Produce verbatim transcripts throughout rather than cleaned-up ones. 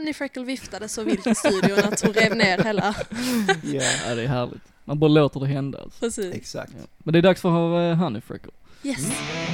Honey Freckle viftade så vilt i studion att hon rev ner hela. Yeah. Ja, det är härligt. Man bara låter det hända. Alltså. Precis. Exakt. Ja. Men det är dags för att ha uh, Honey Freckle. Yes.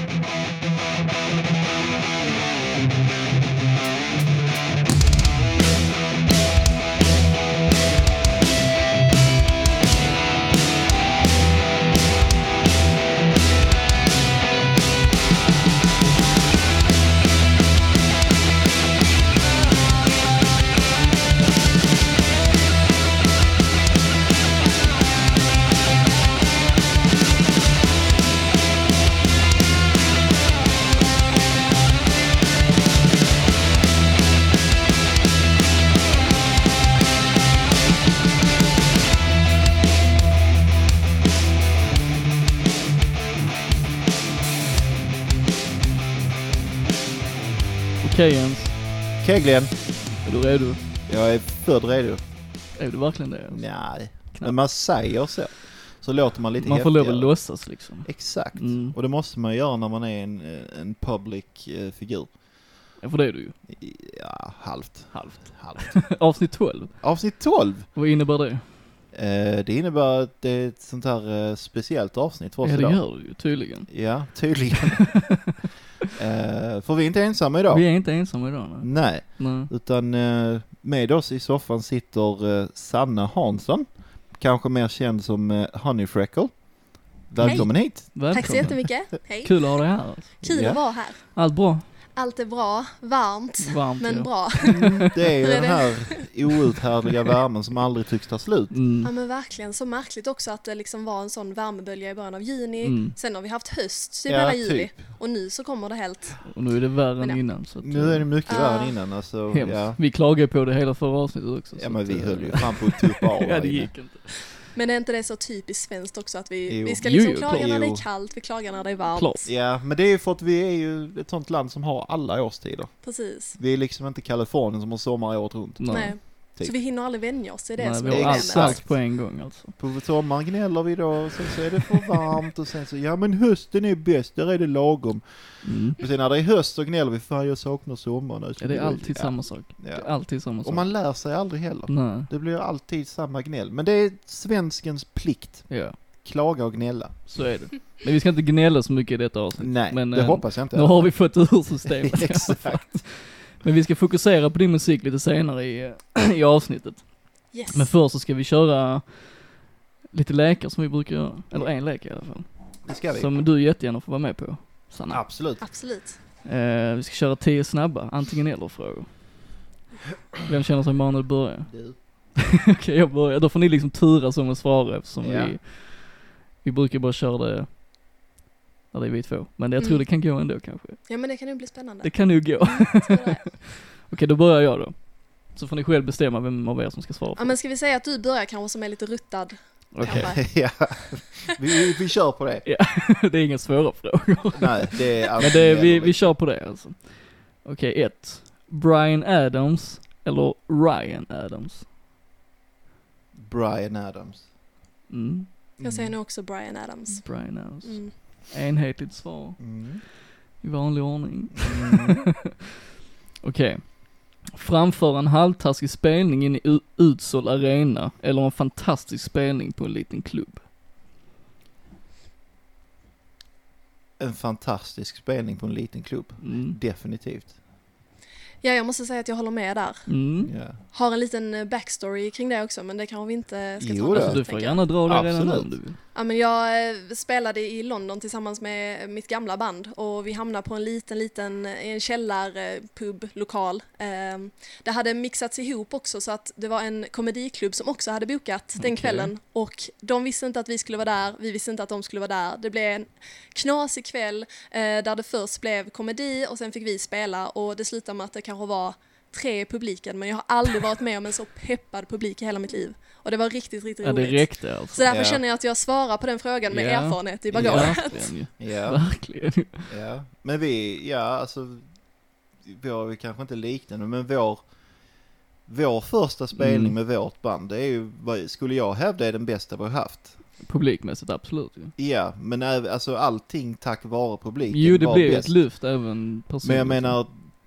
Okej Jens. Okej Glenn. Är du redo? Jag är född redo. Är du verkligen det? Alltså? Nej, Knappt. Men man säger så. Så låter man lite Man får häftigare. lov att låtsas liksom. Exakt. Mm. Och det måste man göra när man är en, en public eh, figur. Ja, för det är du ju. Ja, halvt. Halvt. halvt. Avsnitt tolv. Avsnitt tolv? Vad innebär det? Eh, det innebär att det är ett sånt här eh, speciellt avsnitt för oss ja, idag. Ja, det gör det ju, tydligen. Ja, tydligen. eh, för vi är inte ensamma idag. Vi är inte ensamma idag, nej. Nej, nej. utan eh, med oss i soffan sitter eh, Sanna Hansson. Kanske mer känd som eh, Honey Freckle. Välkommen Hej. hit. Välkommen. Tack så jättemycket. Hej. Kul att ha dig här. Alltså. Kul Ja. att vara här. Allt bra? Allt är bra, varmt, Varmt, men ja. bra. Mm, det är ju Hur är den här outhärdliga värmen som aldrig tycks ta slut. Mm. Ja men verkligen, så märkligt också att det liksom var en sån värmebölja i början av juni. Mm. Sen har vi haft höst typ Ja, hela typ. juli. Och nu så kommer det helt. Och nu är det värre Men än ja. innan. Så att, Nu är det mycket Ja. värre än innan. Alltså, hemskt. ja. Vi klagade på det hela förra avsnittet också. ja, så men att, vi eh, höll ju fram på att tuppa av. Ja, här det inne. gick inte. Men är inte det så typiskt svenskt också att vi, Jo. vi ska liksom Jo, jo, klaga klart. när det Jo. är kallt, vi klagar när det är varmt. Klart. Ja, men det är ju för att vi är ju ett sånt land som har alla årstider. Precis. Vi är liksom inte Kalifornien som har sommar året runt. Nej. Nej. Typ. Så vi hinner aldrig vänja oss, det är det Nej, som vi är har problemet. allt allt på en gång alltså. På sommaren gnäller vi då, och sen så är det för varmt och sen så, ja men hösten är bäst, där är det lagom. Mm. Och sen när det är höst så gnäller vi, fan jag saknar sommaren. Nu ska Ja, det är vi- alltid ja. samma sak. Ja. Det är alltid samma sak. Och man lär sig aldrig heller. Nej, Det blir alltid samma gnäll. Men det är svenskens plikt. ja, Klaga och gnälla. så är det. Men vi ska inte gnälla så mycket i detta avsnitt. Nej, men, det eh, hoppas jag inte. Nu har vi fått ur systemet. Exakt. Men vi ska fokusera på din musik lite senare i, i avsnittet. Yes. Men först så ska vi köra lite lekar som vi brukar göra. Eller en lek i alla fall. Det ska vi. Som du jättegärna får vara med på, Sanna. Absolut. Absolut. Eh, vi ska köra tio snabba, antingen eller frågor. Vem känner sig man att börja? Du. Okej, jag börjar. Då får ni liksom turas om att svara eftersom Ja. vi, vi brukar bara köra det när det är vi två. Men jag tror Mm. det kan gå ändå kanske. Ja men det kan ju bli spännande. Det kan nog gå. Jag tror det. Okej, då börjar jag då. Så får ni själv bestämma vem av er som ska svara. Ja men ska vi säga att du börjar kanske som är lite ruttad. Okej, kanske. ja. Vi, vi kör på det. det är inga svåra frågor. Nej, det är Men det, vi, vi kör på det alltså. Okej, ett. Bryan Adams eller Ryan Adams? Bryan Adams. Mm. Jag säger nog också Bryan Adams. Bryan Adams. Mm. Enhetligt svar. Mm. I vanlig ordning. Mm. Okej. Framföra en halvtaskig spelning in i u- utsåld arena eller en fantastisk spelning på en liten klubb? En fantastisk spelning på en liten klubb. Mm. Definitivt. Ja jag måste säga att jag håller med där. Mm. Ja. Har en liten eh, backstory kring det också men det kanske vi inte ska Jo ta då. nu, Alltså, du får tänker jag. gärna dra det redan nu Absolut. om du vill. Ja, men jag eh, spelade i London tillsammans med mitt gamla band och vi hamnade på en liten, liten i en källarpub-lokal. Eh, det hade mixats ihop också så att det var en komediklubb som också hade bokat den Okej. kvällen och de visste inte att vi skulle vara där, vi visste inte att de skulle vara där. Det blev en knasig kväll eh, där det först blev komedi och sen fick vi spela och det slutade med att det kanske var tre i publiken men jag har aldrig varit med om en så peppad publik i hela mitt liv. Och det var riktigt, riktigt Ja, det roligt. räckte alltså. Så därför Ja. känner jag att jag svarar på den frågan med Ja. erfarenhet i bagaget. Verkligen ju. Ja. Verkligen. Ja. Men vi, ja alltså, vi har ju kanske inte liknande, men vår, vår första spelning Mm. med vårt band, det är ju, vad- skulle jag hävda är den bästa vi har haft. Publikmässigt, absolut ju. Ja, men äv- alltså allting tack vare publiken Jo, det var blev bäst. ett lyft även personligt. Men jag menar,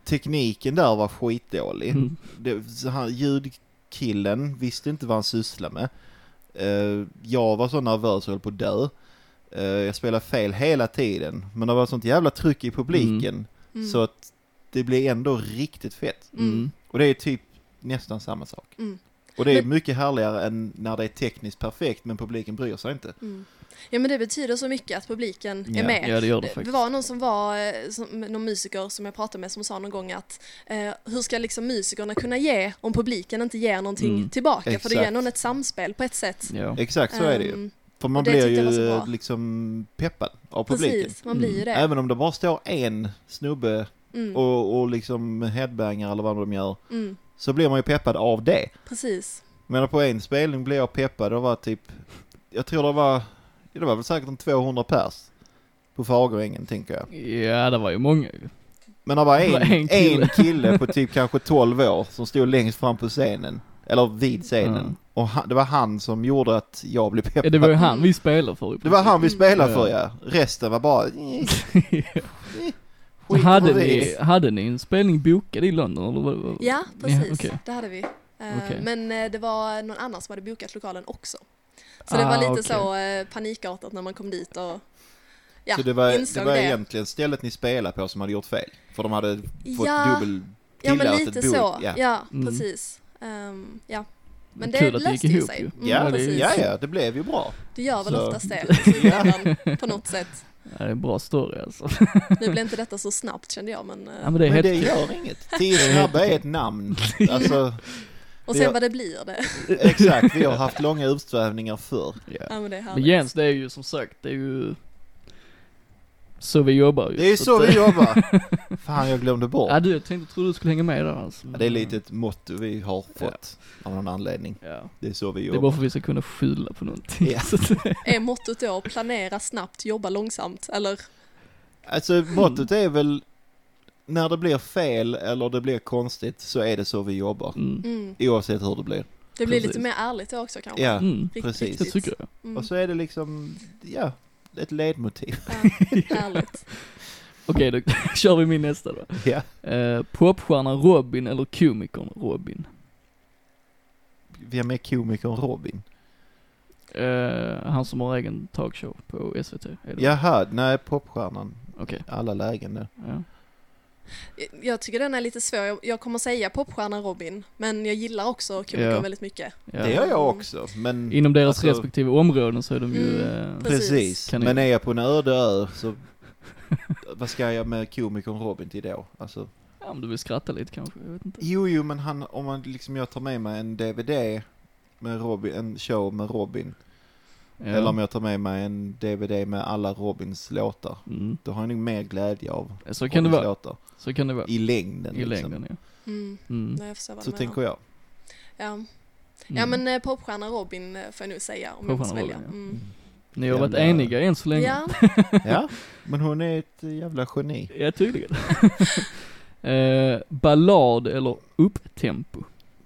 tekniken där var skitdålig. Mm. Det, så han, ljudkillen visste inte vad han sysslade med. Uh, jag var så nervös och höll på att dö. Uh, jag spelade fel hela tiden. Men det var sånt jävla tryck i publiken. Mm. Mm. Så att det blev ändå riktigt fett. Mm. Och det är typ nästan samma sak. Mm. Och det är Men- mycket härligare än när det är tekniskt perfekt men publiken bryr sig inte. Mm. Ja, men det betyder så mycket att publiken Ja. är med. Ja, det gör det Det faktiskt. var någon som var, eh, som, någon musiker som jag pratade med som sa någon gång att eh, hur ska liksom musikerna kunna ge om publiken inte ger någonting Mm. tillbaka? För det Exakt. ger någon ett samspel på ett sätt. Ja. Exakt så är det ju. Ehm, För man och det blir tyckte jag var så ju bra. eh, liksom peppad av publiken. Precis, man blir ju det. Även om det bara står en snubbe Mm. och, och liksom headbanger eller vad de gör, Mm. så blir man ju peppad av det. Precis. Men på en spelning blev jag peppad och var typ, jag tror det var, det var väl säkert en tvåhundra pers på Fagerängen, tänker jag. Ja, det var ju många ju. Men det var en, Det var en en, kille. kille. på typ kanske tolv år som stod längst fram på scenen. Eller vid scenen. Mm. Och han, det var han som gjorde att jag blev peppad. Ja, det var ju han vi spelade för. i Det var han vi Mm. spelade Ja. för, ja. Resten var bara... Så Skit hade på ni, det. hade ni en spelning bokad i London? Eller vad, vad? Ja, precis. Ja, okej. Det hade vi. Eh, Okej. Men eh, det var någon annan som hade bokat lokalen också. Så det Ah, var lite okej. så eh, panikartat när man kom dit och ja, Så det var, det insåg var det. egentligen stället ni spelade på som hade gjort fel. För de hade fått Ja. dubbel Ja, men tillåtet lite bok. så. Ja, Ja. Mm. precis. Ehm, ja. Men det Kul att det gick löste ju ihop sig. ju. Mm, Ja, precis. ja, ja, det blev ju bra. Det gör väl Så. oftast det i slutändan, på något sätt. Ja, det är en bra story alltså. Nu blev inte detta så snabbt kände jag, men... eh, Ja, men det är Men helt det kul. gör inget. Tio snabba är ett namn. Alltså, och det sen gör- vad det blir det. exakt. Vi har haft långa utsvävningar förr. Ja. Ja, men det är Men härligt. Jens, det är ju som sagt, det är ju så vi jobbar ju. Det är ju så att, vi jobbar. Fan, jag glömde bort. Ja, du, jag tänkte, trodde du skulle hänga med där alltså. Ja, det är lite ett motto vi har fått av någon anledning. Ja. Det är så vi Det är bara jobbar. för att vi ska kunna skylla på någonting. Ja. Så att- Är mottot då planera snabbt, jobba långsamt, eller? Alltså mottot är väl när det blir fel eller det blir konstigt så är det så vi jobbar. mm. Mm. Oavsett hur det blir. Det blir Precis. lite mer ärligt då också kanske. Ja, Mm. Riktigt, precis. Det riktigt. tycker jag. Mm. Och så är det liksom, ja, ett ledmotiv. Ja, härligt. Okej, då kör vi min nästa då. Ja. Eh, popstjärnan Robin eller komikern Robin? Vem är komikern Robin? Eh, han som har egen talkshow på S V T. Är det? Jaha, nej, popstjärnan. Okej. Alla lägen där. Ja. Jag tycker den är lite svår. Jag- Jag kommer säga popstjärnan Robin, men jag gillar också komikern Ja. väldigt mycket. Ja. Det gör jag också, men... Inom deras alltså, respektive områden så är de ju... Mm. Eh, Precis. Precis, Kan ni- men är jag på en öde ö så... vad ska jag med komikern Robin till då? Alltså... ja, om du vill skratta lite kanske, jag vet inte. Jo, jo, men han, om man liksom, jag tar med mig en D V D med Robin, en show med Robin, Ja. eller om jag tar med mig en D V D med alla Robins låtar, Mm. då har jag nog mer glädje av Så kan det Robins vara. låtar. Så kan det vara. I längden, I liksom. längden, ja. Mm. Mm. Nej, jag förstår vad Så du tänker menar. jag. Ja. ja, Mm. men eh, popstjärnan Robin eh, får jag nog säga om jag måste Popstjärnan välja. Robin, Mm. Ni har varit Jävla- eniga än så länge. Ja, Ja, men hon är ett jävla geni. Ja, tydligen. eh, ballad eller upptempo?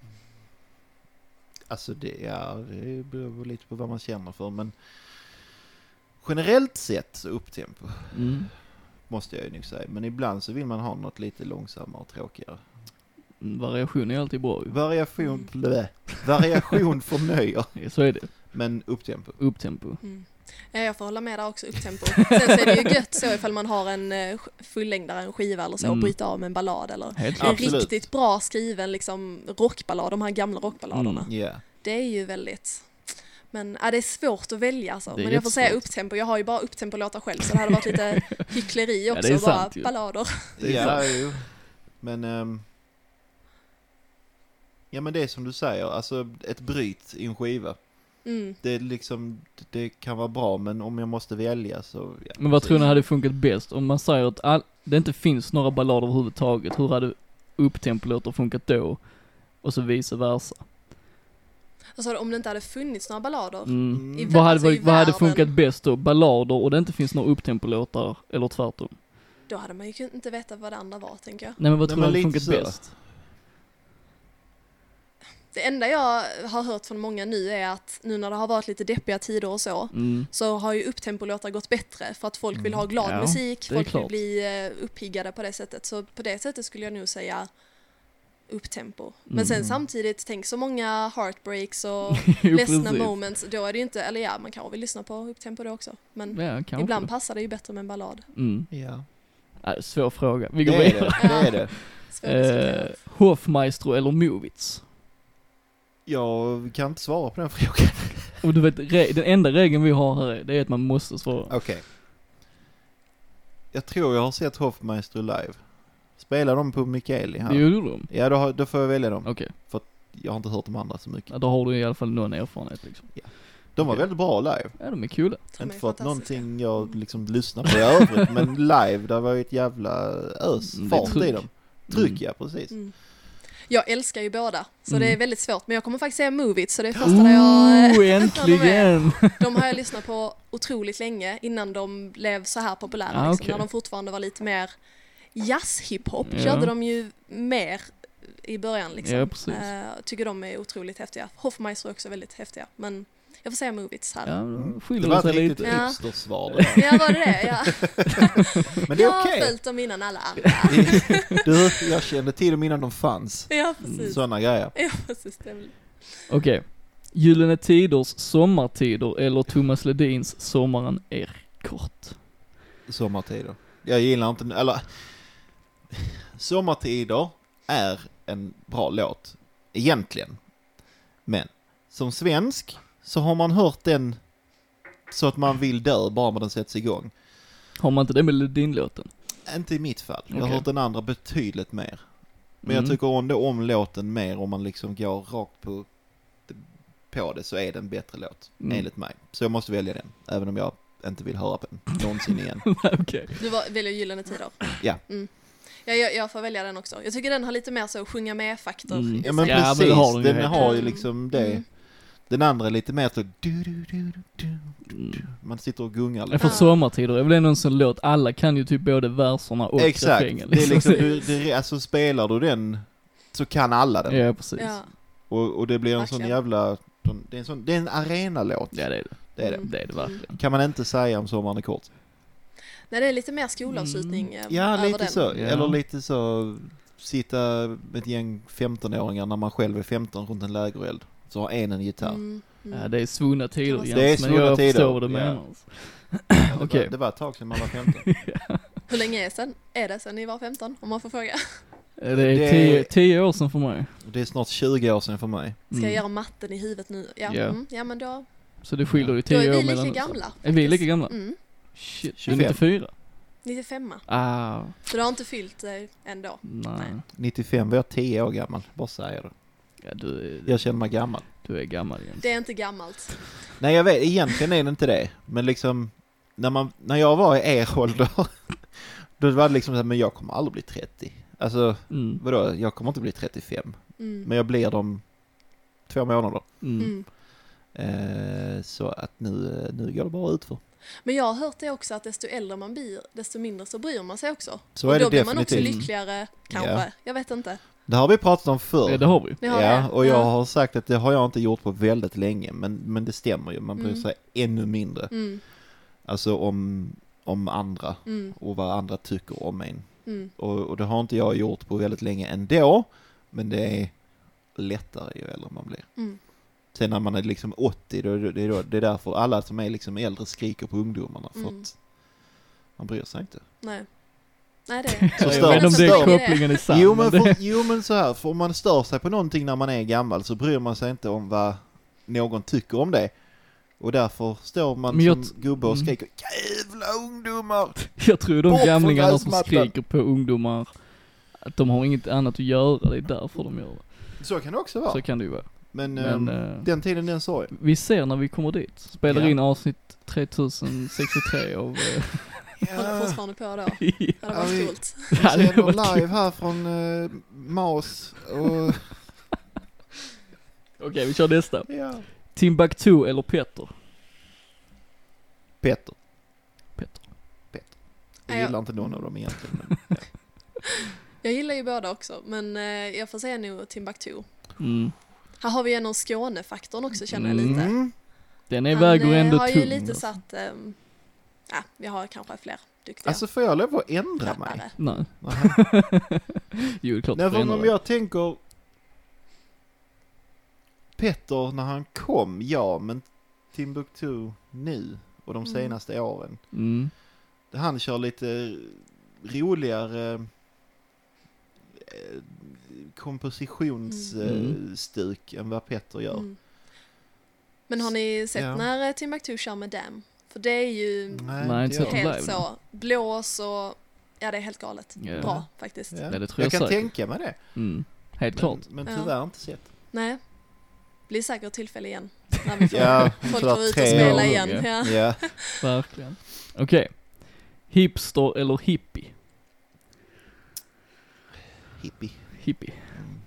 Alltså det, ja, det beror lite på vad man känner för, men generellt sett så upptempo, Mm. måste jag ju nog säga. Men ibland så vill man ha något lite långsammare och tråkigare. Mm, variation är alltid bra ju. Variation, blä. Variation förnöjer, Ja, så är det. men upptempo. Upptempo. mm. Ja, jag får hålla med där också, upptempo. Sen så är det ju gött så ifall man har en eh, fullängdare, en skiva eller så, och Mm. bryta av med en ballad eller Helt en klart. Absolut. riktigt bra skriven liksom rockballad, de här gamla rockballaderna. Mm. Ja. Det är ju väldigt... Men ja, det är svårt att välja alltså. Det är Men jag får säga jättesvårt. upptempo. Jag har ju bara upptempo-låtar själv, så det hade varit lite hyckleri Ja, också. det är bara sant ju. ballader. Det är Ja, jo. Men, ehm, ja men det är som du säger, alltså ett bryt i en skiva. Mm. Det är liksom, det kan vara bra, men om jag måste välja så... Ja, Men vad precis. tror ni hade funkat bäst? Om man säger att all, det inte finns några ballader överhuvudtaget, hur hade upptempo-låtar funkat då? Och så vice versa. Alltså om det inte hade funnits några ballader. Mm. I vä- Vad, hade, alltså i vad, vad hade världen. funkat bäst då? Ballader och det inte finns några upptempo-låtar, eller tvärtom? Då hade man ju kun- inte vetat vad det andra var, tänker jag. Nej men vad Nej, tror du men hade lite funkat så. bäst? Det enda jag har hört från många nu är att nu när det har varit lite deppiga tider och så, Mm. så har ju upptempolåtar gått bättre för att folk vill ha glad Ja, musik, det är folk klart. vill bli uh, uppiggade på det sättet. Så på det sättet skulle jag nog säga upptempo. Men sen Mm. samtidigt, tänk så många heartbreaks och Jo, ledsna precis. moments, då är det ju inte, eller ja, man kan väl lyssna på upptempo då också. Men Ja, kanske. ibland passar det ju bättre med en ballad. Mm. Ja. Äh, svår fråga. Vi går Det är vidare. det. Det är det. Svårt Eh, Hofmaestro eller Movits? Jag kan inte svara på den frågan. Och du vet, re- den enda regeln vi har här är, det är att man måste svara. Okej. Jag tror jag har sett Hofmeister live. Spelar de på Mikaeli här? Det gjorde de. Ja, då, har, då får jag välja dem. Okej, Jag har inte hört de andra så mycket. ja, då har du i alla fall någon erfarenhet liksom. De var Okej. väldigt bra live. Ja, de är coola. Inte för att någonting jag liksom lyssnar på i övrigt, men live, där var ju ett jävla ös, Mm, det är fart i tryck. dem. Tryck, Mm. ja, precis. Mm. Jag älskar ju båda, så Mm. det är väldigt svårt. Men jag kommer faktiskt säga Move It, så det är första där jag... Oh, äntligen! De har jag lyssnat på otroligt länge innan de blev så här populära. Ah, liksom, okej. När de fortfarande var lite mer jazz-hiphop Ja. körde de ju mer i början. Liksom. Ja, precis. Eh, tycker de är otroligt häftiga. Hofmeister är också väldigt häftiga, men jag får säga Move It här. Ja, Ja, då Mm. Det skiljer var det ett sig riktigt lite. Ja. hipstersvar det där. var det det? Ja. Men det Jag är har okej. följt dem innan alla andra. Du, jag kände till dem innan de fanns. Ja, precis. Sådana grejer. Ja, precis. Det är väl- Okej. Gyllene Tiders sommartider eller Thomas Ledins Sommaren är kort? Sommartider. Jag gillar inte, eller Sommartider är en bra låt egentligen. Men som svensk så har man hört den så att man vill dö bara med den sätts igång. Har man inte det med Ledin-låten? Inte i mitt fall. Jag har Okej. hört den andra betydligt mer. Men jag Mm. tycker om det om låten mer om man liksom går rakt på, på det, så är det en bättre låt Mm. enligt mig. Så jag måste välja den, även om jag inte vill höra på den någonsin igen. Okej. Du var, väljer Gyllene Tider. Ja. Mm. Ja, jag, jag får välja den också. Jag tycker den har lite mer så sjunga med-faktor. Mm. i Ja, men sig. Ja, men precis, det har den ju den helt har ju rätt. liksom det. Mm. Den andra är lite mer så du, du, du, du, du. Mm. Man sitter och gungar Ja, lite. för Ja. Sommartider är väl ändå en sån låt, alla kan ju typ både verserna och Exakt, refrängen. det är liksom, Så- du, det, är- alltså spelar du den så kan alla den. Ja, precis. Ja. Och, och det blir en Verkligen. sån jävla, det är en, sån, det är en arenalåt. Ja, det är det. Det är det. Mm. Det är det verkligen. Kan man inte säga om Sommaren är kort. Nej, det är lite mer skolavslutning eh, Ja, över lite den. så. Ja. Eller lite så, sitta med ett gäng femton-åringar när man själv är femton runt en lägereld. Så har en en gitarr. Mm, mm. Ja, det är svunna tider Det Jens, är men svunna jag tider, förstår vad du ja. menar. Ja, det, Okej. var, det var ett tag sedan man var femton. Hur länge är, sen, är det sen ni var femton, om man får fråga? Det är Det- tio, tio år sedan för mig. Det är snart tjugo år sedan för mig. Ska Mm. jag göra matten i huvudet nu? Ja, Ja. mm, ja men då, Så det skiljer ju då tio är år vi lika mellan oss. gamla. Är vi lika faktiskt. gamla? Mm, Shit, tjugofem. nittiofyra? nittiofem. Ah, Så du har inte fyllt eh, ändå? nej. Nej. nittiofem var jag tio år gammal, bara säger det. Ja, du, är, Jag känner mig gammal. du är gammal Jens. Det är inte gammalt. Nej, jag vet, egentligen är det inte det. Men liksom, när, man, när jag var i er ålder, då var det liksom så här, men jag kommer aldrig bli trettio. Alltså, Mm. vadå, jag kommer inte bli trettiofem. Mm. Men jag blir dem två månader. Mm. Mm. Eh, så att nu, nu går det bara ut för. Men jag har hört det också att desto äldre man blir, desto mindre så bryr man sig också. Så och är då det blir man också definitivt. lyckligare, kanske. Ja. Jag vet inte. Det har vi pratat om förr. Ja, det har vi. Ni har Ja, det? och jag Ja. har sagt att det har jag inte gjort på väldigt länge, men, men det stämmer ju. Man bryr Mm. sig ännu mindre. Mm. Alltså om, om andra Mm. och vad andra tycker om en. Mm. Och, och det har inte jag gjort på väldigt länge ändå, men det är lättare ju äldre man blir. Mm. Sen när man är liksom åttio, då, det, är då, det är därför alla som är liksom äldre skriker på ungdomarna, för Mm. att man bryr sig inte. Nej. Nej, det Så Jag vet stör- inte om det stör- är kopplingen är sann. Jo men men, det, för, jo men så här, för om man stör sig på någonting när man är gammal så bryr man sig inte om vad någon tycker om det. Och därför står man Men jag som t- gubbe och mm. skriker jävla ungdomar! jag tror de Bort från gamlingarna som gräsmattan. skriker på ungdomar, att de har inget annat att göra, det är därför de gör det. Så kan det också vara. Så kan det ju vara. Men, Men ehm, eh, den tiden den sorg. vi ser när vi kommer dit. Spelar Ja. in avsnitt tre tusen sextiotre av... eh, håller fortfarande på då. ja, Ja, det Ja, var vi- coolt. Vi det sänder var kul. live här från uh, Mas och Okej, vi kör nästa. ja. Timbuktu eller Petter? Petter. Petter. Jag Ja. gillar inte någon av dem egentligen. Men, ja. Jag gillar ju båda också, men eh, jag får säga nog Timbuktu. Mm. Här har vi en av Skåne-faktorn också, känner jag lite. Mm. Den är väger eh, ändå har tung. ju lite alltså. satt, um, ja, vi har kanske fler duktiga. Alltså får jag lov att ändra mig? rappare. Nej. Jo, det är klart Nej, du får för ändra om dig. jag tänker Petter när han kom, ja, men Timbuktu nu och de Mm. senaste åren. Mm. Han kör lite roligare eh, kompositionsstuk Mm. än vad Petter gör. Mm. Men har ni sett Ja. när Timbuktu kör med Damn? För det är ju Nej, det inte gör sett jag. live. helt så blås och ja, det är helt galet. Ja. Bra faktiskt. Ja. Ja, det tror jag jag kan säkert. tänka mig det. Mm. Helt Men, klart. men Ja. tyvärr inte sett. Nej. Blir säkert tillfälle igen. När vi får Ja, folk för går ut och tre spela år, igen. ja. Ja. Ja. Verkligen. Okej. Hipster eller hippie? Hippie. Hippie. Mm.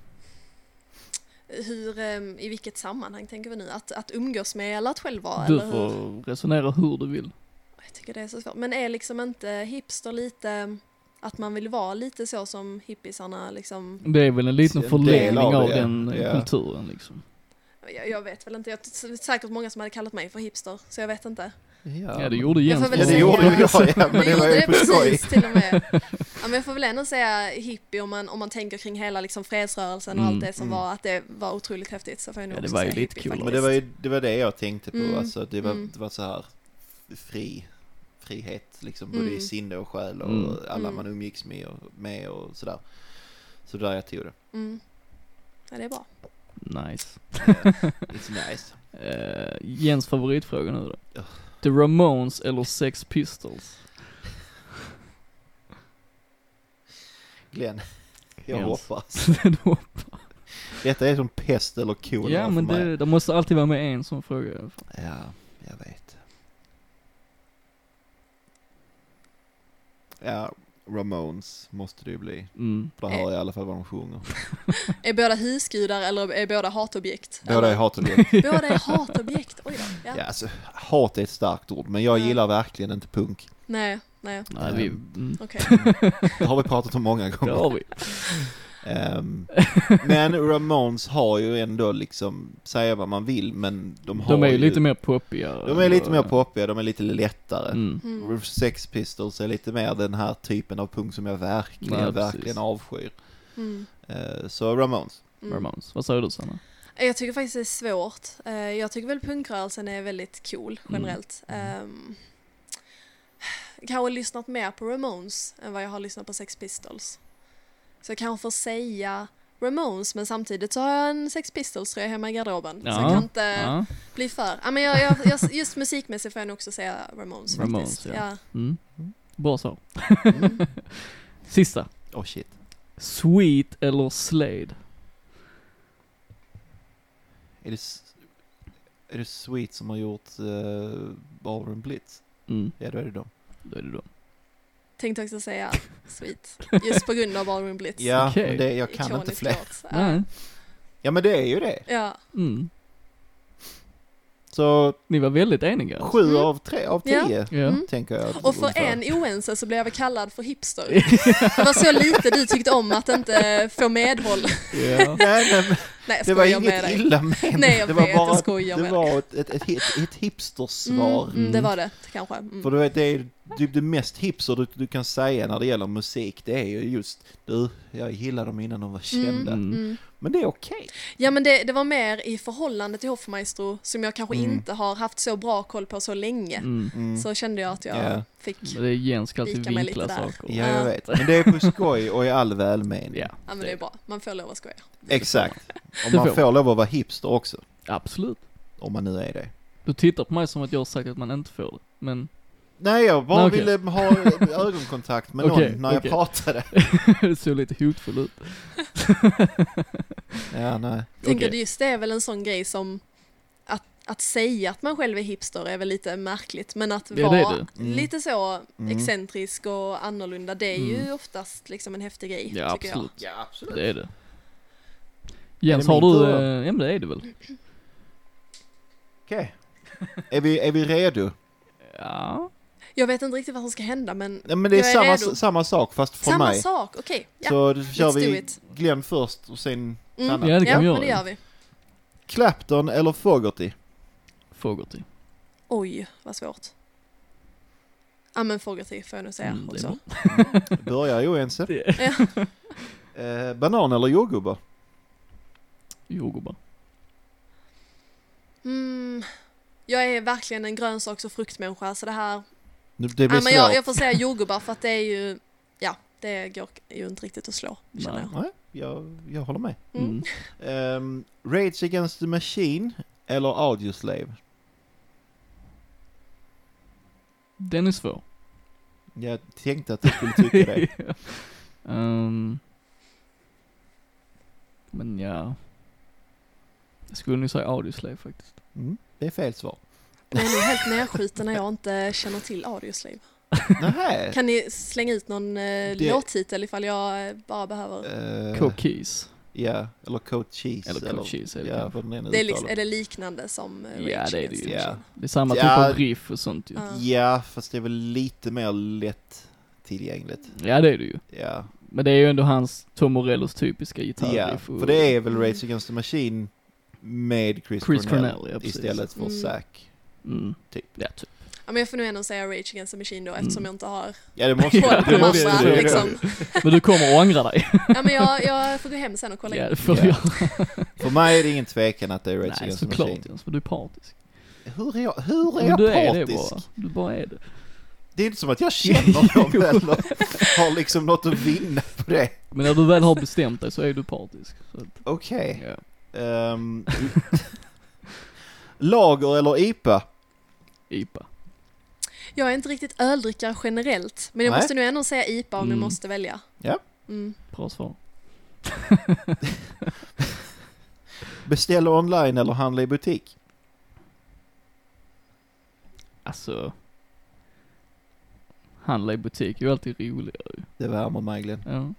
Hur, um, i vilket sammanhang tänker vi nu? Att, att umgås med eller att själv vara? Du eller hur? får resonera hur du vill. Jag tycker det är så svårt. Men är liksom inte hipster lite att man vill vara lite så som hippisarna liksom? Det är väl en liten En del förlängning av av det, ja. den eh, Ja. kulturen liksom. Jag, jag vet väl inte. Jag, det är säkert många som hade kallat mig för hipster, så jag vet inte. Ja, Ja, det gjorde Jag Jens. får väl Ja, det säga- gjorde ju jag, ja, men det var gjorde ju på skoj. precis till och med. Ja, men jag får väl ändå säga hippie om man, om man tänker kring hela liksom fredsrörelsen och Mm, allt det som mm. var, att det var otroligt häftigt. Så får jag nog Ja, det också var ju säga lite hippie kul. Men faktiskt. det var ju det, var det jag tänkte på, Mm. alltså det var, Mm. det var så här fri, frihet liksom, både Mm. i sinne och själ och Mm. alla Mm. man umgicks med och, med och sådär. Så där jag tog det. Mm. Ja, det är bra. Nice. It's nice. Uh, Jens favoritfråga nu då. Ja. The Ramones eller Sex Pistols? Glenn, jag Jens. hoppas. Du hoppar. Detta är som pest eller kolera Ja, men för mig. det, det måste alltid vara med en som fråga i alla fall. Ja, jag vet. Ja, Ramones måste det ju bli. Mm. För då hör jag i alla fall vad de sjunger. Är båda husgudar eller är båda hatobjekt? Båda är Eller? hatobjekt. Båda är hatobjekt, oj då. Ja. Ja, alltså, hat är ett starkt ord, men jag Ja. gillar verkligen inte punk. Nej, nej, Nej, vi, mm, okej. Det har vi pratat om många det gånger. har vi. Ehm, men Ramones har ju ändå liksom, säga vad man vill, men de har De är ju ju, lite mer poppiga. de är lite mer poppiga, de är lite lättare. Mm. Mm. Sex Pistols är lite mer den här typen av punk som jag verkligen, Ja, precis. verkligen avskyr. Mm. Eh, så Ramones. Mm. Ramones. Vad säger du, Sanna? Jag tycker faktiskt det är svårt. Eh, Jag tycker väl punkrörelsen är väldigt cool generellt. Mm. Jag kanske har lyssnat mer på Ramones än vad jag har lyssnat på Sex Pistols. Så jag kanske får säga Ramones, men samtidigt så har jag en Sex Pistols tror jag hemma i garderoben. Ja, Så jag kan inte Ja. bli för. Ja, men jag, jag, jag, just musikmässigt får jag nog också säga Ramones, Ramones, faktiskt. ja. Ja. Mm. Bra så. Mm. Sista. Oh shit. Sweet eller Slade? Är det, s- är det Sweet som har gjort uh, Ballroom Blitz? Mm. Ja, då är det de. Då är det då. Tänkte också säga Sweet. Just på grund av Ballroom Blitz. Ja, Okej. men det, jag kan Ikonisk inte fler. låt. Ja. Nej. Ja, men det är ju det. Ja. Mm. Så Ni var väldigt eniga. Alltså. sju Mm. av tre av Ja. tio, Ja. Mm. tänker jag. Och för ungefär. en oense så blev jag väl kallad för hipster. Det var så lite du tyckte om att inte få medhåll. Ja. Nej, nej, men Nej, jag det var skojar med inget dig. illa menat. Nej, jag det vet, var bara, jag skojar det med var ett, ett, ett, ett, ett hipstersvar. Mm, mm, det var det, kanske. Mm. För du vet, det är typ det mest hipster du, du kan säga när det gäller musik, det är ju just, du, jag gillar dem innan de var kända. Mm, mm. Men det är okej. Ja, men det, det var mer i förhållande till Hoffmaestro som jag kanske Mm. inte har haft så bra koll på så länge. Mm. Mm. Så kände jag att jag Ja. fick... Men det är Jens ska alltid Vika mig vinkla lite där. saker. Ja, jag Ja. vet. Men det är på skoj och i all välmening. Ja, Ja, men det är bra. Man får lov att skoja. Exakt. Och Det man får får lov att vara hipster också. absolut. Om man nu är det. Du tittar på mig som att jag har sagt att man inte får det. Men Nej, jag bara Nej, okej. ville ha ögonkontakt med Okej, någon när jag okej. pratade. det såg lite hotfull ut. Ja, nej. Tänker Okej. du just det är väl en sån grej som att, att säga att man själv är hipster är väl lite märkligt, men att Det är vara det du. Mm. lite så Mm. excentrisk och annorlunda, det är ju Mm. oftast liksom en häftig grej, Ja, tycker absolut. Ja, absolut. Det är det. Jens, det har min du... tur då? eh, Ja, men det är det väl. Okej. Är, vi, är vi redo? Ja. jag. Jag vet inte riktigt vad som ska hända, men Nej, men det är, Jag är samma, redo. samma sak fast från samma mig. sak, okej. Ja. Så då kör let's do vi it. Glenn först och sen Mm. Sanna. Ja, det kan Ja, vi men göra. det gör vi. Clapton eller Fogerty? Fogerty. Oj, vad svårt. Ja men Fogerty får jag nog säga Mm, det är också. Börjar oense. Det är Ja. Eh, banan eller jordgubbar? jordgubbar. Mm, jag är verkligen en grönsaks- och fruktmänniska så det här... Nu- Det blir Ja, men jag, svårt. jag får säga jordgubbar för att det är ju... Ja, det går ju inte riktigt att slå, känner jag. Nej, jag, jag håller med. Mm. Mm. Um, Rage Against the Machine eller Audioslave? Den är svår. Jag tänkte att du skulle tycka det. um, men ja. Jag skulle nog säga Audioslave faktiskt. Mm, det är fel svar. Jag är nog helt nedskjuten när jag inte känner till Audioslave. Nähä. Kan ni slänga ut någon eh, Det- låttitel ifall jag eh, bara behöver... Uh, Coke Keys. Ja, eller Coat Cheese. Eller Coat Cheese är det ja, kanske. vad den ena Det är, liksom, uttalar. är det liknande som eh, Rage Ja, det är det Against ju. the Ja. Machine? Det är samma Ja. typ av riff och sånt ju. Ja. Ja, fast det är väl lite mer lätt tillgängligt. Ja, det är det ju. Ja, Men det är ju ändå hans Tom Morellos typiska ja gitarriff. och- för det är väl Rage Against the Machine med Chris, Chris Cornell, Cornell, ja, precis. istället för Mm. Zack. Mm. Typ. Ja, typ. Ja, men jag får nog ändå säga Rage Against the Machine då eftersom Mm. jag inte har Ja, det måste koll på det de måste andra. du. Liksom. Men du kommer att ångra dig. Ja, men jag, jag får gå hem sen och kolla Ja, in. det får Ja. du göra. För mig är det ingen tvekan att det är Rage Nej, Against the såklart Machine. Jens, för du är partisk. Hur är jag, hur är Men jag du är det partisk? bara. Du bara är det. Det är inte som att jag känner dem eller har liksom något att vinna på det. Men när du väl har bestämt dig så är du partisk. Så att, Okej. ja. Ehm, lager eller I P A? I P A. Jag är inte riktigt öldrickare generellt, men jag Nej. måste nu ändå säga I P A om Mm. jag måste välja. Ja. Mm. Bra svar. Beställa online eller handla i butik? Alltså. Handla i butik är ju alltid roligare ju. Det värmer mig, Glenn. Ja.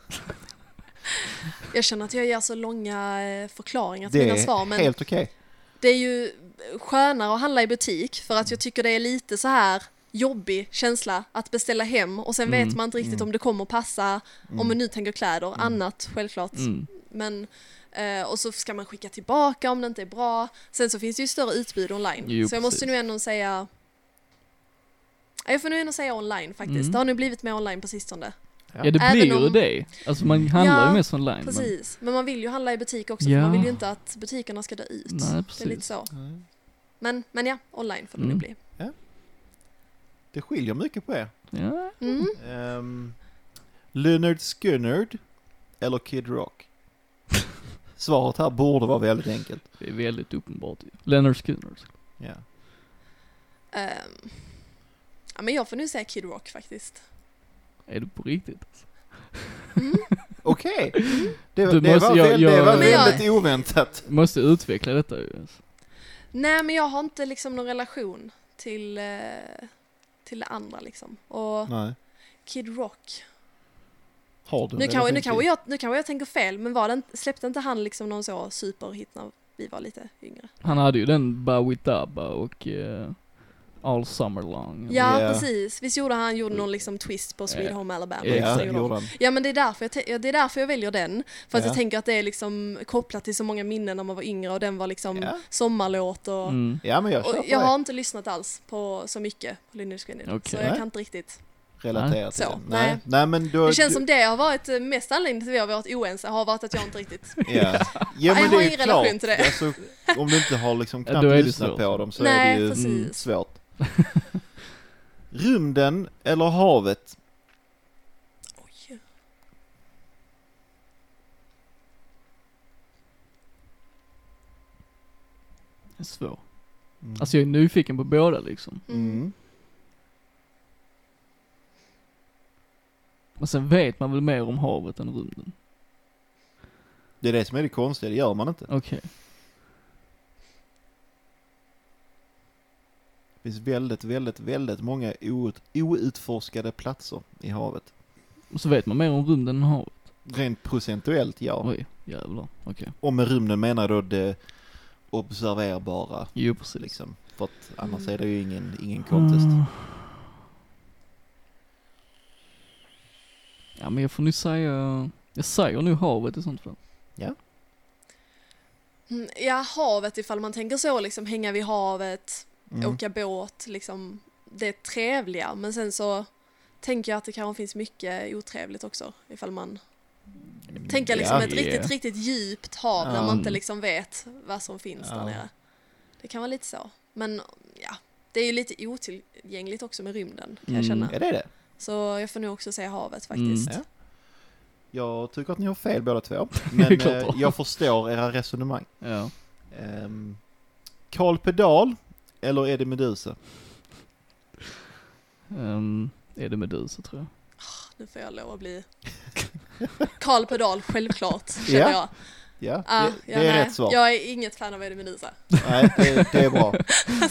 Jag känner att jag ger så långa eh, förklaringar till Det mina svar, är men helt okej. det är ju skönare att handla i butik för att jag tycker det är lite så här jobbig känsla att beställa hem och sen Mm. vet man inte riktigt Mm. om det kommer passa, Mm. om man nu tänker kläder, annat självklart. Mm. Men, eh, och så ska man skicka tillbaka om det inte är bra. Sen så finns det ju större utbud online. Jo, så jag måste precis. nu ändå säga... Jag får nu ändå säga online faktiskt. Mm. Det har nu blivit mer online på sistone. Ja, det Även blir ju om- det. Alltså man handlar Ja, ju mest online. Precis. Men man vill ju handla i butik också Ja. för man vill ju inte att butikerna ska dö ut. Men, nej, Det är precis. lite så. Nej. Men, men ja, online får det Mm. nu bli. Det skiljer mycket på er. Ja. Mm. Um, Leonard Skinner eller Kid Rock? Svaret här borde vara väldigt enkelt. Det är väldigt uppenbart ju. Leonard Skinner. Ja. Ehm, ja, men jag får nu säga Kid Rock faktiskt. Är du på riktigt? Alltså? Mm. Okej. Det, var- Du det, måste- var jag- väl- det jag- var Men jag- väldigt oväntat. Måste utveckla detta ju. Alltså. Nej, men jag har inte liksom någon relation till, eh, till det andra liksom. Och Nej. Kid Rock. Har du Nu en kanske, nu, relation kanske till? jag, nu kanske jag tänker fel, men var det, inte- släppte inte han liksom någon så superhit när vi var lite yngre? Han hade ju den Bawitaba och uh, All Summer Long. Ja, Ja. precis. Visst gjorde han gjorde någon liksom twist på Sweet Ja. Home Alabama? Ja, Ja, Så det gjorde gjorde han. han. Ja, men det är, därför jag te- ja, det är därför jag väljer den. För att Ja. jag tänker att det är liksom kopplat till så många minnen när man var yngre och den var liksom Ja. sommarlåt och... Mm. Ja, men jag Och köper jag det. har inte lyssnat alls på så mycket på Lynyrd Skynyrd. Okej. Så jag Nej. kan inte riktigt. Relaterat till Så, den. nej. Nej. Nej, men då... Det känns som det har varit eh, mest anledningen till att vi har varit oense har varit att jag inte riktigt... Ja, ja jag men har det är ju ingen relation klart. till det. Alltså, om du inte har liksom Ja, knappt då är det lyssnat svårt. på dem så Nej, är det ju precis. mm, svårt. Rymden eller havet? Oj. Det är svår. Mm. Alltså jag är nyfiken på båda liksom. Mm. Men sen vet man väl mer om havet än rymden. Det är det som är det konstiga, det gör man inte. Okej. Det finns väldigt, väldigt, väldigt många out, outforskade platser i havet. Och så vet man mer om rymden än havet. Rent procentuellt, ja. Oj, jävlar. Okej. Och med rymden menar jag då det observerbara, Jo, precis. liksom. För att annars Mm. är det ju ingen, ingen contest. Mm. Ja, men jag får nu säga... Jag säger nu havet i sånt fall. Mm, ja, havet ifall man tänker så, liksom hänga vid havet, Mm. åka båt, liksom det är trevliga. Men sen så tänker jag att det kanske finns mycket otrevligt också ifall man tänker liksom Ja, ett yeah. riktigt, riktigt djupt hav Ja. när man inte liksom vet vad som finns Ja. där nere. Det kan vara lite så. Men ja, det är ju lite otillgängligt också med rymden, kan jag Mm. känna. Ja, det är det. Så jag får nog också säga havet faktiskt. Mm. Ja. Jag tycker att ni har fel båda två. Men Klart eh, då. jag förstår era resonemang. Ja. Um, Karl Pedal eller är det Medusa? Um, är det Medusa tror jag. Nu får jag lov att bli Karl Pedal, självklart, känner Ja. jag. Ja, Ah, det, ja, det är nej. rätt svar. Jag är inget fan av Eddie Medusa. Nej, det, det är bra.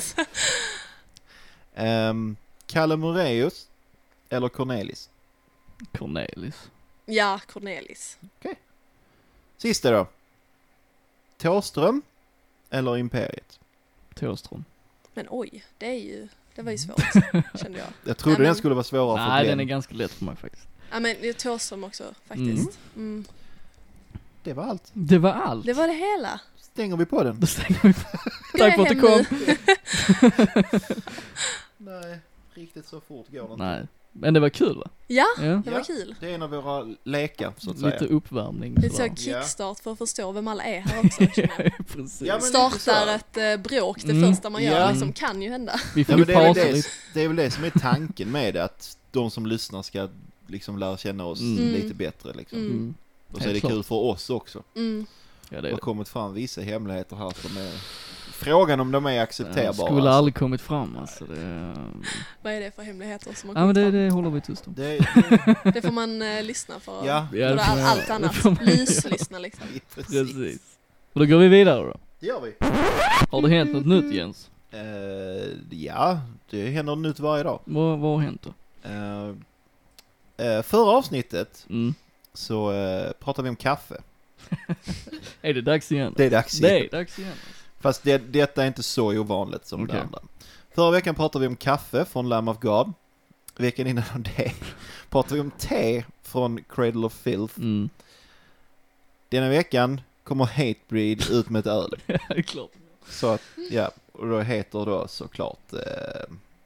Um, Kalle Moraeus eller Cornelis? Cornelis. Ja, Cornelis. Sista då. Thåström eller Imperiet? Thåström. Men oj, det är ju, det var ju svårt, kände jag. Jag trodde Nej, men- den skulle vara svårare för Nej, Glenn. den är ganska lätt för mig faktiskt. Ja, men det är Thåström också, faktiskt. Mm. Det var allt. Det var allt. Det var det hela. Stänger vi på den? Då stänger vi. Jag är Tack för att du hem kom. nu. Nej, riktigt så fort går det inte. Nej, men det var kul va? Ja, Ja. det var Ja. kul. Det är en av våra lekar, så att Lite säga. uppvärmning. Lite så sådär. kickstart för att förstå vem alla är här också, känner jag. Precis. Ja, men lite Startar så. ett eh, bråk, det Mm. första man gör, Ja. liksom, kan ju hända. Vi får Ja, ju men det, är väl pausa det, lite. det är väl det som är tanken med det, att de som lyssnar ska liksom lära känna oss Mm. lite bättre liksom. Mm. Mm. Och så är Helt det klart. kul för oss också. Mm. Ja, det Det är har det. kommit fram vissa hemligheter här som är... Frågan om de är accepterbara. Skulle alltså. aldrig kommit fram alltså. Det, Vad är det för hemligheter som har ja men kommit det, fram? det håller vi tyst om. Det, det, Det får man eh, lyssna för. ja, Ja, För det får man allt göra. annat. Det får man Lyslyssna liksom. precis. Precis. Och då går vi vidare då. Det gör vi. Har det hänt något nytt Jens? Eh, ja, det händer nytt varje dag. Vad, vad har hänt då? Uh, uh, förra avsnittet Mm. så uh, pratade vi om kaffe. Är det dags igen? Det är dags Det igen. är dags igen. Fast det, detta är inte så ovanligt som Okej. det andra. Förra veckan pratade vi om kaffe från Lamb of God. Veckan innan det pratade vi om te från Cradle of Filth. Mm. Denna veckan kommer Hatebreed ut med ett öl. Ja, det är klart. Så att, ja, och då heter då såklart... Eh,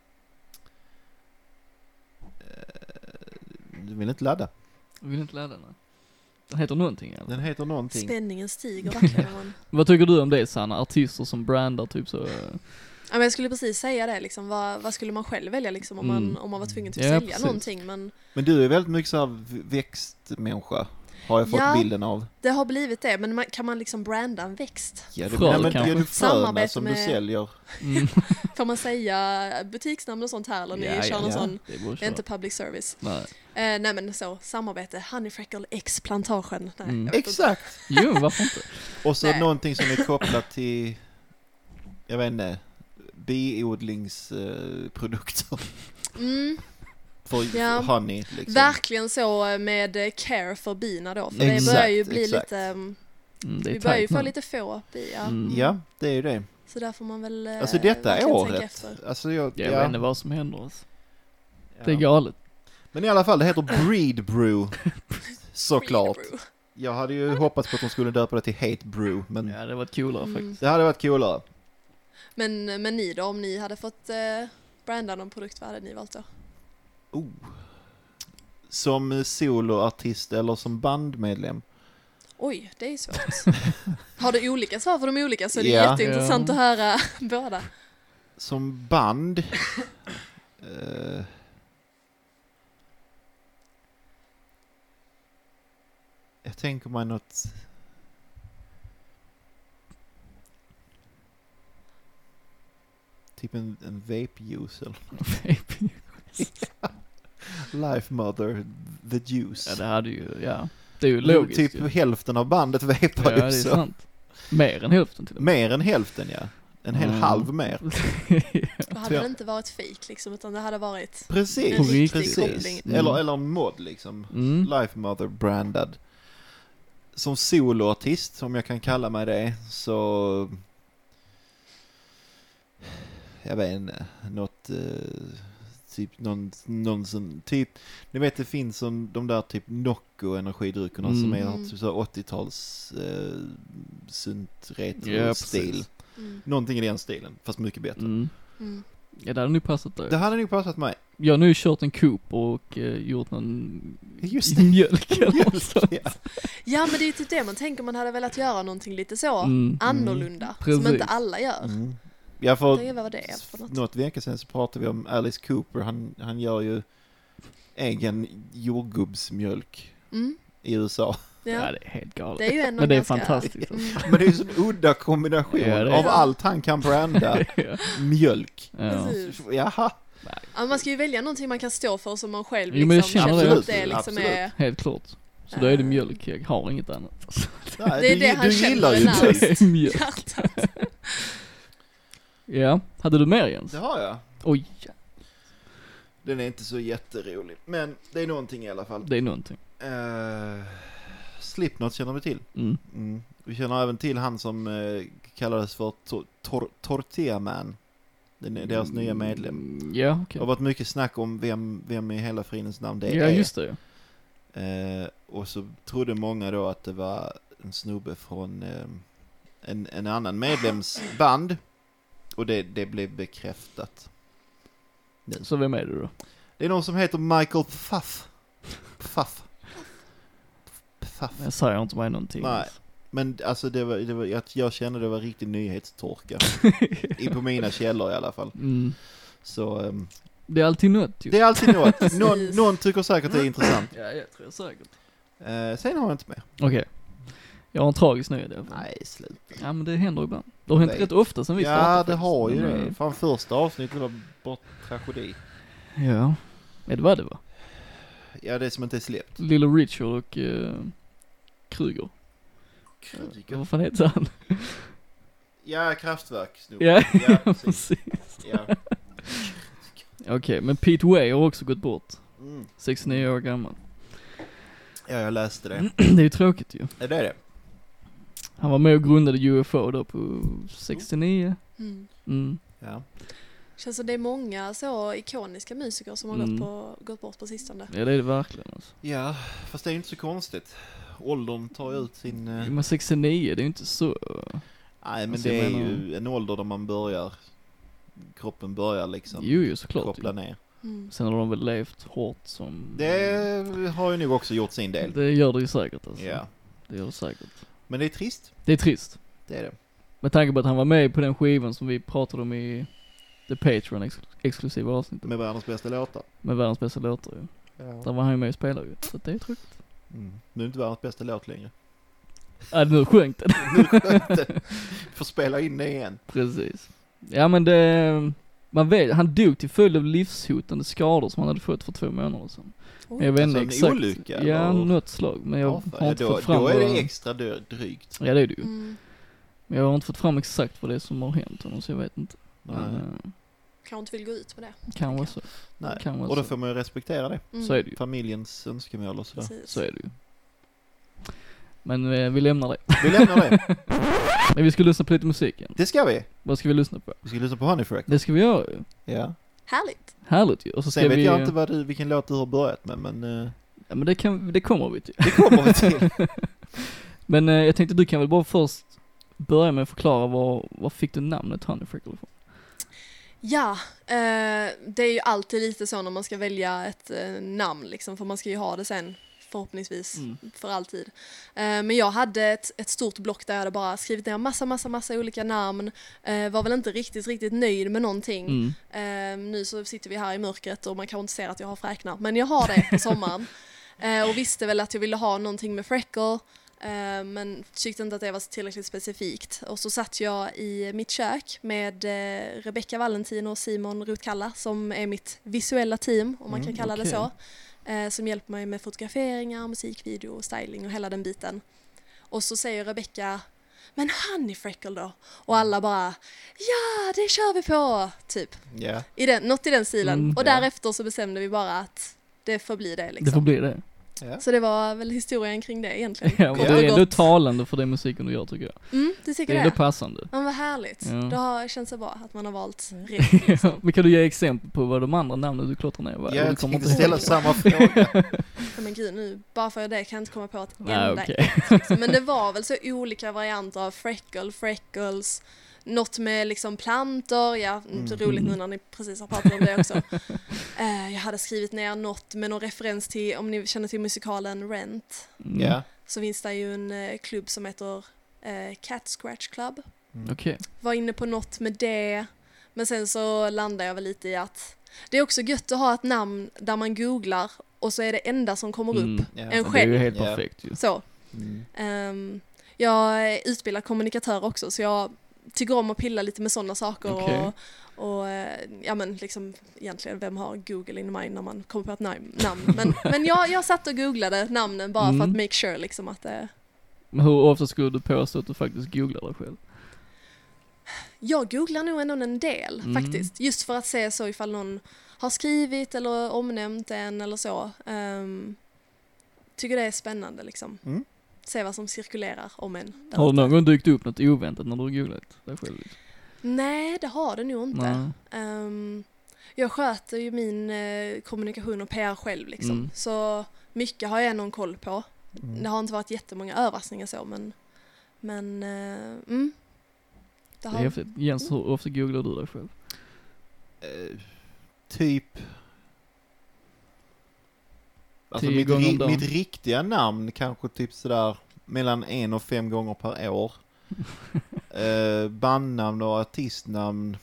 eh, du vill inte ladda. Jag vill inte ladda den. Den heter någonting eller? Den heter någonting. Spänningen stiger verkligen. när Man... Vad tycker du om det Sanna? Artister som brandar typ så... eh, Ja, men jag skulle precis säga det, liksom. vad, vad skulle man själv välja liksom, om, man, Mm. om man var tvungen till att Ja, sälja precis. någonting? Men Men du är väldigt mycket så här växtmänniska. Har jag fått Ja. bilden av. det har blivit det. Men man, kan man liksom branda en växt? Ja, det, Frö, nej, men kanske. gör du fröna Samarbete som du med- säljer? Mm. Får man säga butiksnamn och sånt här? Eller ni Ja, kör ja, någon ja. sån, Det borde det är inte köra. public service. Nej. Eh, nej men så, samarbete, Honeyfreckle X Plantagen. Nej, Mm. jag vet inte. Exakt! Jo, varför inte? Och så Nej. någonting som är kopplat till, jag vet inte, biodlingsprodukter. Mm, För Ja. honey liksom. verkligen så med care för bina då. För det Exakt, börjar ju bli exakt. lite, um, Mm, det är vi börjar ju tajt få nu. lite få bi, ja. Mm. Ja, det är ju det. Så där får man väl eh, Alltså detta verkligen tänka året, efter. alltså jag, Jag vet inte vad som händer alltså. ja. Det är galet. Men i alla fall, det heter Breed Brew. Såklart. Brew. Jag hade ju hoppats på att de skulle döpa det till Hate Brew, men Ja, det var coolare Mm. faktiskt. det hade varit coolare. Men, men ni då, om ni hade fått eh, branda någon produkt, vad hade ni valt då? Oh. Som soloartist eller som bandmedlem. Oj, det är ju svårt. Har du olika svar för de olika så är det Ja. jätteintressant Ja. att höra båda. Som band. eh, jag tänker mig något. Typ en, en vape juice eller Life Mother, the juice. Ja, det hade ju, ja. Det är ju logiskt Typ ju. hälften av bandet vapar Ja, det ju är så. sant. Mer än hälften till och med. Mer än hälften, ja. En hel Mm. halv mer. Då hade det inte varit fake liksom, utan det hade varit Precis, en riktig precis. koppling. Mm. Eller, eller en mod liksom. Mm. Life Mother brandad. Som soloartist, om jag kan kalla mig det, så... Jag vet inte, något... Eh, typ någon, någon som, typ, ni vet det finns som de där typ Nocco energidryckerna mm. som är Mm. typ så åttio-tals eh, sunt retro Ja, stil. precis. Mm. Någonting i den stilen, fast mycket bättre. Mm. Mm. Ja, det hade nog passat där. Det hade nog passat mig. Jag har nu kört en Coop och eh, gjort någon Just det. mjölk eller något sånt. Ja. Ja, men det är ju typ det man tänker, man hade velat göra någonting lite så Mm. annorlunda, Precis. som inte alla gör. Mm. Ja, Jag för tänker, vad var det för något? något vecka sedan så pratade vi om Alice Cooper. Han, han gör ju egen jordgubbsmjölk Mm. i U S A. Ja, Ja. det är helt galet. Det är ju ändå Men det är ganska... fantastiskt. Mm. Men det är ju en sån udda kombination Ja, det är av det. allt han kan branda. ja. Mjölk. Ja. Precis. Jaha. Ja, man ska ju välja någonting man kan stå för som man själv Jo, men jag liksom känner känner det. att det liksom Absolut. är... Helt klart. Så då är det mjölk, jag har inget annat. Nej, Det är du, det han du känner gillar ju är mjölk. nice. Det är mjölk. Hjärtat. Ja, hade du mer Jens? Det har jag. Oj, Den är inte så jätterolig. Men det är någonting i alla fall. det är någonting. Uh, Slipknot känner vi till. Mm. Mm. Vi känner även till han som uh, kallades för tor- tor- Tortilla Man. Den är deras nya medlem. Mm, Ja, okej. Det har varit mycket snack om vem, vem i hela fridens namn det Ja, är. just det. Eh, och så trodde många då att det var en snubbe från eh, en, en annan medlems band. Och det, det blev bekräftat. Nu. Så vem är det då? Det är någon som heter Michael Pfaff. Pfaff. Pfaff. Jag säger inte mig någonting. Nej. Men alltså det var, det var, jag, jag kände det var riktig nyhetstorka. I, på mina källor i alla fall. Mm. Så ehm, Det är alltid något ju. det är alltid något. Precis. Någon, någon tycker säkert det är intressant. Ja, jag tror jag säkert. Eh, sen har jag inte med. Okej. Jag har en tragisk nyhet i alla fall. Nej, sluta. Ja, men det händer ibland. Det har hänt Nej. rätt ofta sen vi startade. Ja, det faktiskt. har ju Men, det. Fan, första avsnittet var bara tragedi. eh, Ja. Ja, det var det va? Ja, det som inte är släppt. Little Richard och uh, Kruger. Kruger. Vad fan heter han? Ja, kraftverk. snubben. Ja, ja precis. precis. Ja. Okej, men Pete Way har också gått bort. Mm. sextionio år gammal. ja, jag läste det. Det är ju tråkigt ju. Är det det? Han var med och grundade U F O då på sextionio. Mm. Mm. Ja. Känns som det är många så ikoniska musiker som har Mm. gått, på, gått bort på sistone. Ja, det är det verkligen alltså. Ja, fast det är ju inte så konstigt. Åldern tar ju ut sin... eh, Men sextionio, det är ju inte så... Nej, men Alltså, det jag är menar- ju en ålder där man börjar... Kroppen börjar liksom Jo, jo, såklart koppla ju. ner. Mm. Sen har de väl levt hårt som... Det har ju nog också gjort sin del. Det gör det ju säkert alltså. Ja. Det gör det säkert. Men det är trist. Det är trist. Det är det. Med tanke på att han var med på den skivan som vi pratade om i The Patreon ex- exklusiva avsnittet. Med världens bästa låtar. Med världens bästa låtar ju. Ja. Där var han ju med och spelade ju. Så det är tråkigt. Mm. Nu är det inte världens bästa låt längre. Ja, nu sjönk den. Nu skönt det. Får spela in det igen. Precis. Ja men det... Man vet, han dog till följd av livshotande skador som han hade fått för två månader sedan. Oh. Jag vet inte Alltså en exakt. olycka, Ja, eller? något slag. Men jag Ja, fan. har Ja, inte då, fått fram då är det vad- extra dö- drygt. Ja det är det ju. Mm. Men jag har inte fått fram exakt vad det är som har hänt honom så jag vet inte. Nej. Men, äh, Kanske inte vill gå ut med det. kan vara så. Nej. Kan vara Och då så. får man ju respektera det. Mm. Så är det ju. Familjens önskemål och sådär. Precis. Så är det ju. Men eh, vi lämnar det. Vi lämnar det. Men vi ska lyssna på lite musik igen. Det ska vi. Vad ska vi lyssna på? Vi ska lyssna på Honeyfreck. Det ska vi göra ju. Ja. Härligt. Härligt ju. Och så ska Sen vet vi... jag inte vad du, vilken låt du har börjat med, men uh, Ja men det, kan, det kommer vi till. det kommer vi till. Men eh, jag tänkte du kan väl bara först börja med att förklara var, var fick du namnet Honeyfreck ifrån? Ja, eh, det är ju alltid lite så när man ska välja ett eh, namn liksom, för man ska ju ha det sen förhoppningsvis Mm. för alltid. Eh, men jag hade ett, ett stort block där jag hade bara skrivit ner massa, massa, massa olika namn. Eh, var väl inte riktigt, riktigt nöjd med någonting. Mm. Eh, nu så sitter vi här i mörkret och man kan inte se att jag har fräknar, men jag har det på sommaren. Eh, och visste väl att jag ville ha någonting med freckle. Uh, men tyckte inte att det var tillräckligt specifikt. Och så satt jag i mitt kök med uh, Rebecca Valentin och Simon Rutkalla som är mitt visuella team, om man Mm, kan kalla okej. det så. Uh, som hjälper mig med fotograferingar, musikvideo, styling och hela den biten. Och så säger Rebecca, men Honeyfreckle då? Och alla bara, ja det kör vi på! Typ, Ja. I den, något i den stilen. Mm, och ja. därefter så bestämde vi bara att det får bli det liksom. Det får bli det. Ja. Så det var väl historien kring det egentligen. Ja, men Kort det och är ändå gott. talande för den musiken du gör tycker jag. Mm, du Det tycker är det? ändå passande. Ja, vad härligt. Ja. Det har känts så bra att man har valt rätt. Ja, Liksom. men kan du ge exempel på vad de andra namnen du klottrar ner var? Ja, Du jag kommer tänkte inte ställa ihåg. samma fråga. Ja, men gud, nu, bara för det kan jag inte komma på ett Nej, enda okej. ett. Liksom. Men det var väl så olika varianter av freckle, freckles, något med liksom plantor, ja, Mm. så roligt nu när ni precis har pratat om det också. Eh, jag hade skrivit ner något med någon referens till, om ni känner till musikalen Rent, Mm. Ja. så finns det ju en eh, klubb som heter eh, Cat Scratch Club. Mm. Okej. Var inne på något med det, men sen så landade jag väl lite i att det är också gött att ha ett namn där man googlar och så är det enda som kommer Mm. upp Ja. en Men det är själv. ju helt Ja. perfekt ju. Så. Mm. Ehm, jag är utbildad kommunikatör också, så jag tycker om att pilla lite med sådana saker. Okej. Och, och eh, ja men liksom egentligen, vem har Google in mind när man kommer på ett nam- namn? Men, men jag, jag satt och googlade namnen bara Mm. för att make sure liksom att det... Men hur ofta skulle du påstå att du faktiskt googlar dig själv? Jag googlar nog ändå en del Mm. faktiskt. Just för att se så ifall någon har skrivit eller omnämnt en eller så. Um, tycker det är spännande liksom. Mm. Se vad som cirkulerar om en. där Har det ute. någon gång dykt upp något oväntat när du har googlat dig själv? Liksom? Nej, det har det nog inte. Nej. Ehm, jag sköter ju min eh, kommunikation och P R själv liksom. Mm. Så mycket har jag någon koll på. Mm. Det har inte varit jättemånga överraskningar så, men, men eh, mm. Det Det är har, häftigt. Jens, hur ofta googlar du dig själv? Eh, typ... Alltså Tio mitt, gånger om ri- dagen. mitt riktiga namn kanske typ sådär mellan en och fem gånger per år. eh, bandnamn och artistnamn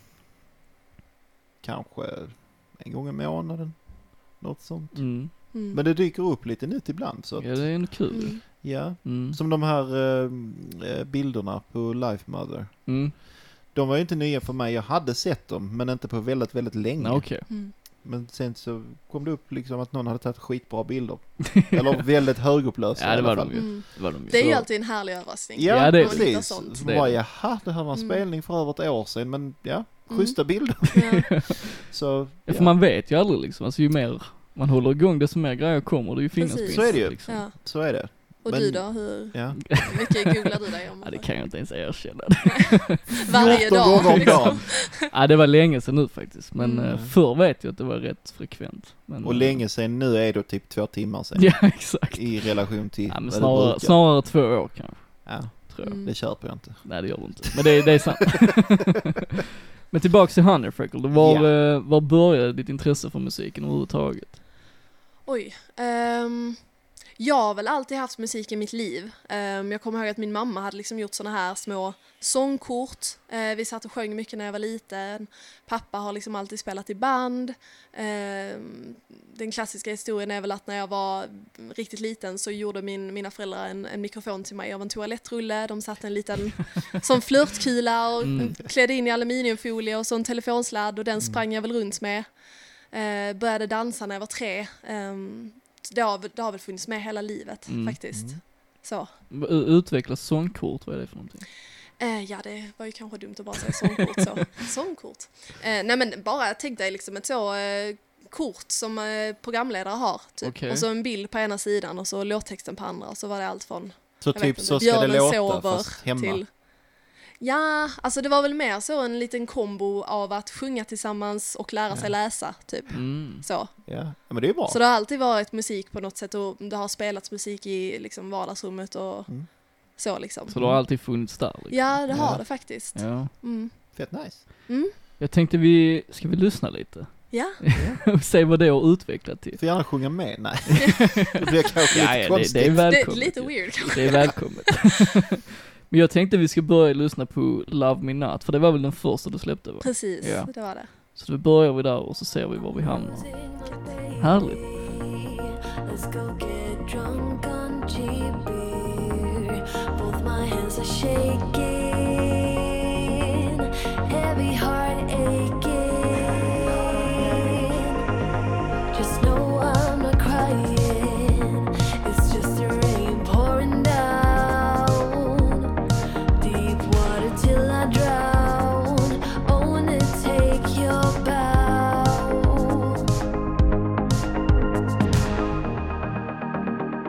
kanske en gång i månaden. Något sånt. Mm. mm. Men det dyker upp lite nytt ibland så att, Ja, det är ändå kul. Mm. ja. Mm. Som de här eh, eh, bilderna på Life Mother. Mm. De var ju inte nya för mig. Jag hade sett dem, men inte på väldigt, väldigt länge. Nej, okej. Mm. Men sen så kom det upp liksom att någon hade tagit skitbra bilder. Eller väldigt högupplösa Ja, i det var alla de fall. ju. Mm. Det var de ju. Det är ju Så- alltid en härlig överraskning. Ja, Ja, det är Om man hittar precis. sånt. Så Det är bara, det. jaha, det här var en Mm. spelning för över ett år sedan, men ja, Mm. schyssta bilder. Ja. Så, Ja, för ja, man vet ju aldrig liksom. Alltså ju mer man håller igång desto mer grejer kommer det ju finnas. Precis. på Så är det ju. Liksom. Ja. så är det. Och Men- du då? Hur Ja. mycket googlar du dig om? Ja, det kan jag inte ens erkänna. Varje fjorton dag. gånger om liksom. dagen. Ja, det var länge sedan nu faktiskt. Men Mm. eh, förr vet jag att det var rätt frekvent. Men, Och eh, länge sedan nu är det typ två timmar sedan. Ja, exakt. I relation till Ja, men vad det snarare, brukar. snarare två år kanske, Ja, tror jag. Mm. det köper jag inte. Nej, det gör du inte. Men det, det är sant. Men tillbaks till Honey Freckle. Var, Ja. eh, var började ditt intresse för musiken överhuvudtaget? Oj. ehm, jag har väl alltid haft musik i mitt liv. Ehm, jag kommer ihåg att min mamma hade liksom gjort såna här små sångkort. Eh, vi satt och sjöng mycket när jag var liten. Pappa har liksom alltid spelat i band. Ehm, den klassiska historien är väl att när jag var riktigt liten så gjorde min, mina föräldrar en, en mikrofon till mig av en toalettrulle. De satte en liten sån flörtkula och Mm. klädde in i aluminiumfolie och så en telefonsladd och den Mm. sprang jag väl runt med. Eh, började dansa när jag var tre. Um, det, har, det har väl funnits med hela livet Mm. faktiskt. Mm. Så. U- Utveckla sångkort, vad är det för någonting? Eh, ja, det var ju kanske dumt att bara säga sångkort så. Sångkort. Eh, nej men bara tänk dig liksom ett så eh, kort som eh, programledare har. Typ. Okej. Och så en bild på ena sidan och så låttexten på andra. Och så var det allt från Så jag vet typ inte, så ska det Björnen låta sover fast hemma. till... Ja, alltså det var väl mer så en liten kombo av att sjunga tillsammans och lära sig Ja. läsa, typ. Mm. Så. Ja. Ja, men det är bra. Så det har alltid varit musik på något sätt och det har spelats musik i liksom vardagsrummet och Mm. så liksom. Så det har alltid funnits där liksom. Ja, det har Ja. det faktiskt. Ja. Mm. Fett nice. Mm. Jag tänkte vi, ska vi lyssna lite? Ja. Och se vad det har utvecklat till. Får gärna sjunga med? Nej. Det blir kanske Ja, lite ja, det, konstigt. det är Det är välkommet. lite ju. weird kanske. Det är välkommet. Men jag tänkte vi ska börja lyssna på Love Me Not, för det var väl den första du släppte va? Precis, Ja. det var det. Så då börjar vi där och så ser vi var vi hamnar. Härligt. Let's go get drunk on cheap beer. Both my hands are shaking, heavy heart aching. Just know I'm not crying. It's just the rain pouring down. Deep water till I drown. Oh, and it take your bow.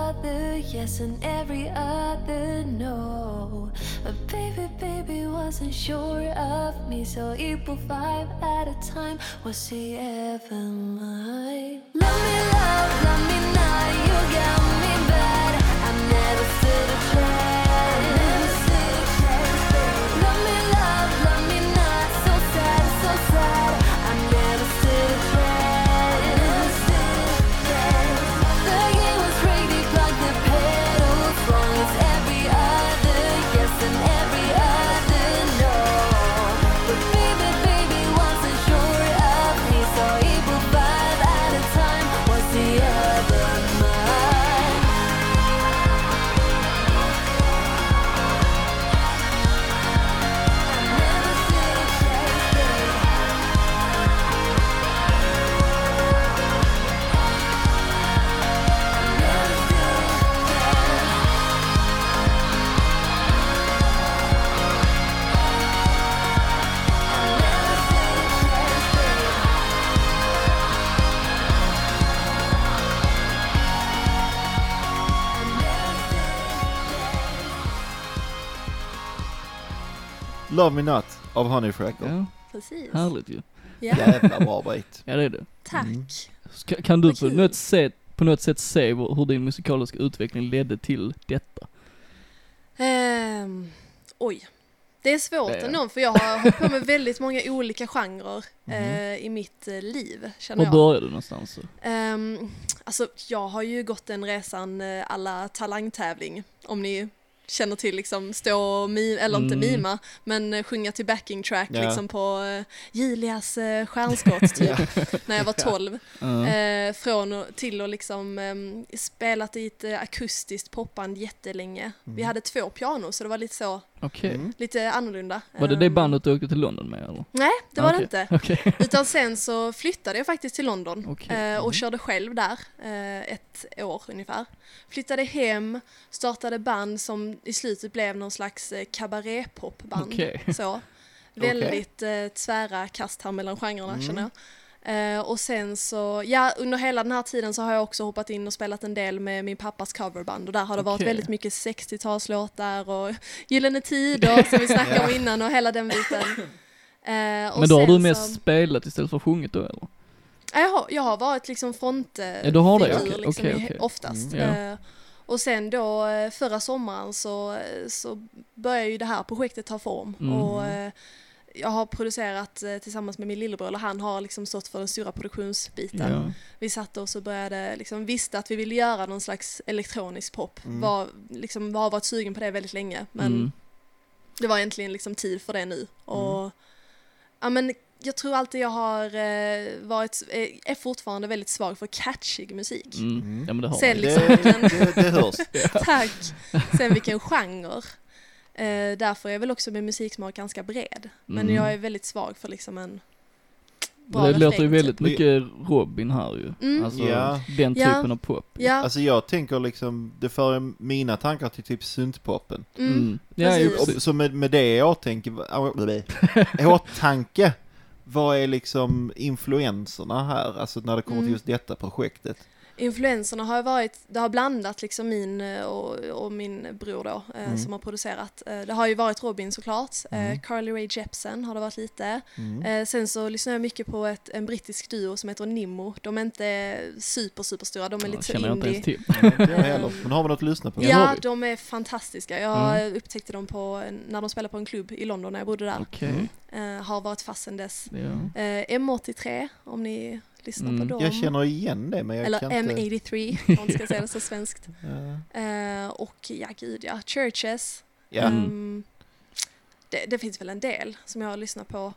other yes and every other no. But baby, baby wasn't sure of me, so equal five at a time. Was he ever mine? Love me, love, love me not. You got me bad. I never stood a chance. Never stood a chance, baby. Love me, love, love me not. So sad, so sad. I never stood a chance. Never stood a chance. The game was rigged, block the pedals. Wrong as every other yes and every other no. But baby, baby wasn't sure of me, so equal five at a time. Was the other mine? I never stood a chance, baby. I never stood a chance. I never stood a chance, baby. I never stood a chance. Love Me Not av Honey Freckle. Ja, Precis. härligt ju. Ja, Jävla bra bit. Ja, det är det. tack. Mm. Ska, kan du Vad på kul. något, sätt, på något sätt se hur hur din musikaliska utveckling ledde till detta? Ehm, oj. Det är svårt Det är- ändå, för jag har hållit på med väldigt många olika genrer Mhm. eh, i mitt eh, liv, känner Var jag. började du någonstans? Så? Ehm, alltså, jag har ju gått den resan eh, alla talangtävling, om ni känner till liksom stå och mima, eller inte Mm. mima, men eh, sjunga till backing track Ja. liksom på eh, Julias eh, stjärnskott typ, när jag var tolv. Ja. Eh, från och till och liksom eh, spelat i ett eh, akustiskt popband jättelänge. Vi hade två pianos, så det var lite så, Okej. Mm. lite annorlunda. Var det det Ehm, bandet du åkte till London med eller? Nej, det var Okej. det inte. Okej. Utan sen så flyttade jag faktiskt till London Okej. eh, och Mm. körde själv där eh, ett år ungefär. Flyttade hem, startade band som i slutet blev någon slags eh, cabaret-popband. Okej. Så. Väldigt eh, tvära kast här mellan genrerna Mm. känner jag. Eh, och sen så, ja under hela den här tiden så har jag också hoppat in och spelat en del med min pappas coverband och där har det varit Okej. väldigt mycket sextiotalslåtar och Gyllene Tider som vi snackade om innan och hela den biten. Eh, och Men då har sen du mest så- spelat istället för sjungit då eller? Ja, Jag har, jag har varit liksom front eh, Ja, du har det, figur, okej, liksom, okej, i- okej. oftast. Mm, ja. Eh, och sen då eh, förra sommaren så, eh, så började ju det här projektet ta form. Mm. Och eh, jag har producerat eh, tillsammans med min lillebror, eller han har liksom stått för den stora produktionsbiten. Ja. Vi satt och så började, liksom, visste att vi ville göra någon slags elektronisk pop. Mm. Var, liksom, har varit sugen på det väldigt länge. Men Mm. det var äntligen liksom tid för det nu. Och Mm. ja, men jag tror alltid jag har eh, varit, eh, är fortfarande väldigt svag för catchig musik. Mm. Mm. Ja men det har Sen man. liksom Det, vilken, det, det hörs. tack. Sen vilken genre. Eh, därför är jag väl också med musiksmak ganska bred. Men Mm. jag är väldigt svag för liksom en bra Det låter ju refräng, väldigt typ. mycket Robin här ju. Mm. Alltså Ja. den Ja. typen av pop. Ja, Alltså jag tänker liksom, det för mina tankar till typ syntpoppen. mm. Mm. Ja, ju Precis. precis. Så med, med det i åtanke, i åtanke, vad är liksom influenserna här? Alltså när det kommer till Mm. just detta projektet. Influenserna har varit, det har blandat liksom min eh, och, och min bror då eh, Mm. som har producerat. Eh, det har ju varit Robin såklart, Mm. eh, Carly Rae Jepsen har det varit lite. Mm. Eh, sen så lyssnar jag mycket på ett, en brittisk duo som heter Nimmo. De är inte super superstora, de är Ja, lite så känner jag inte ens indie. till. Ja, inte jag heller. Men har vi något att lyssna på? Ja, det har Ja, vi. de är fantastiska. Jag Mm. upptäckte dem på, när de spelade på en klubb i London när jag bodde där. Okej. Mm. Eh, har varit fast sedan dess. Ja. Eh, M åttiotre, om ni lyssnar Mm. på dem. Jag känner igen det men jag Eller kan M inte... åttiotre, om man ska säga det så svenskt. Ja. Eh, och ja, gud ja, Churches. Ja. Mm. Um, det, det finns väl en del som jag har lyssnat på.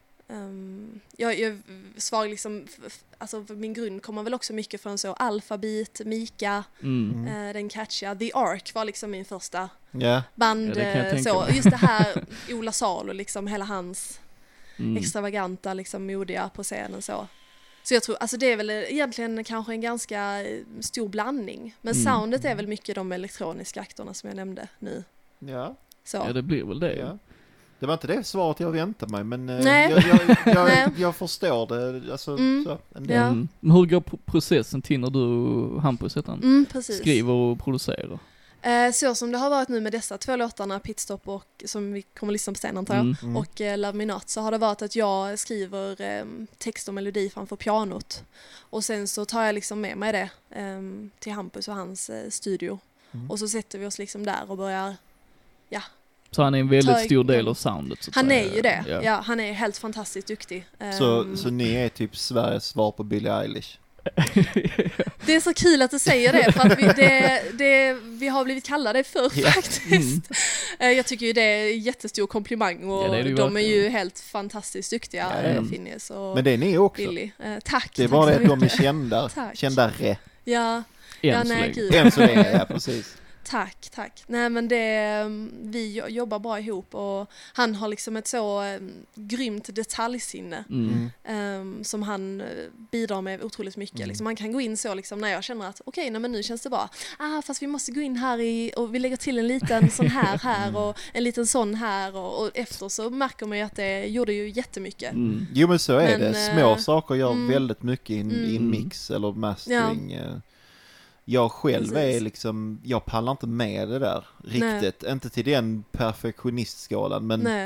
Um, jag, jag är svag liksom, f- f- alltså för min grund kommer väl också mycket från så Alphabet, Mika, Mm. Mm. eh, den catchiga. The Ark var liksom min första Ja. band. Ja, det kan jag eh, tänka så. mig. Just det här, Ola Salo, liksom hela hans Mm. extravaganta, liksom modiga på scenen så. Så jag tror, alltså det är väl egentligen kanske en ganska eh, stor blandning. Men Mm. soundet är väl mycket de elektroniska akterna som jag nämnde nu. Ja. Så. Ja det blir väl det. Ja. Det var inte det svaret jag väntade mig, men eh, Nej. jag, jag, jag, Nej. jag förstår det. Alltså, Mm. så, en del. Ja. Mm. Men hur går pro- processen till när du och Hampus heter han, Mm, precis. skriver och producerar? Eh, så som det har varit nu med dessa två låtarna, Pitstop och som vi kommer att lyssna på sen antar jag, Mm. Mm. och eh, Love Me Not, så har det varit att jag skriver eh, text och melodi framför pianot. Och sen så tar jag liksom med mig det eh, till Hampus och hans eh, studio. Mm. Och så sätter vi oss liksom där och börjar, ja. Så han är en väldigt Ta- stor del av soundet så att Han säga. är ju det. Ja. Ja, han är helt fantastiskt duktig. Så, Ehm, så ni är typ Sveriges svar på Billie Eilish? Det är så kul att du säger det, för att vi, det, det, vi har blivit kallade det förr Ja. faktiskt. Eh, Jag tycker ju det är en jättestor komplimang och Ja, det är det ju de är ju verkligen. helt fantastiskt duktiga, Ja, ja, ja. Phineas och Men det är ni också. Billy. Eh, tack. Det är tack bara så det att de är mycket. kända. Tack. Kändare. Ja, Än ja så nej länge. gud. Än så länge, ja precis. Tack, tack. Nej men det, vi jo- jobbar bra ihop och han har liksom ett så um, grymt detaljsinne. Mm. Mm. Um, som han uh, bidrar med otroligt mycket. Mm. Liksom, man kan gå in så liksom, när jag känner att okej, okay, men nu känns det bra. Ah, fast vi måste gå in här i, och vi lägger till en liten sån här här och en liten sån här och, och efter så märker man ju att det gjorde ju jättemycket. Mm. Jo men så är Men, det. Små eh, saker gör mm. väldigt mycket i en, i en Mm. mix eller mastering. eh. Jag själv är Precis. liksom, jag pallar inte med det där riktigt. Inte till den perfektionistskalan, men Nej.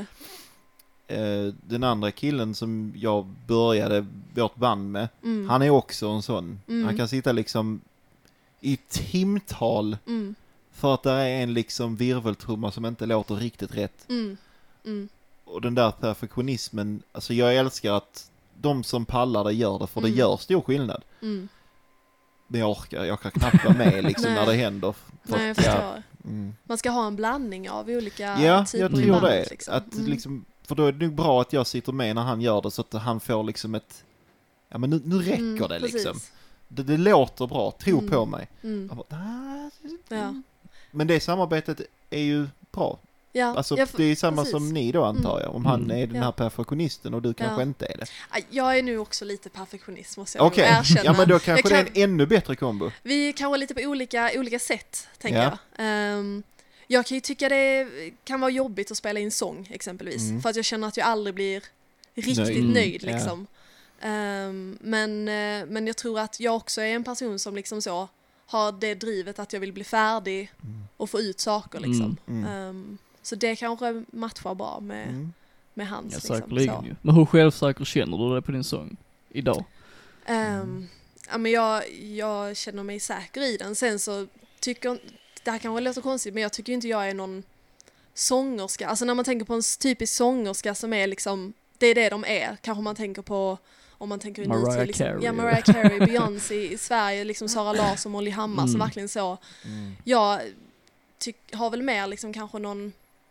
eh, den andra killen som jag började vårt band med, Mm. han är också en sån. Mm. Han kan sitta liksom i timtal Mm. för att det är en liksom virveltrumma som inte låter riktigt rätt. Mm. Mm. Och den där perfektionismen, alltså jag älskar att de som pallar det gör det, för Mm. det gör stor skillnad. Mm. Men jag orkar, jag kan knappt vara med liksom Nej. när det händer. För Nej, jag att, ja, förstår. mm. Man ska ha en blandning av olika ja, typer jag i tror bandet, det. liksom. Att Mm. liksom, för då är det nog bra att jag sitter med när han gör det så att han får liksom ett, ja men nu, nu räcker Mm, det liksom. precis. Det, det låter bra, tro Mm. på mig. Mm. Jag bara, "Ah, Ja. Men det samarbetet är ju bra. Ja, Alltså jag, det är samma precis. som ni då antar jag. Om han Mm. är den Ja. här perfektionisten och du kanske Ja. inte är det. Aj, jag är nu också lite perfektionist måste jag Okej, nog erkänna. ja men då kanske Jag det är kan- en ännu bättre kombo. Vi kan vara lite på olika, olika sätt, tänker Ja. jag. Ehm, jag kan ju tycka det kan vara jobbigt att spela in sång exempelvis. Mm. För att jag känner att jag aldrig blir riktigt Nöjd. nöjd, Mm, ja. liksom. Ehm, men, eh, men jag tror att jag också är en person som liksom så har det drivet att jag vill bli färdig Mm. och få ut saker liksom. Mm. Mm. Ehm, så det kanske matchar bra med, Mm. med hans. Ja, liksom, säkerligen så. ju. Men hur självsäker känner du dig på din sång idag? Ehm, ja, men jag, jag känner mig säker i den. Sen så tycker, det här kanske låter konstigt, men jag tycker inte jag är någon sångerska. Alltså när man tänker på en typisk sångerska som är liksom, det är det de är. Kanske man tänker på, om man tänker i Mariah nutid, liksom, Carey. ja, Mariah Carey, Beyoncé i Sverige, liksom Sara Larsson, Molly Hammar, Mm. så verkligen så. Mm. Jag tyck, har väl mer liksom kanske någon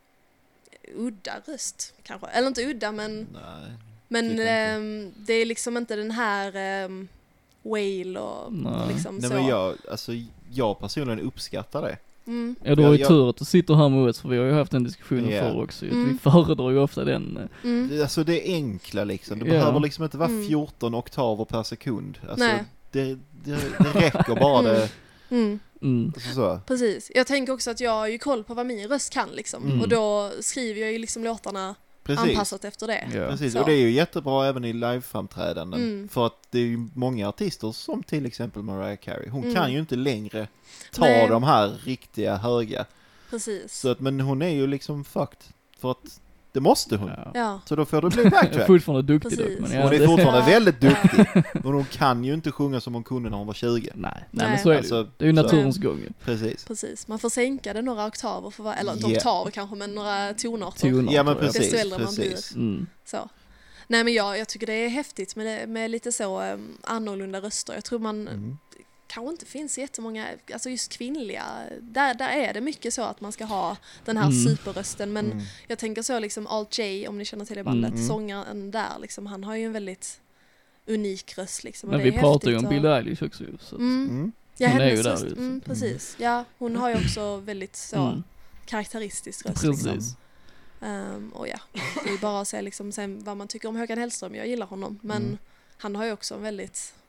udda röst, kanske. Eller inte udda, men Nej. men Tycker inte. ehm, det är liksom inte den här um, wail och Nej. liksom Nej så. men jag, alltså jag personligen uppskattar det. Mm, Ja, du har ju Jag- tur att du sitter här med oss, för vi har ju haft den diskussionen Ja. förr också. Mm. Vi föredrar ju ofta den. eh, mm, Det, alltså det är enkla liksom. Det Ja. behöver liksom inte vara Mm. fjorton oktaver per sekund. Alltså Nej. det, det, det räcker bara det. mm, Mm. Alltså så. precis. Jag tänker också att jag har ju koll på vad min röst kan liksom. Mm. Och då skriver jag ju liksom låtarna Precis. anpassat efter det. Ja. Precis, Så. och det är ju jättebra även i liveframträdanden. Mm. För att det är ju många artister som till exempel Mariah Carey. Hon Mm. kan ju inte längre ta Nej. de här riktiga höga. Precis. Så att, men hon är ju liksom fucked. För att det måste hon. Ja. Ja, Så då får det bli Jag är backtrack. fortfarande duktig Precis. dock, men ja, Hon är det- fortfarande Ja. väldigt Ja. duktig. Men hon kan ju inte sjunga som hon kunde när hon var tjugo. Nej, nej, Nej. men så är det Alltså, ju. Det är ju så- naturens gång ju. Precis. precis. Man får sänka det några oktaver för varje, eller inte Ja. oktaver kanske, men några tonarter. Tonarter, Ja men ja. precis. Desto äldre man precis. Mm. Så. Nej men jag, jag tycker det är häftigt med, det, med lite så um, annorlunda röster. Jag tror man Mm. kanske inte finns jättemånga, alltså just kvinnliga, där, där är det mycket så att man ska ha den här Mm. superrösten. Men Mm. jag tänker så liksom Alt J, om ni känner till det bandet, Mm. sångaren där liksom, han har ju en väldigt unik röst liksom. och Men det vi är pratar ju om häftigt Billie och- Eilish också ju. Så att, Mm. Mm. Ja, Hon är hennes ju där röst, ju, så. mm, precis. Ja, hon har ju också väldigt så mm. karaktäristisk röst liksom. Precis. Um, och ja, det är bara att säga liksom sen vad man tycker om Håkan Hellström. Jag gillar honom, men Mm. han har ju också en väldigt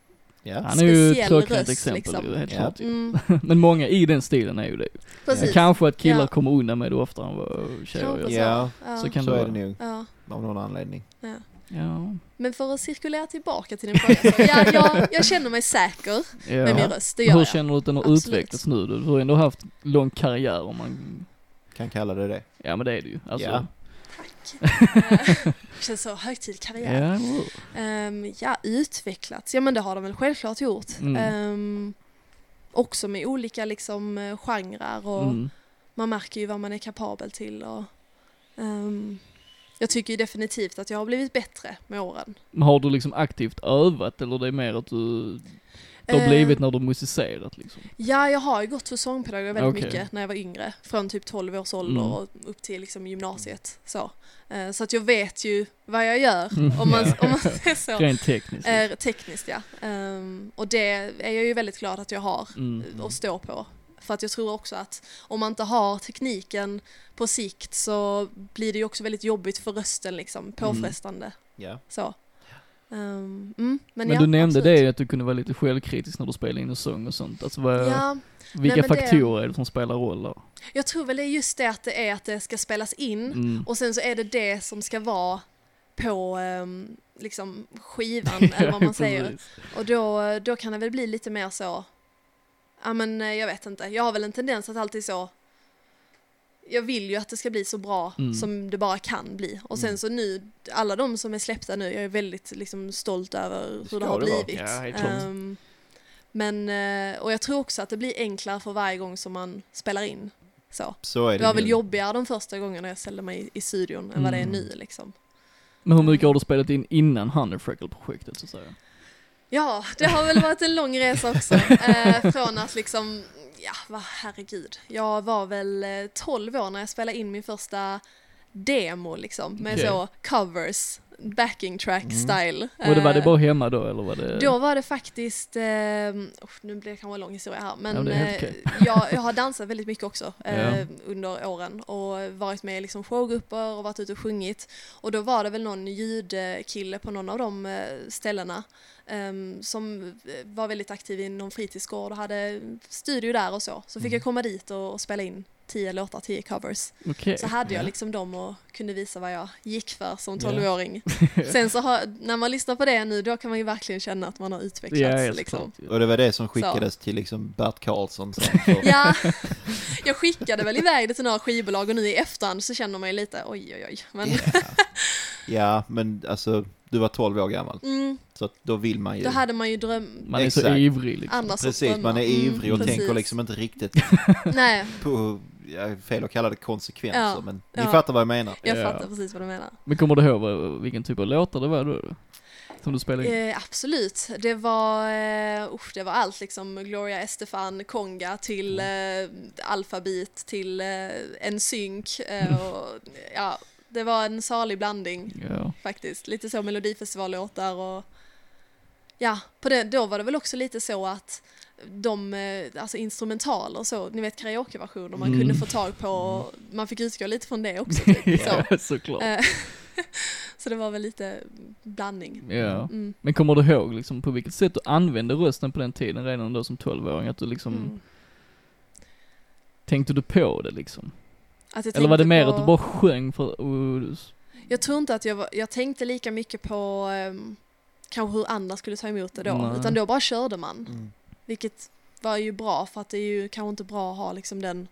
Ja. Han är ju ett speciell klockrent röst, exempel, liksom. ju, helt Ja. klart. ju. Mm, Men många i den stilen är ju det. precis. Kanske att killar Ja. kommer undan med det oftare än vad tjejer Kanske gör. Ja, Ja. Så kan Så det är vara. det nog, Ja. av någon anledning. Ja. Ja. Men för att cirkulera tillbaka till din fråga, så ja, jag, jag känner mig säker Ja. med min röst, det gör Hur jag. känner du att den har Absolut. utvecklats nu? Du har ändå haft lång karriär om man... Kan kalla det det. Ja men det är det ju. Alltså, Ja. Eh, känns så högtidlig karriär. Ja, wow. Ehm, ja, utvecklats. Ja men det har de väl självklart gjort. Mm. Ehm, också med olika liksom eh, genrer och Mm. man märker ju vad man är kapabel till. Och, ehm, jag tycker ju definitivt att jag har blivit bättre med åren. Men har du liksom aktivt övat eller det är mer att du... Det har Eh, blivit när du musicerat liksom? Ja, jag har ju gått för sångpedagog väldigt Okej. mycket när jag var yngre. Från typ tolv års ålder Mm. och upp till liksom gymnasiet. Så, Eh, så att jag vet ju vad jag gör, Mm. om, man, Ja. om man säger så. Rent tekniskt. Eh, tekniskt, ja. Ehm, och det är jag ju väldigt glad att jag har Mm. eh, att stå på. För att jag tror också att om man inte har tekniken på sikt så blir det ju också väldigt jobbigt för rösten, liksom, påfrestande. Ja. Så. Ehm, mm, men Men ja, du nämnde absolut. det att du kunde vara lite självkritisk när du spelade in en sång och sånt. Alltså vad, Ja, vilka nej, men det- faktorer är det som spelar roll då? jag tror väl det är just det att det är att det ska spelas in. Mm. Och sen så är det det som ska vara på ehm, liksom skivan, eller vad man säger. Precis. Och då, då kan det väl bli lite mer så, ja men eh, jag vet inte, jag har väl en tendens att alltid så, jag vill ju att det ska bli så bra Mm. som det bara kan bli. Och sen Mm. så nu, alla de som är släppta nu, jag är väldigt liksom stolt över hur ska det har det vara. blivit. Ja, helt klart. Ehm, men, eh, och jag tror också att det blir enklare för varje gång som man spelar in. Så. Så är det Det var väl nu. jobbigare de första gångerna jag ställde mig i studion än vad det är Mm. nu liksom. Men hur mycket har du spelat in innan Honeyfreckle-projektet så att säga? Ja, det har väl varit en lång resa också. Eh, från att liksom, ja, vad herregud. Jag var väl eh, tolv år när jag spelade in min första demo liksom. Med Okej. så covers, backing track Mm. style. Och det var det Eh, bara hemma då eller var det? Då var det faktiskt, eh, oh, nu blir det kanske en lång historia här, men Ja, det är helt eh, okej. jag, jag har dansat väldigt mycket också eh, Ja. under åren och varit med i liksom showgrupper och varit ute och sjungit. Och då var det väl någon ljudkille på någon av de eh, ställena ehm, som var väldigt aktiv i någon fritidsgård och hade studio där och så. Så fick Mm. jag komma dit och, och spela in tio låtar, tio covers. Okej. Så hade jag Ja. liksom dem och kunde visa vad jag gick för som Ja. tolvåring. Sen så har, när man lyssnar på det nu, då kan man ju verkligen känna att man har utvecklats. Ja, helt liksom. klart. ju. Och det var det som skickades till liksom Bert Karlsson sen. För, Ja, jag skickade väl iväg det till några skivbolag och nu i efterhand så känner man ju lite oj oj oj. Men ja. ja, men alltså du var tolv år gammal. mm, Så att då vill man ju... då hade man ju dröm, Man är så Exakt. ivrig liksom. andra sorts Precis, man är drömmar. ivrig och Mm, tänker precis. liksom inte riktigt Nej, på, ja, fel att kalla det konsekvenser, Ja, men ja. ni fattar vad jag menar. jag Ja. fattar precis vad du menar. Men kommer du ihåg vad, vilken typ av låtar det var då? Som du spelade in? Eh, absolut, det var, eh, usch, det var allt liksom Gloria Estefan, Konga till eh, Alphabet till eh, en synk eh, och ja, det var en salig blandning Ja. faktiskt. Lite så melodifestivallåtar och ja, på det, då var det väl också lite så att de, eh, alltså instrumentaler och så, ni vet karaokeversioner man Mm. kunde få tag på och man fick utgå lite från det också typ, så. Ja, såklart. Eh, så det var väl lite blandning. Ja. Mm. Men kommer du ihåg liksom på vilket sätt du använde rösten på den tiden redan då som tolvåring? Att du liksom, Mm. tänkte du på det liksom? Att jag Eller var det tänkte mer på- att du bara sjöng för och, Jag tror inte att jag var, jag tänkte lika mycket på um, kanske hur andra skulle ta emot det då, Nej. utan då bara körde man. Mm. Vilket var ju bra, för att det är ju kanske inte bra att ha liksom den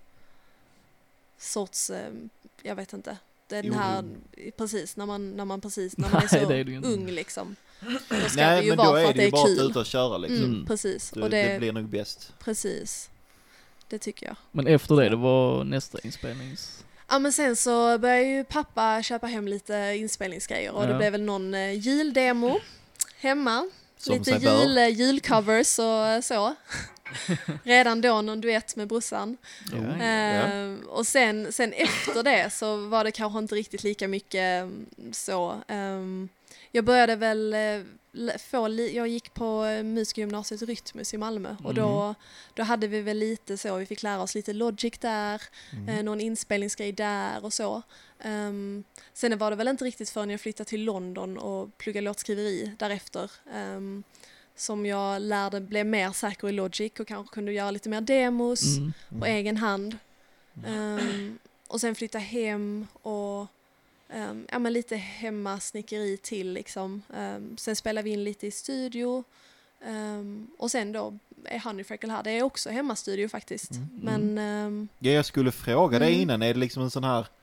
sorts, um, jag vet inte, den Jo. här, precis, när man, när man precis, när man är Nej, så det är det ju inte. ung liksom. Då ska Nej, det ju men vara då för är att det det ju är bara att kul. ut och köra liksom. Mm, precis, Det, och det, det, blir nog bäst. precis, det tycker jag. Men efter det, det var nästa inspelnings... Ja, men sen så började ju pappa köpa hem lite inspelningsgrejer och Ja. det blev väl någon eh, juldemo hemma. Som lite sig bör. jul, eh, julcovers och eh, så. Redan då någon duett med brorsan. Ja, Mm. ja. Eh, och sen, sen efter det så var det kanske inte riktigt lika mycket mm, så. Ehm, jag började väl eh, l- få, li- jag gick på eh, musikgymnasiet Rytmus i Malmö och då, då hade vi väl lite så, vi fick lära oss lite Logic där, Mm. eh, någon inspelningsgrej där och så. Um, sen var det väl inte riktigt förrän jag flyttade till London och pluggade låtskriveri därefter. Um, som jag lärde blev mer säker i Logic och kanske kunde göra lite mer demos Mm. på egen hand. Um, och sen flytta hem och um, ja, men lite hemmasnickeri till liksom. Um, sen spelar vi in lite i studio. Um, och sen då är Honeyfreckle här. Det är också hemmastudio faktiskt. Mm. Men um, Ja, jag skulle fråga dig Mm. innan, är det liksom en sån här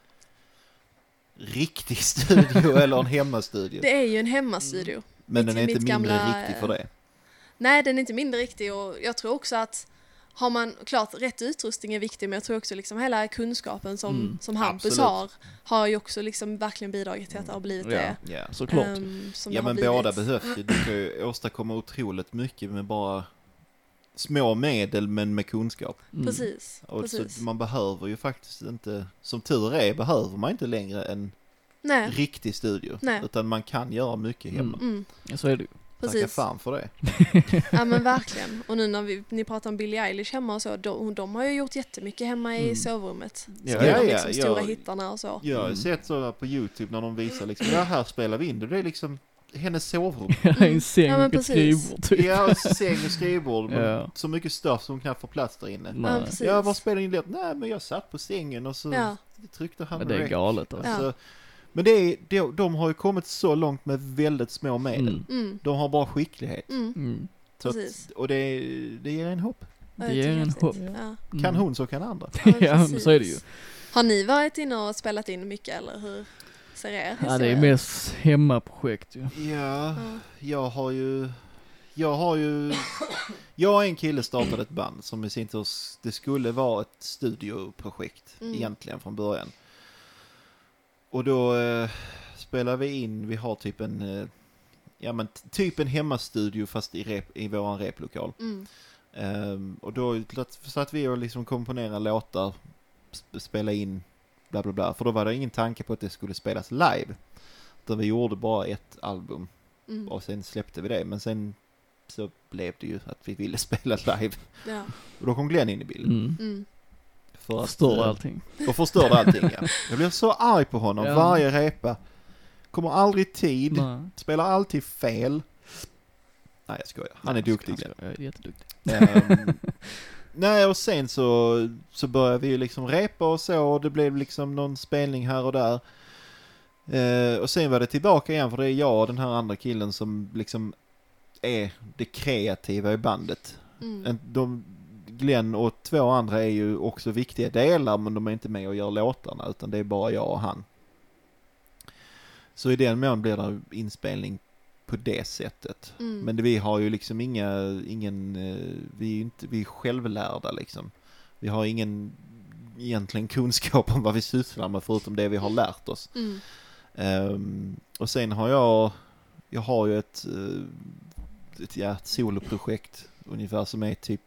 riktig studio eller en hemmastudio? det är ju en hemmastudio. Men mitt- den är inte mitt mindre gamla, riktig för det. Nej, den är inte mindre riktig och jag tror också att har man, klart rätt utrustning är viktig, men jag tror också liksom hela kunskapen som, Mm, som Hampus absolut. har har ju också liksom verkligen bidragit till att det har blivit Ja. det. Ja, Såklart. ehm, som ja det har men båda blivit. behövs ju. Du kan ju åstadkomma otroligt mycket med bara små medel men med kunskap. Mm. Precis, Och precis. så man behöver ju faktiskt inte, som tur är, behöver man inte längre en Nej, riktig studio. Nej. Utan man kan göra mycket hemma. Mm. mm, Ja, så är det ju. Tacka precis. fan för det. Ja men verkligen. Och nu när vi, ni pratar om Billie Eilish hemma och så, de, de har ju gjort jättemycket hemma i Mm. sovrummet. Ja, Så ja, de ja, liksom stora ja. hittarna och så. Jag har Mm. sett så på YouTube när de visar liksom, ja här spelar vi in det. Det är liksom hennes sovrum. En säng Ja, men och ett precis. skrivbord typ. Ja, och säng och skrivbord. Men Ja. så mycket stuff som kan få plats där inne. Ja, Nej. precis. Ja, vad spelar in det? Nej, men jag satt på sängen och så Ja. tryckte han Men det är rec. galet alltså. Ja. Alltså, men det är, de, de har ju kommit så långt med väldigt små medel. Mm. Mm, De har bara skicklighet. mm, Mm. Så att, precis. och det, det ger en hopp. Ja, Det jag ger tycker en häftigt. hopp. Ja. Mm. Kan hon så kan andra. Ja, Ja, men så är det ju. precis. Har ni varit inne och spelat in mycket eller hur ser er Ja, det historia är ut? mest hemmaprojekt ju. Ja, Ja. jag har ju... Jag har ju... Jag och en kille startade ett band som i sin tur... Det skulle vara ett studioprojekt Mm. egentligen från början. Och då eh, spelar vi in... Vi har typ en... Eh, ja men t- typ en hemmastudio fast i, rep, i våran replokal. Mm, Ehm, och då satt vi och liksom komponera låtar, sp- spela in, bla bla bla. För då var det ingen tanke på att det skulle spelas live. Utan vi gjorde bara ett album mm, och sen släppte vi det. Men sen så blev det ju att vi ville spela live. ja, Och då kom Glenn in i bilden. Mm. mm, För att, Förstör eh, allting. Och förstörde allting, ja. Jag blev så arg på honom Ja. varje repa. Kommer aldrig i tid, Nej. spelar alltid fel. Nej, jag skojar. Han är Jag duktig, ska- Glenn. Jag är jätteduktig. Ehm, nej, och sen så, så började vi ju liksom repa och så, och det blev liksom någon spelning här och där. Eh, och sen var det tillbaka igen, för det är jag och den här andra killen som liksom är det kreativa i bandet. mm, En- De, Glenn och två andra är ju också viktiga delar, men de är inte med och gör låtarna, utan det är bara jag och han. Så i den mån blir det inspelning på det sättet. mm. Men det, vi har ju liksom inga, ingen, eh, vi är ju inte, vi är självlärda liksom. Vi har ingen egentligen kunskap om vad vi sysslar med förutom det vi har lärt oss. Mm, Ehm, och sen har jag, jag har ju ett, eh, ett, ja, ett soloprojekt ungefär som är typ,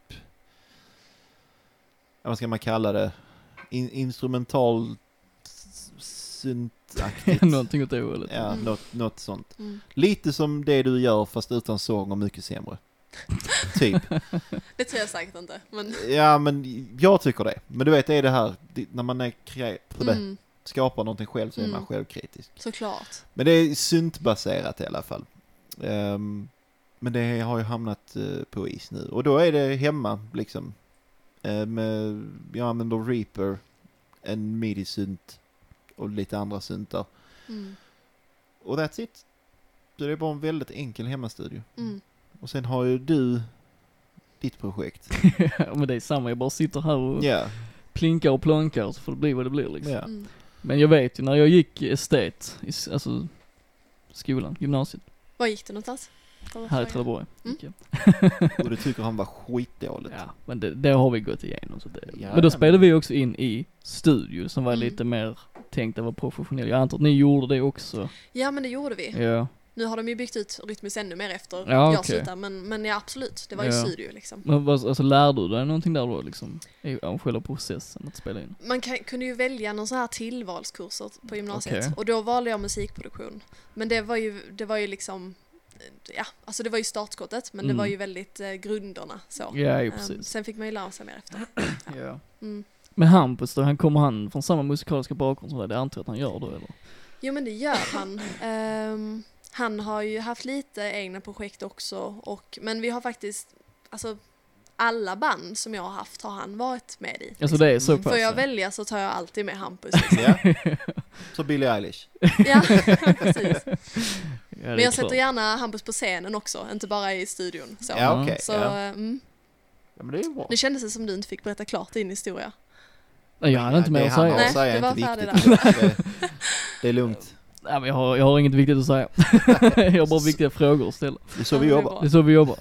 ja, vad ska man kalla det? In, instrumental syntaktigt. Någonting åt det hållet. Ja, Mm. något, något sånt. mm. Lite som det du gör fast utan sång och mycket sämre. Typ. Det tror jag säkert inte. Men, Ja, men jag tycker det. Men du vet, det är det här, det, när man är kreativ, mm, skapar någonting själv så är Mm. man självkritisk. såklart. Men det är syntbaserat i alla fall. Ehm, men det har ju hamnat eh, på is nu. Och då är det hemma liksom. Uh, med, jag använder Reaper, en midi-synt och lite andra syntar. Mm, Och that's it. Så det är bara en väldigt enkel hemmastudio. mm, Och sen har ju du ditt projekt. Ja, men det är samma, jag bara sitter här och Ja. plinkar och plankar så får det bli vad det blir liksom. Ja. mm. Men jag vet ju när jag gick estet, i s- alltså skolan, gymnasiet, Var gick du någonstans? här i Trelleborg. Mm. gick jag. Och du tycker han var skitdåligt. Ja, men det, det har vi gått igenom. Så det. Ja, men då ja, spelade men- vi också in i studio som var Mm. lite mer tänkt att vara professionell. Jag antar att ni gjorde det också. Ja, men det gjorde vi. Ja. Nu har de ju byggt ut Rytmus ännu mer efter Ja, jag okej. slutade, men, men ja, absolut. Det var ju Ja. studio liksom. Men vad, alltså lärde du dig någonting där då liksom? I av själva processen att spela in? Man kan, kunde ju välja någon sån här tillvalskurser på gymnasiet. Okej. Och då valde jag musikproduktion. Men det var ju, det var ju liksom, ja, alltså det var ju startskottet, men Mm. det var ju väldigt eh, grunderna så. Ja, ju Ehm, precis. sen fick man ju lära sig mer efter. Ja. Mm. Men Hampus då, han kommer han från samma musikaliska bakgrund som dig? Det antar jag att han gör då eller? Jo, men det gör han. Ehm, han har ju haft lite egna projekt också. Och, men vi har faktiskt, alltså alla band som jag har haft har han varit med i. Alltså det är så pass. Får jag välja så tar jag alltid med Hampus. Liksom. Ja. Så Billie Eilish. Ja, precis. Ja, Men jag sätter gärna Hampus på scenen också, inte bara i studion. Så, Ja, okej. så Ja. mm. Ja, men det är ju bra. Det kändes det som du inte fick berätta klart din historia. Nej, jag hade inte mer det att han har säga. att säga Nej, det är var inte färdigt viktigt. Det, det är lugnt. Nej, men jag, har, jag har inget viktigt att säga. Jag har bara viktiga frågor att ställa. Det är så Ja, vi det är jobbar. bra. Det är så vi jobbar.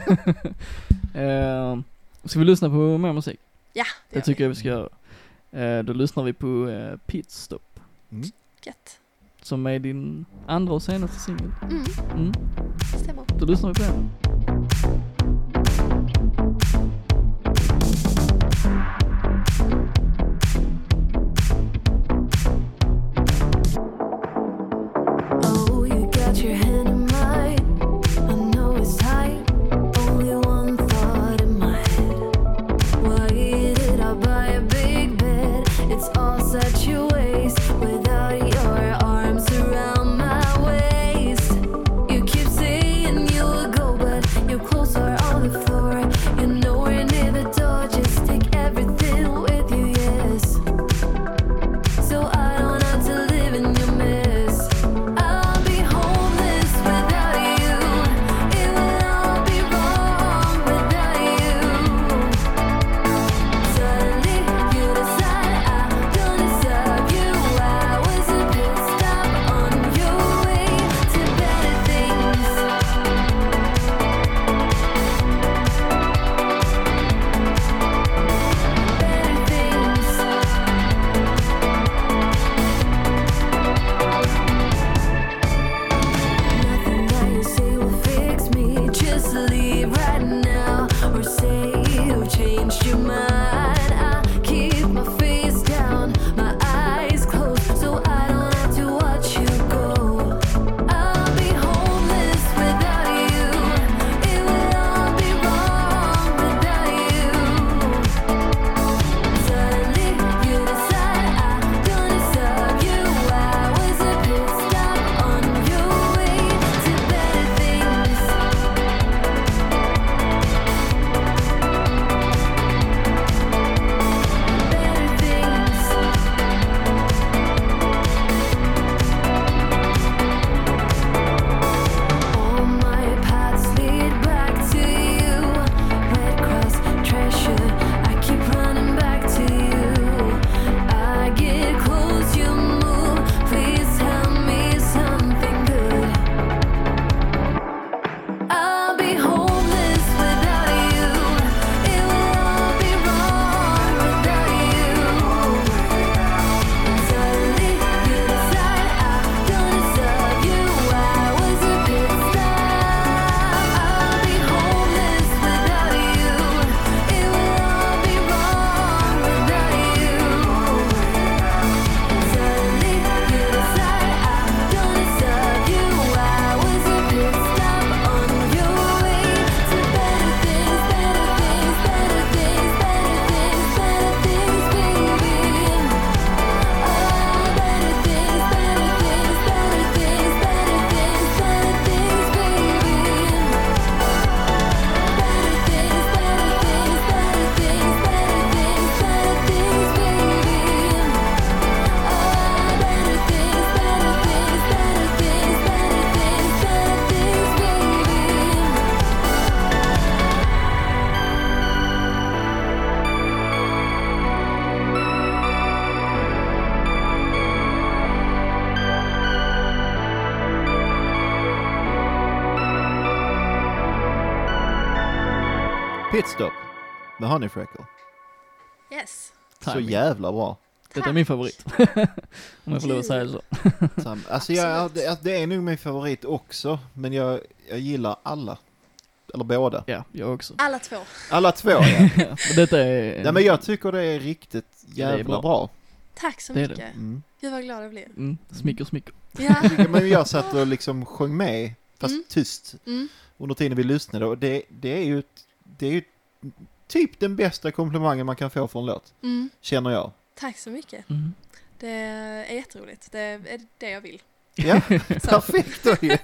uh, ska vi lyssna på mer musik? Ja, Det gör tycker jag vi ska göra. Uh, då lyssnar vi på uh, Pitstop. Mm. vi. Gött. Som är din andra och senaste singel. Mm, Mm. stämmer. Då lyssnar vi på den. Oh, you got your hand in mine. I know it's tight. Only one thought in my head. Why did I buy a big bed? It's all such a waste without your arms around my waist. You keep saying you'll go, but your clothes are on the floor. You're nowhere near the door. Just take everything with you, yes. So I don't have to live in your mess. I'll be homeless without you. It will all be wrong without you. Suddenly you decide I'm gonna serve you. I was a pit stop on your way to better things. Better things. Nothing that you say will fix me. Just leave right now, or say you've changed your mind. I keep my face down, my eyes closed, so I don't have to watch you go. I'll be homeless without you. It will all be wrong without you. Suddenly you decide I'm gonna serve you. I was a pit stop on your way to better things. Better things. All my paths lead back to you. Red Cross treasure, I keep running back to you. I get close, you move. Please tell me something good. I'll be homeless without you. It will all be wrong without you. Suddenly you decide I'm gonna serve you. I was a pit stop. I'll be homeless without you. It will all be wrong without you. Suddenly you decide I'm gonna serve you. I was a pit stop on your way to better things, better things, better things, better things, better things, baby. Oh, better things, better things, better things, better things, better things, baby. Better things, better things, better things, better things, better things, baby. Oh, better things, better things, better things, better things, better things, baby. Pitstop med Honey Freckle. Yes. Så Timing. jävla bra. Detta är min favorit. Om jag får lov att säga så. Sam- Alltså jag, det, det är nog min favorit också, men jag, jag gillar alla. Eller båda. Ja, jag också. Alla två. Alla två, ja. Och detta är... Ja, men jag tycker det är riktigt Det är jävla bra. bra. Tack så Det är mycket. det. Mm. Gud vad glad jag blir. Mm, smicker, smicker. Ja. Men jag satt och liksom sjöng med, fast Mm. tyst, Mm. under tiden vi lyssnade. Och det, det är ju ett- det är ju typ den bästa komplimangen man kan få för en låt, Mm. känner jag. Tack så mycket. Mm. Det är jätteroligt. Det är det jag vill. Ja, perfekt då ju.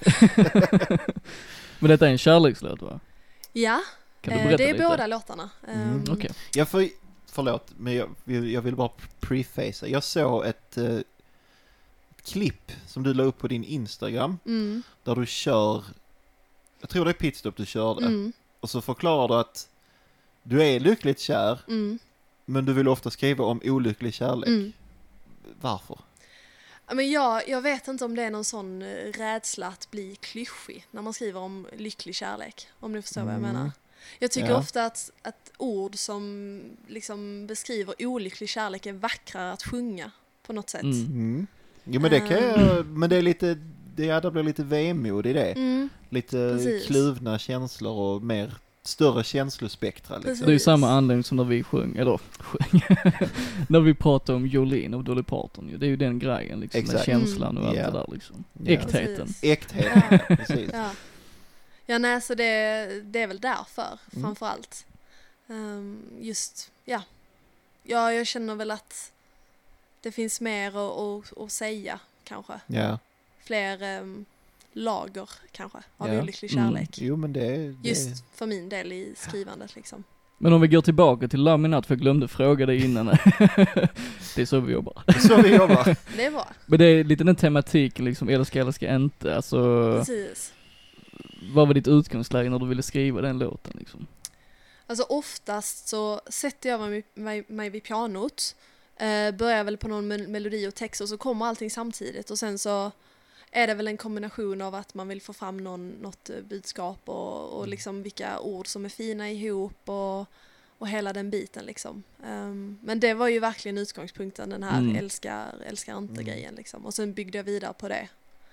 Men detta är en kärlekslåt, va? Ja, Kan du eh, berätta det är lite? båda låtarna. Mm, Ehm, Okej. Jag får, förlåt, men jag, vill- jag vill bara prefacea. Jag såg ett, eh, ett klipp som du la upp på din Instagram Mm, där du kör, jag tror det är Pitstop du körde, mm, och så förklarar du att du är lyckligt kär, mm, men du vill ofta skriva om olycklig kärlek. mm. Varför? Ja, men jag, jag vet inte om det är någon sån eh, rädsla att bli klyschig när man skriver om lycklig kärlek, om ni förstår vad jag Mm. menar. Jag tycker Ja. ofta att, att ord som liksom beskriver olycklig kärlek är vackrare att sjunga på något sätt. Mm. Mm. Jo men det kan jag, men det är lite, det, ja, det blir lite vemod i det. Mm, Lite Precis. kluvna känslor och mer större känslospektra liksom. Precis. Det är ju samma anledning som när vi sjöng, eller sjöng, när vi pratade om Jolene och Dolly Parton ju. Det är ju den grejen liksom, med Exakt. känslan och allt Ja. det där liksom. Ja. Äktheten. Precis. Äkthet, Ja. precis. Ja, ja nej, så det, det är väl därför Mm. framför allt. Ehm, just, ja. ja, jag känner väl att det finns mer att, att, att säga kanske. Ja. Fler ehm, lager kanske av Ja. olycklig Mm. kärlek. Jo men det, det Just för min del i skrivandet liksom. Men om vi går tillbaka till Laminat, för jag glömde fråga dig innan. Det är så vi jobbar. det är så vi jobbar. Det är bra. Men det är lite den tematiken liksom, älska, älska inte. Alltså, Precis. vad var ditt utgångsläge när du ville skriva den låten liksom? Alltså oftast så sätter jag mig, mig, mig vid pianot, eh, börjar väl på någon mel- melodi och text och så kommer allting samtidigt och sen så är det väl en kombination av att man vill få fram någon, något eh, budskap och, och liksom vilka ord som är fina ihop och, och hela den biten liksom. Um, men det var ju verkligen utgångspunkten, den här Mm. älskar, älskar inte Mm. grejen liksom. Och sen byggde jag vidare på det,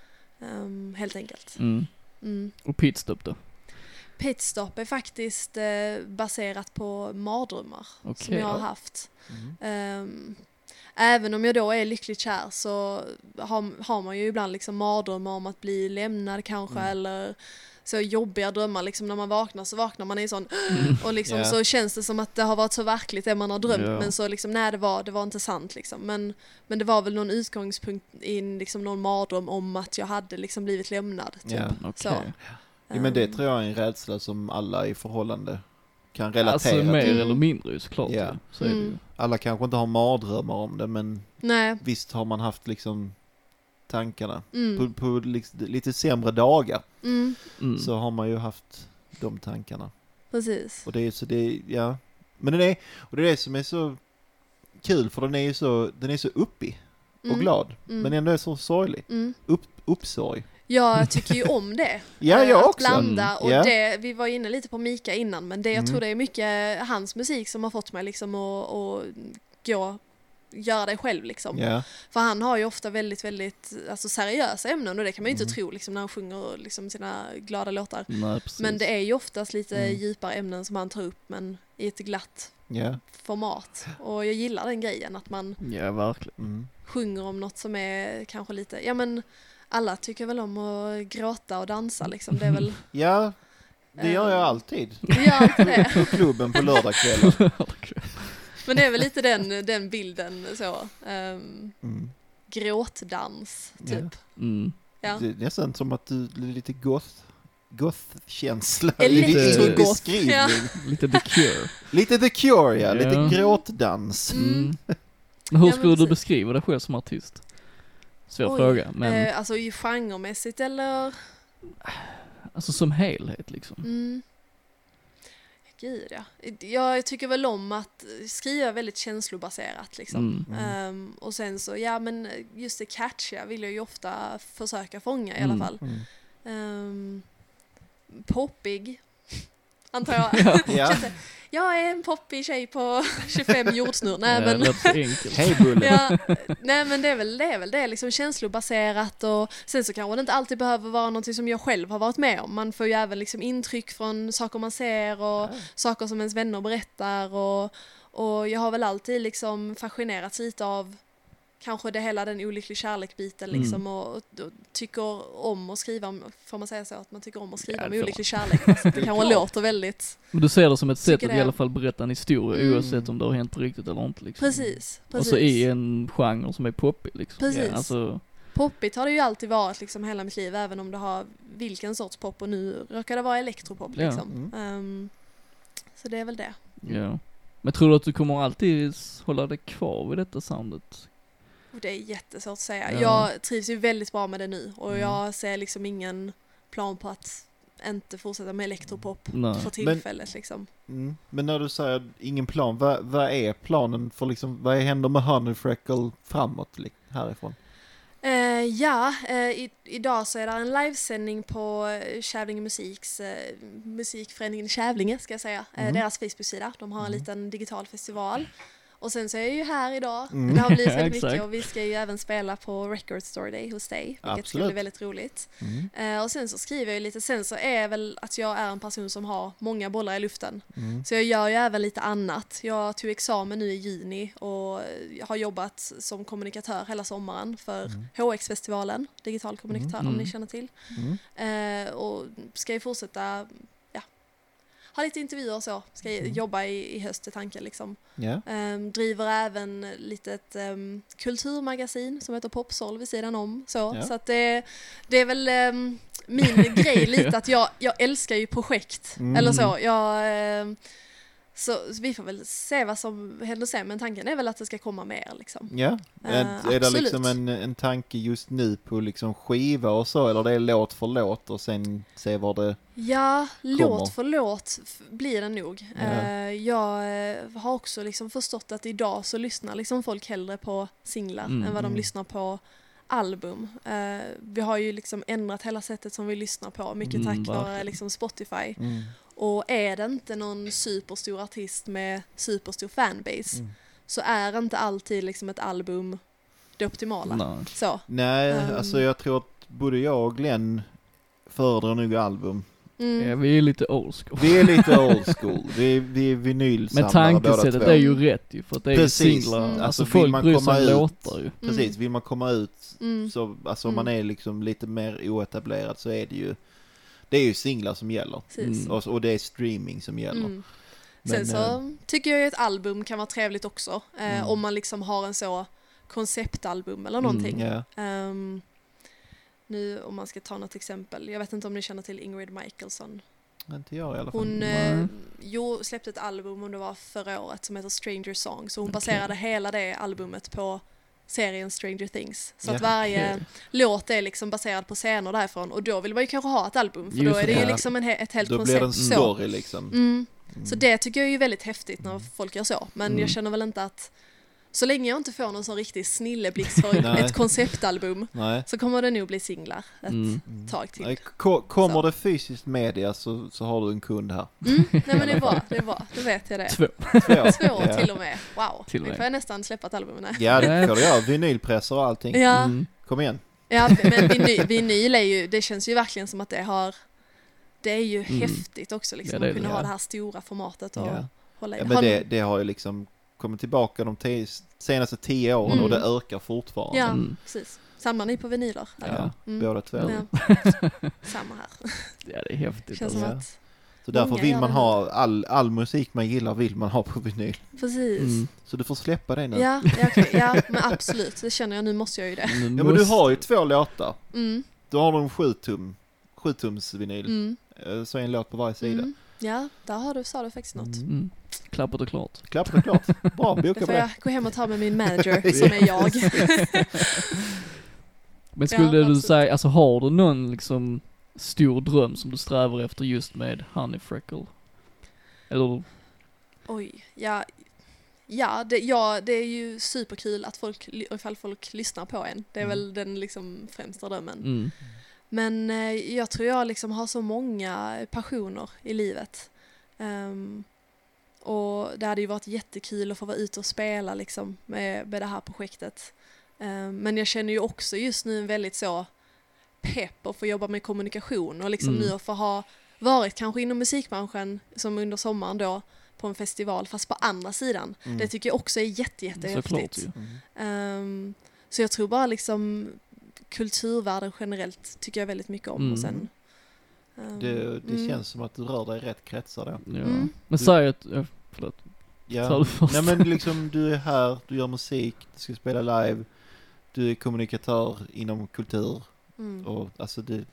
um, helt enkelt. Mm. Mm. Och Pitstop då? Pitstop är faktiskt eh, baserat på mardrömmar som Okej. jag har haft. Mm. Ehm, även om jag då är lyckligt kär så har, har man ju ibland liksom mardrömmar om att bli lämnad kanske Mm. eller så jobbiga drömmar liksom när man vaknar så vaknar man i en sån och liksom Ja. så känns det som att det har varit så verkligt det man har drömt Ja. men så liksom nej det var, det var inte sant liksom men, men det var väl någon utgångspunkt i en, liksom någon mardröm om att jag hade liksom blivit lämnad typ. Ja. Okej. Så. Ja, men det Ehm, tror jag är en rädsla som alla i förhållande kan relatera Alltså till. mer Mm. eller mindre ju såklart. Ja. ju. Så är det ju. Mm. Alla kanske inte har mardrömmar om det, men Nej. visst har man haft liksom tankarna. Mm. På, på liksom, lite sämre dagar Mm. Mm. så har man ju haft de tankarna. Precis. Och det är så det, ja. Men den är, och det är det som är så kul, för den är ju så, den är så uppig och Mm. glad. Mm. Men ändå är så sorglig. Mm. Upp, uppsorg. Jag tycker ju om det. Ja, Eh, jag att också. blanda. Mm. Och Ja. det, vi var inne lite på Mika innan, men det, jag Mm. tror det är mycket hans musik som har fått mig liksom att, att gå, göra det själv liksom. Ja. För han har ju ofta väldigt, väldigt alltså, seriösa ämnen och det kan man ju Mm. inte tro liksom, när han sjunger liksom, sina glada låtar. Nej, precis. Men det är ju oftast lite Mm. djupare ämnen som han tar upp, men i ett glatt Ja. format. Och jag gillar den grejen, att man Ja, verkligen. Mm. sjunger om något som är kanske lite, ja men alla tycker väl om att gråta och dansa liksom, det är väl, Ja, det gör jag Ehm. alltid. vi gör alltid det. På klubben på lördagskvällen. Men det är väl lite den, den bilden så, um, Mm. gråtdans typ. Mm. Ja. Det är nästan som att du är lite goth, goth-känsla. Elektrogoth. Lite beskrivning. Ja. Lite The Cure. Lite The Cure, ja. Ja. Lite gråtdans. Mm. Mm. Men hur Ja, skulle men du precis. beskriva dig själv som artist? Svår Oj, fråga, men Eh, alltså ju genremässigt eller? alltså som helhet liksom. Mm. Gud ja. Jag tycker väl om att skriva väldigt känslobaserat liksom. Mm. Mm. Ehm, och sen så, ja men just det catchiga vill jag ju ofta försöka fånga i Mm. alla fall. Mm. Um, poppig, antar jag. Ja. Jag är en poppig tjej på tjugofem jordsnurr. Nej, Ja, men, det låter så enkelt. Hej Bulle. ja, nej men det är väl det, är väl det liksom känslobaserat och sen så kanske det inte alltid behöver vara något som jag själv har varit med om. Man får ju även liksom intryck från saker man ser och saker som ens vänner berättar och, och jag har väl alltid liksom fascinerats lite av kanske det hela den olycklig kärlek-biten liksom Mm. och, och, och tycker om att skriva om, får man säga så att man tycker om att skriva Ja, om det får olycklig kärlek fast det Det är kanske klart. låter väldigt Men du ser det som ett sätt Tycker att i det. alla fall berätta en historia Mm. oavsett om det har hänt på riktigt eller inte liksom. precis, precis. Och så i en genre som är poppig liksom. Precis. Alltså, Poppigt har det ju alltid varit liksom hela mitt liv, även om det har vilken sorts pop, och nu råkar det vara elektropop Ja. liksom. Mm. Um, så det är väl det. Ja. Men tror du att du kommer alltid hålla dig kvar vid detta soundet? Och det är jättesvårt att säga. Ja. Jag trivs ju väldigt bra med det nu, och Mm. jag ser liksom ingen plan på att inte fortsätta med elektropop Nej. för tillfället liksom. Mm. Men när du säger ingen plan, vad, vad är planen för liksom, vad händer med Honeyfreckle framåt li- härifrån? Eh, ja, eh, i, idag så är det en livesändning på eh, Kävlinge Musiks eh, musikföreningen Kävlinge, ska jag säga. Eh, Mm. deras Facebook-sida. De har en Mm. liten digital festival. Och sen så är jag ju här idag. Mm. Det har blivit väldigt Exakt. mycket, och vi ska ju även spela på Record Store Day hos dig, vilket ska Absolut. bli väldigt roligt. Mm. Eh, och sen så skriver jag ju lite, sen så är väl att jag är en person som har många bollar i luften. Mm. Så jag gör ju även lite annat. Jag tog examen nu i juni och jag har jobbat som kommunikatör hela sommaren för Mm. H X-festivalen, digital kommunikatör Mm. om ni känner till. Mm. Eh, och ska ju fortsätta ja, ha lite intervjuer och så. Ska Mm. jobba i, i höst i tanken liksom. Ja. Um, driver även litet um, kulturmagasin som heter Popsol vid sidan om. Så, Ja. så att det, det är väl um, min grej lite att jag, jag älskar ju projekt. Mm. Eller så. Jag, um, så. Så vi får väl se vad som händer sen, men tanken är väl att det ska komma mer liksom. Ja. Eh, är, är det absolut. liksom en, en tanke just nu på liksom skiva och så, eller det är låt för låt och sen se vad det... Ja, Kommer. låt för låt f- blir det nog. Ja. Eh, jag eh, har också liksom förstått att idag så lyssnar liksom folk hellre på singlar Mm, än vad de mm. lyssnar på album. Eh, vi har ju liksom ändrat hela sättet som vi lyssnar på, mycket Mm, tack vare verkligen. liksom Spotify. Mm. Och är det inte någon superstor artist med superstor fanbase Mm. så är inte alltid liksom ett album det optimala. Nej. Så. Nej, Um. alltså jag tror att både jag och Glenn föredrar nog album. Mm. Ja, vi är lite old school. Vi är lite old school. Vi, vi är vinylsamlare Men båda tankesättet två. är ju rätt ju, för att det är ju Precis. singlar. Mm. Alltså, Alltså, vill folk man bryr komma sig om ut- låtar ju. Precis, Mm. vill man komma ut Mm. så, alltså om Mm. man är liksom lite mer oetablerad så är det ju det är ju singlar som gäller. Precis. Mm. Och, och det är streaming som gäller. Mm. Men, Sen så tycker jag ju ett album kan vara trevligt också. Eh, Mm. Om man liksom har en så konceptalbum eller Mm, någonting. Ja. Ehm, nu om man ska ta något exempel. Jag vet inte om ni känner till Ingrid Michaelson. Inte jag i alla fall. Hon Nej. eh, jo, släppte ett album, om det var förra året, som heter Stranger Songs. Så hon Okej. baserade hela det albumet på serien Stranger Things. Så Ja, att varje okej. låt är liksom baserad på scener därifrån. Och då vill man ju kanske ha ett album. För då Just är det det. ju liksom en he- ett helt Då koncept. blir det en så. story liksom. Mm. Mm. Så det tycker jag är ju väldigt häftigt när folk gör så. Men Mm. jag känner väl inte att så länge jag inte får någon sån riktig snilleblixt för Nej. ett konceptalbum Nej. så kommer det nog bli singlar ett Mm. tag till. Nej, ko- Kommer Så. det fysiskt media så, så har du en kund här. Mm. Nej men det är bra, det är bra. Då vet jag det. Två. Två. Två Ja. till och med. Wow. Till och Nu med. får jag nästan släppa ett album. Nej. Ja, det får du göra. Vinylpressar och allting. Ja, Mm. Kom igen. ja, men vinyl, vinyl är ju, det känns ju verkligen som att det har, det är ju Mm. häftigt också liksom, Ja, det är att kunna det. ha det här stora formatet och Ja. hålla i. Ja, Har men ni- det, det har ju liksom kommit tillbaka de tio, senaste tio åren Mm. och det ökar fortfarande. Ja, Mm. precis. Samlar ni på vinyler? Ja, eller? Mm. båda två. Ja. Samma här. Ja, det är häftigt. Känns Alltså. som Ja. att, Så därför Många vill gör man det ha all, all musik man gillar vill man ha på vinyl. precis. Mm. Så du får släppa det nu. Ja, ja, okej. Ja, men absolut. Det känner jag, nu måste jag ju det. Nu Ja, men du måste- har ju två låtar. Mm, Då har du en sju tum, sju tums vinyl. mm, Eh, Så en låt på varje sida. mm. Ja, där har du, sa du faktiskt något. Mm. Klappat och klart. Klappat och klart. Bra, Det boka på får det. jag gå hem och ta med min manager som är jag. Men skulle Ja, du absolut. säga, alltså har du någon liksom stor dröm som du strävar efter just med Honeyfreckle? Eller? Oj, ja. Ja det, ja, det är ju superkul att folk, ifall folk lyssnar på en. Det är Mm. väl den liksom främsta drömmen. Mm. Men eh, jag tror jag liksom har så många passioner i livet. Ehm, och det hade ju varit jättekul att få vara ute och spela liksom med, med det här projektet. Ehm, men jag känner ju också just nu en väldigt så pepp och få jobba med kommunikation och liksom Mm. nu att få ha varit kanske inom musikbranschen som under sommaren då på en festival fast på andra sidan. Mm. Det tycker jag också är jätte, Såklart jättehäftigt. ju. Mm. Ehm, så jag tror bara liksom kulturvärlden generellt tycker jag väldigt mycket om. Mm. Och sen, ehm, Det, det mm. känns som att du rör dig i rätt kretsar då. Ja. Mm. Men Du- säg att, ja, förlåt. Ta Ja. du först. Nej men liksom du är här, du gör musik, du ska spela live. du är kommunikatör inom kultur Mm. och alltså det,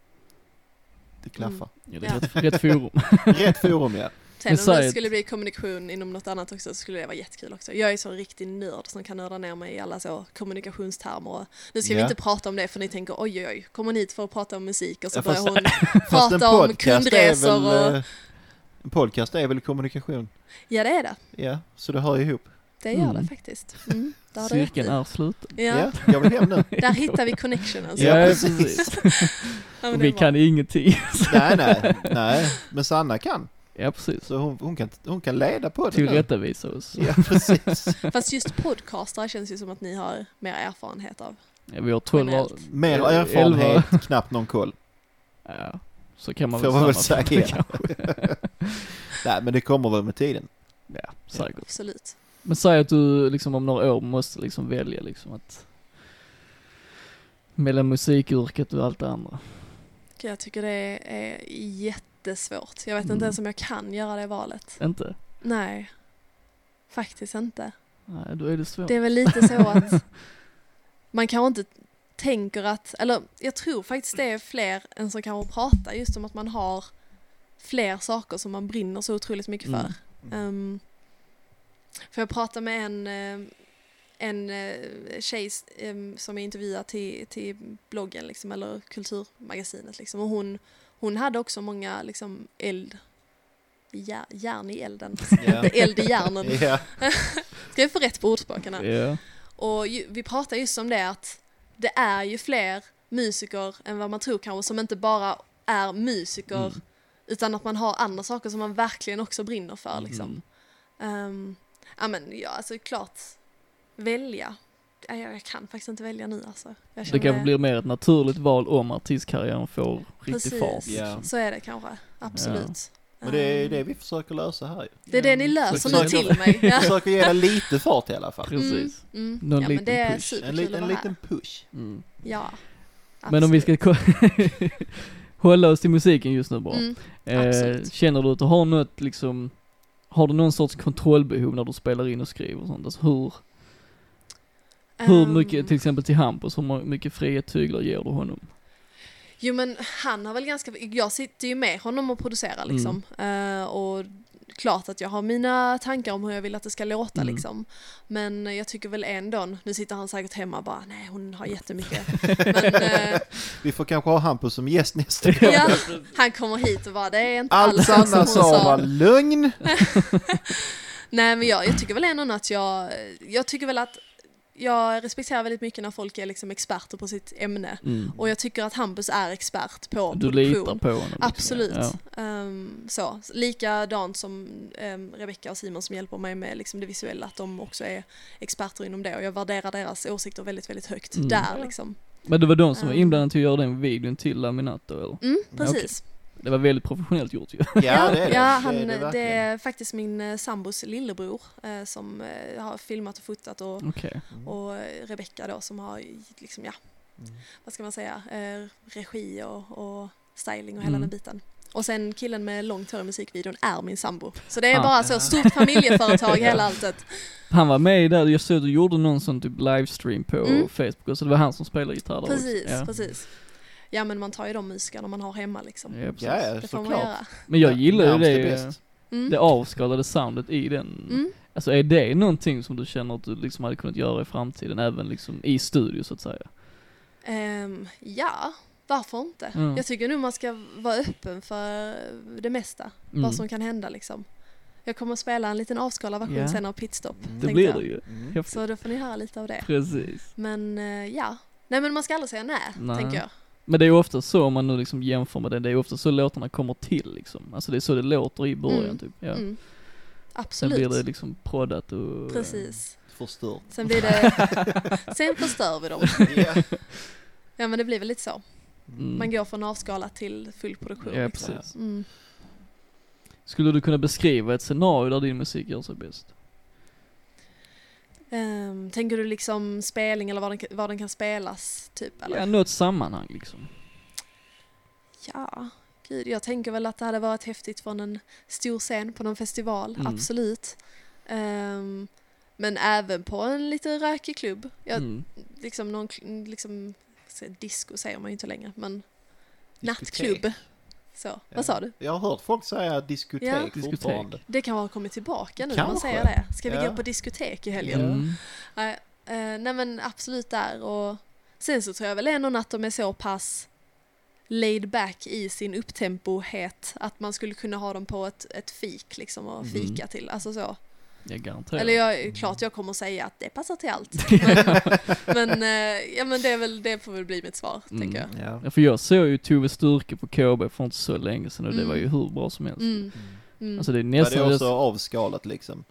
det klaffar. Ja, det Ja. är rätt, rätt forum. Rätt forum, ja. Sen Men om säg det ett- skulle bli kommunikation inom något annat också så skulle det vara jättekul också. Jag är så en riktig nörd som kan nörda ner mig i alla så kommunikationstermer. Och nu ska vi Ja. inte prata om det för ni tänker oj oj oj, kommer ni hit för att prata om musik och så Ja, fast- börjar hon Fast en prata om podcast är kundresor väl, och... eh, en podcast är väl kommunikation? Ja det är det. Ja, så det hör ju ihop. Det gör Mm. det faktiskt. Mm, där har du rätt Cirkeln i. är sluten. Ja, Ja, jag vill hem nu. där hittar vi connection alltså. Ja, Ja, precis. Ja, men Och det vi är bra. kan ingenting. Nej, nej, nej. Men Sanna kan. Ja, precis. Så hon, hon, kan, hon kan leda på det. Tillrättavisa oss. Ja, precis. Fast just podcastar känns ju som att ni har mer erfarenhet av. Ja, vi har tolv år. Generellt. Mer Elva. erfarenhet, knappt någon koll. Ja, så kan man Får man väl sammanfatta säga. kanske. Nej, men det kommer väl med tiden. Ja, säkert. Absolut. Men säg att du liksom om några år måste liksom välja liksom att mellan musikyrket och allt det andra. Jag tycker det är jättesvårt. Jag vet Mm. inte ens om jag kan göra det valet. Inte? Nej, faktiskt inte. Nej, då är det svårt. Det är väl lite så att man kanske inte tänker att, eller jag tror faktiskt det är fler än som kanske pratar just om att man har fler saker som man brinner så otroligt mycket för. Mm. Um, för jag pratade med en, eh, en eh, tjej um, som är intervjuad till, till bloggen liksom, eller kulturmagasinet liksom, och hon, hon hade också många liksom, eld jär, järn i elden, Ja. inte eld i järnen. Ja. Ska jag få rätt på ordspråken här? Ja. Och ju, vi pratar just om det att det är ju fler musiker än vad man tror kanske som inte bara är musiker Mm. utan att man har andra saker som man verkligen också brinner för liksom. Mm. Um, ja men ja, alltså klart välja. Ja, jag, jag kan faktiskt inte välja nu alltså. Jag Det känner- kanske blir mer ett naturligt val om artistkarriären får riktig Precis. fart. Ja. Så är det kanske, absolut. Men det är Ehm, det vi försöker lösa här ju. det är det ni löser Så nu försöker- till mig. Vi Ja. försöker ge det lite fart i alla fall. Precis. Mm, Någon ja men liten det är push. superkul En, li- att en vara liten här. push. Mm. Ja, Men om vi ska absolut. ko- hålla oss till musiken just nu bara. Mm, Eh, absolut. känner du att du har något liksom, har du någon sorts kontrollbehov när du spelar in och skriver och sånt? Alltså hur, hur Ehm, mycket, till exempel till Hampus, hur mycket fria tyglar ger du honom? Jo men han har väl ganska, jag sitter ju med honom och producerar liksom. Eh, och klart att jag har mina tankar om hur jag vill att det ska låta Mm. liksom. Men jag tycker väl ändå, nu sitter han säkert hemma och bara, nej hon har jättemycket. Men eh, Vi får kanske ha Hampus som gäst nästa gång. ja, han kommer hit och bara, det är inte Allt alls så som Sanna hon sa sa. var lögn. Nej men jag, jag tycker väl ändå att jag, jag tycker väl att jag respekterar väldigt mycket när folk är liksom experter på sitt ämne. Mm. Och jag tycker att Hampus är expert på Du produktion. litar på honom? Liksom. Absolut. Ja. Ehm, så. Likadant som um, Rebecca och Simon som hjälper mig med liksom, det visuella, att de också är experter inom det och jag värderar deras åsikter väldigt, väldigt högt Mm. där liksom. Men det var de som var Um. inblandade till att göra den videon till Laminato eller? Mm, precis. Det var väldigt professionellt gjort ju. Ja, det är det. ja det, han, är det, det, verkligen. är faktiskt min eh, sambos lillebror eh, som eh, har filmat och fotat och, Okej. och eh, Rebecca då som har liksom, ja, Mm. vad ska man säga, eh, regi och, och styling och hela Mm. den biten. Och sen killen med långt hår i musikvideon är min sambo. Så det är Ah. bara så stort familjeföretag hela alltet. Han var med i där, jag såg att du gjorde någon sån typ livestream på Mm. Facebook, så det var han som spelade gitarr där Precis, också. Ja. precis. Ja men man tar ju de musikerna man har hemma liksom. Ja, precis. Ja, ja, Det får man såklart. göra. Men jag gillar ju Närmast är det, bäst. Mm. det avskalade soundet i den. Mm. Alltså är det någonting som du känner att du liksom hade kunnat göra i framtiden, även liksom i studio så att säga? Ehm, ja, varför inte? Mm. Jag tycker nu man ska vara öppen för det mesta. Mm. Vad som kan hända liksom. Jag kommer att spela en liten avskalad version Ja. sen av Pitstop. Mm. Det tänkte blir jag. det ju. Mm. Häftigt. Så då får ni höra lite av det. Precis. Men eh, ja, nej men man ska aldrig säga nej, Nej. tänker jag. Men det är ju ofta så om man nu liksom jämför med det, det är ofta så låtarna kommer till liksom. Alltså det är så det låter i början Mm. typ. Ja. Mm. Sen Absolut. blir det liksom proddat och... Precis. Förstört. Sen blir det... Sen förstör vi dem. Ja. Ja men det blir väl lite så. Mm. Man går från avskala till full produktion. Ja, liksom. precis. Mm. Skulle du kunna beskriva ett scenario där din musik gör sig bäst? Ehm, tänker du liksom spelning eller var den, var den kan spelas typ? Eller? Ja, något sammanhang liksom. Ja, gud, jag tänker väl att det hade varit häftigt från en stor scen på någon festival, Mm. absolut. Ehm, Men även på en lite rökig klubb. Jag, Mm. liksom någon liksom, så, disco säger man ju inte längre, men Diskotek. nattklubb. Så, Ja. vad sa du? Jag har hört folk säga diskotek Ja. fortfarande. Det kan ha kommit tillbaka nu när man Kanske. säger det. Ska vi Ja. gå på diskotek i helgen? Mm. Nej, eh, nej men absolut där. Och sen så tror jag väl ändå att de är så pass laid back i sin upptempohet att man skulle kunna ha dem på ett, ett fik liksom och Mm. fika till. Alltså så. Jag garanterar. Eller jag, klart jag kommer säga att det passar till allt. Men, men, eh, ja, men det, är väl, det får väl bli mitt svar, Mm. tänker jag. Ja. Ja, för jag såg ju Tove Sturke på K B för inte så länge sedan och det Mm. var ju hur bra som helst. Mm. Mm. Alltså det är Men det nästan, är också avskalat liksom.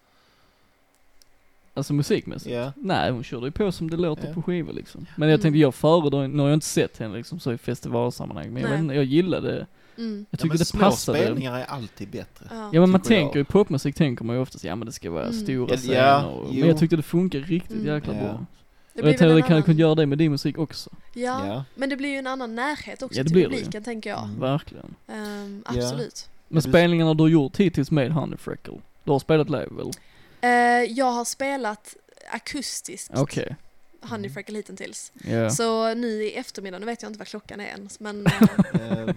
alltså musikmässigt. Ja. Nej, hon körde ju på som det låter Ja. på skiva liksom. Men jag tänkte, Mm. jag föredrar, nu har jag inte sett henne liksom så i festivalsammanhang, men jag, Nej. vet inte, jag gillade, Mm. jag Ja, tycker men det små passade. spelningar är alltid bättre. Ja. Ja men man tycker jag. tänker ju popmusik tänker man ju oftast, ja men det ska vara Mm. stora Ja, scener. ja, och, jo. men jag tyckte det funkar riktigt Mm. jäkla Ja. bra. Det Och blir jag väl tror en det kan annan- kunna göra det med din musik också. Ja, Ja. men det blir ju en annan närhet också Ja, det till blir det ju. publiken, tänker jag. Mm. Verkligen. Ehm, Ja. absolut. Men Ja, du- spelningarna du har gjort hittills med Honey Freckle, du har spelat live väl? Eh, jag har spelat akustiskt Okej. Honey Freckle hittills. Ja. Så nu i eftermiddag, nu vet jag inte vad klockan är ens, men eh, Eh,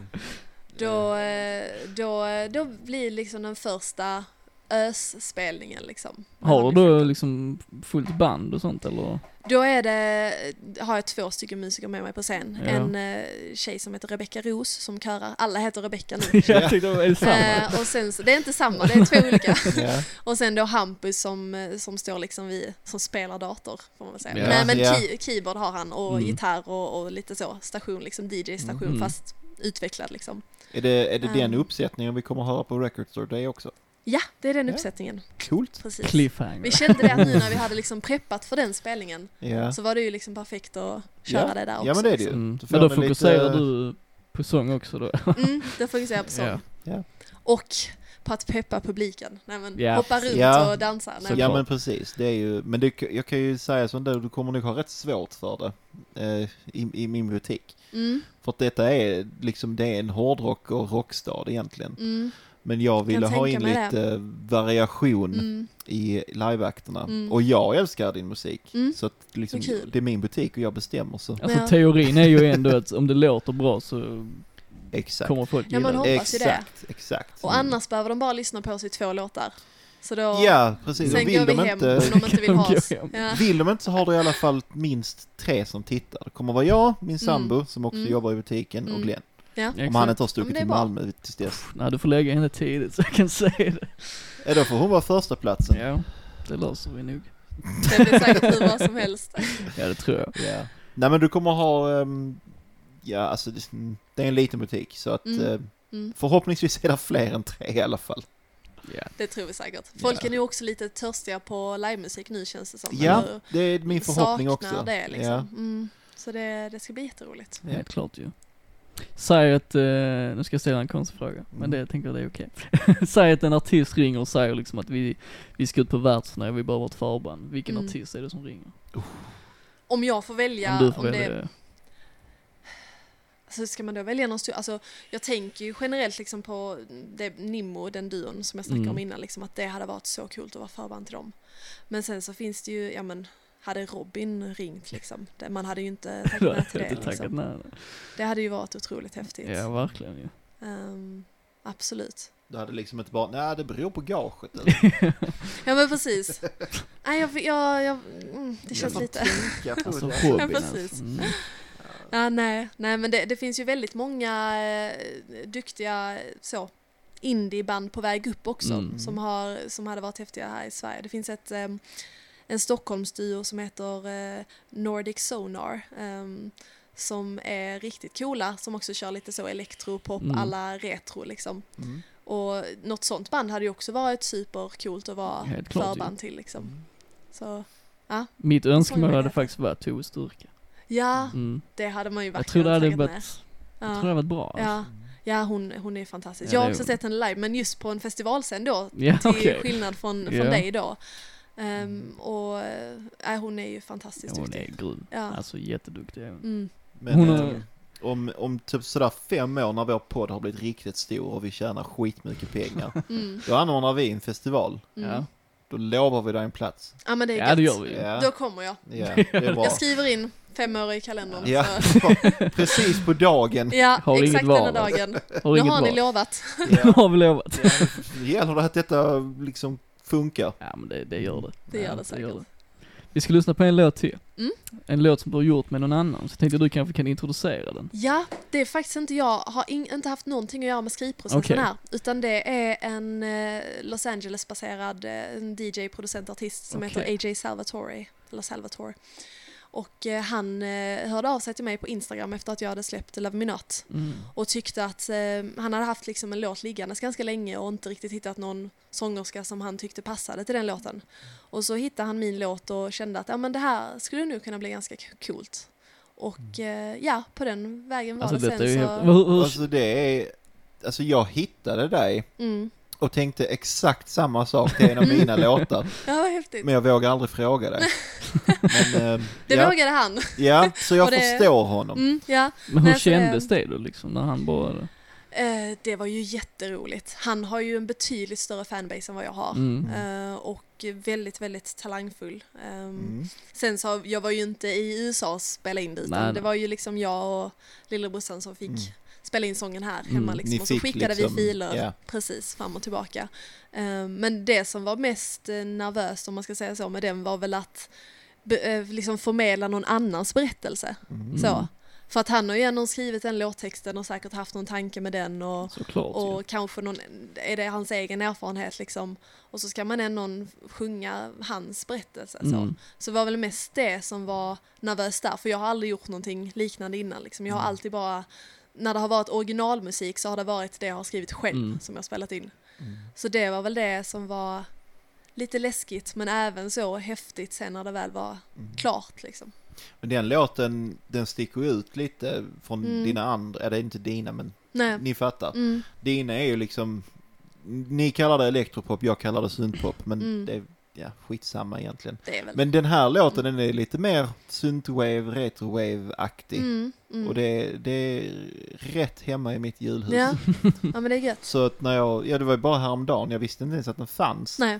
då, eh, då, då blir liksom den första ös-spelningen liksom. med Har Honey du då Freckle. liksom fullt band och sånt eller? Då är det, har jag två stycken musiker med mig på scen. Ja. En eh, tjej som heter Rebecca Ros som körar, alla heter Rebecca nu. Jag tyckte det var samma. Eh, och sen, så- det är inte samma, det är två olika. ja. Och sen då Hampus som, eh, som står liksom vid, som spelar dator får man väl säga. Ja, Nej men ja. key, keyboard har han och Mm. gitarr och, och lite så, station liksom, D J-station Mm. fast utvecklad liksom. Är det, är det den Um. uppsättningen vi kommer att höra på Record Store Day också? Ja, det är den Ja. uppsättningen. Coolt. Precis. Cliffhanger. Vi kände det att nu när vi hade liksom preppat för den spelningen Ja. så var det ju liksom perfekt att köra Ja. det där också. Ja, men det är det ju. Mm. Så får Men då man lite- fokuserar du på sång också då? Mm, det fokuserar på sång. Ja. Ja. Och på att peppa publiken. Nej, men Ja, hoppa runt Ja. och dansa. Nej, Så men, Ja klart. men precis, det är ju, men det, jag kan ju säga som det, du kommer nog ha rätt svårt för det eh, i, i min butik. mm, För att detta är liksom, det är en hårdrock och rockstad egentligen. mm, Men jag ville ha tänka in mig lite variation mm, i liveakterna. Mm. Och jag älskar din musik. Mm. Så att liksom, Vad kul. det är min butik och jag bestämmer så. Alltså Ja. teorin är ju ändå att om det låter bra så Exakt. kommer folk Ja, gilla man det. hoppas ju det. Exakt, exakt. Och annars behöver de bara lyssna på sig två låtar. Så då, Ja, precis. sen Och vill går vi de hem inte, om de inte vill ha Gå oss. hem. Ja. vill de inte så har du i alla fall minst tre som tittar. Det kommer vara jag, min sambo som också Mm. jobbar i butiken och Mm. Glenn. Ja. Om han Exakt. inte har Ja, stuckit men det är till bra. Malmö tills dess. Nej, du får lägga henne tidigt så jag kan säga det. Ja, då får hon vara första platsen. Ja, det löser vi nog. Det blir säkert hur bra som helst. Ja, det tror jag. Ja. Nej men du kommer ha, ehm, ja alltså det, det är en liten butik så att Mm. eh, Mm, förhoppningsvis är det fler än tre i alla fall. Ja. det tror vi säkert. Folk Ja. är nu också lite törstiga på livemusik nu känns det som. Ja, Eller det är min förhoppning saknar också. det liksom. Ja. Mm. Så det, det ska bli jätteroligt. Ja. Helt klart ju. Säg att, eh, nu ska jag ställa en konstig fråga, men Mm. det jag tänker det är okej. Säg att en artist ringer och säger liksom att vi, vi ska ut på världsturné och vi behöver ett förband. Vilken Mm. artist är det som ringer? Om jag får välja, Om du får om välja det, det. alltså ska man då välja någon stor, alltså jag tänker ju generellt liksom på det, Nimmo, den duon som jag snackade Mm. om innan, liksom att det hade varit så kul att vara förband till dem. Men sen så finns det ju, ja men, hade Robin ringt liksom, det, man hade ju inte tackat nej till Jag har det inte tackat liksom. nej. Det hade ju varit otroligt häftigt. Ja, verkligen ju. Ehm, absolut. Du hade liksom inte bara, nej det beror på gaget eller? Ja men precis. Nej jag, jag, jag mm, det känns Jag får lite. tänka på Alltså det. Robin precis. alltså. Mm. Ja, nej, nej, men det, det finns ju väldigt många eh, duktiga så indieband på väg upp också Mm. som har som hade varit häftiga här i Sverige. Det finns ett eh, en Stockholmsduo som heter eh, Nordic Sonar eh, som är riktigt coola, som också kör lite så elektropop, Mm. alla retro liksom. Mm. Och något sånt band hade ju också varit supercoolt att vara Helt klart ju. förband till liksom. Mm. Så Mitt önskemål jag hade vet. faktiskt varit Tove Sturke. ja, Mm. det hade man ju Jag verkligen tror det hade tagit med. varit, Ja. jag tror det hade varit bra. Alltså. Ja, ja hon, hon är fantastisk. Ja, jag har det är också hon. sett henne live, men just på en festivalscen då, Ja, till okej. skillnad från, från Ja. dig då. Um, och äh, hon är ju fantastiskt Ja, hon är duktig. grym. Ja. Alltså jätteduktig är hon. Mm. Men Hon eh, har- om, om typ sådär fem år när vår podd har blivit riktigt stor och vi tjänar skitmycket pengar, Mm. då anordnar vi en festival. Mm. Ja. då lovar vi dig en plats. Ja, men det är Ja, det gött. gör vi ju. Ja, Då kommer jag. ja det är bra. Jag skriver in fem år i kalendern. Ja, Så. precis på dagen. Ja, Har inget exakt val. denna dagen. Har Nu inget har ni val. lovat. Det Ja, har vi lovat. ja, det gäller det att detta liksom funkar. Ja, men det, det gör det. Det gör Ja, det säkert. Vi ska lyssna på en låt till. Mm. En låt som du har gjort med någon annan. Så jag tänkte att du kanske kan introducera den. Ja, det är faktiskt inte jag. Har in, inte haft någonting att göra med skrivprocessen Okej. här. Utan det är en eh, Los Angeles-baserad eh, en D J, producent, artist som Okej. heter A J Salvatore. Eller Salvatore. Och eh, han eh, hörde av sig till mig på Instagram efter att jag hade släppt Love Me Not. Mm. Och tyckte att eh, han hade haft liksom en låt liggandes ganska länge och inte riktigt hittat någon sångerska som han tyckte passade till den låten. Och så hittade han min låt och kände att ja, men det här skulle nu kunna bli ganska k- coolt. Och eh, ja, på den vägen var Alltså det detta sen är ju så... helt... Hur, hur, Alltså det är, alltså jag hittade dig Mm. och tänkte exakt samma sak till en av mina låtar. Ja, vad häftigt. Men jag vågar aldrig fråga dig. Men, eh, Det ja, vågade han. ja, så jag Och det- förstår honom. Mm, ja. men hur Nej, så det- kändes det då liksom när han bara... Eh, det var ju jätteroligt. Han har ju en betydligt större fanbase än vad jag har. Mm. Eh, och väldigt, väldigt talangfull. Um, Mm. Sen så, jag var ju inte i U S A och spela in det, utan Nej. det var ju liksom jag och lillebrorsan som fick Mm. spela in sången här Mm. hemma liksom. Ni Och så fick skickade liksom- vi filer ja. precis fram och tillbaka. Um, men det som var mest eh, nervöst, om man ska säga så, med den var väl att be, eh, liksom förmedla någon annans berättelse. Mm. Så. För att han har ju ändå skrivit den låttexten och säkert haft någon tanke med den och Såklart. och ju. kanske någon, är det hans egen erfarenhet liksom. Och så ska man ändå sjunga hans berättelse. Så. Mm. så var väl mest det som var nervöst där. För jag har aldrig gjort någonting liknande innan. Liksom. Jag har Mm. alltid bara, när det har varit originalmusik så har det varit det jag har skrivit själv Mm. som jag har spelat in. Mm. Så det var väl det som var lite läskigt men även så häftigt sen när det väl var Mm. klart liksom. Men den låten, den sticker ut lite från Mm. dina andra, är det inte dina men Nej. ni fattar. Mm. Dina är ju liksom, ni kallar det elektropop, jag kallar det syntpop, men Mm. det är ja, skitsamma egentligen. Det är väl. Men den här låten den är lite mer synthwave, retrowave-aktig. Mm. Mm. Och det, det är rätt hemma i mitt julhus. Ja. ja, men det är gött. Så att när jag, ja det var ju bara häromdagen, jag visste inte ens att den fanns. Nej.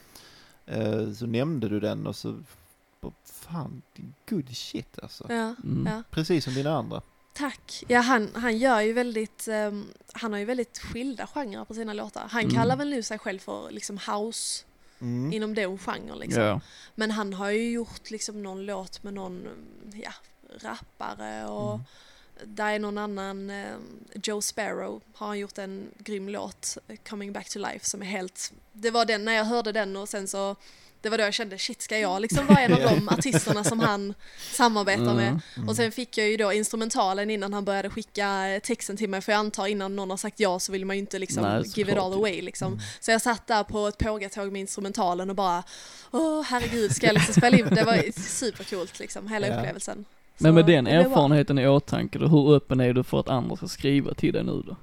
Eh, så nämnde du den och så, fan, good shit alltså. Ja. Mm. Ja. Precis som dina andra. Tack. Ja, han, han gör ju väldigt, um, han har ju väldigt skilda genrer på sina låtar. Han Mm. kallar väl nu sig själv för liksom house Mm. inom den genren liksom. Ja. Men han har ju gjort liksom någon låt med någon, ja, rappare och Mm. där är någon annan, um, Joe Sparrow har han gjort en grym låt, Coming Back to Life, som är helt, det var den när jag hörde den och sen så det var då jag kände, shit, ska jag liksom vara en av de artisterna som han samarbetar med? Mm. Mm. Och sen fick jag ju då instrumentalen innan han började skicka texten till mig, för jag antar innan någon har sagt ja så vill man ju inte liksom Nej, give it såklart all ju. away liksom. Mm. Så jag satt där på ett pågatåg med instrumentalen och bara, åh herregud, ska jag liksom spela in? Det var supercoolt liksom, hela Ja. upplevelsen. Så Men med den det blev bra. erfarenheten i åtanke då, hur öppen är du för att andra ska skriva till dig nu då?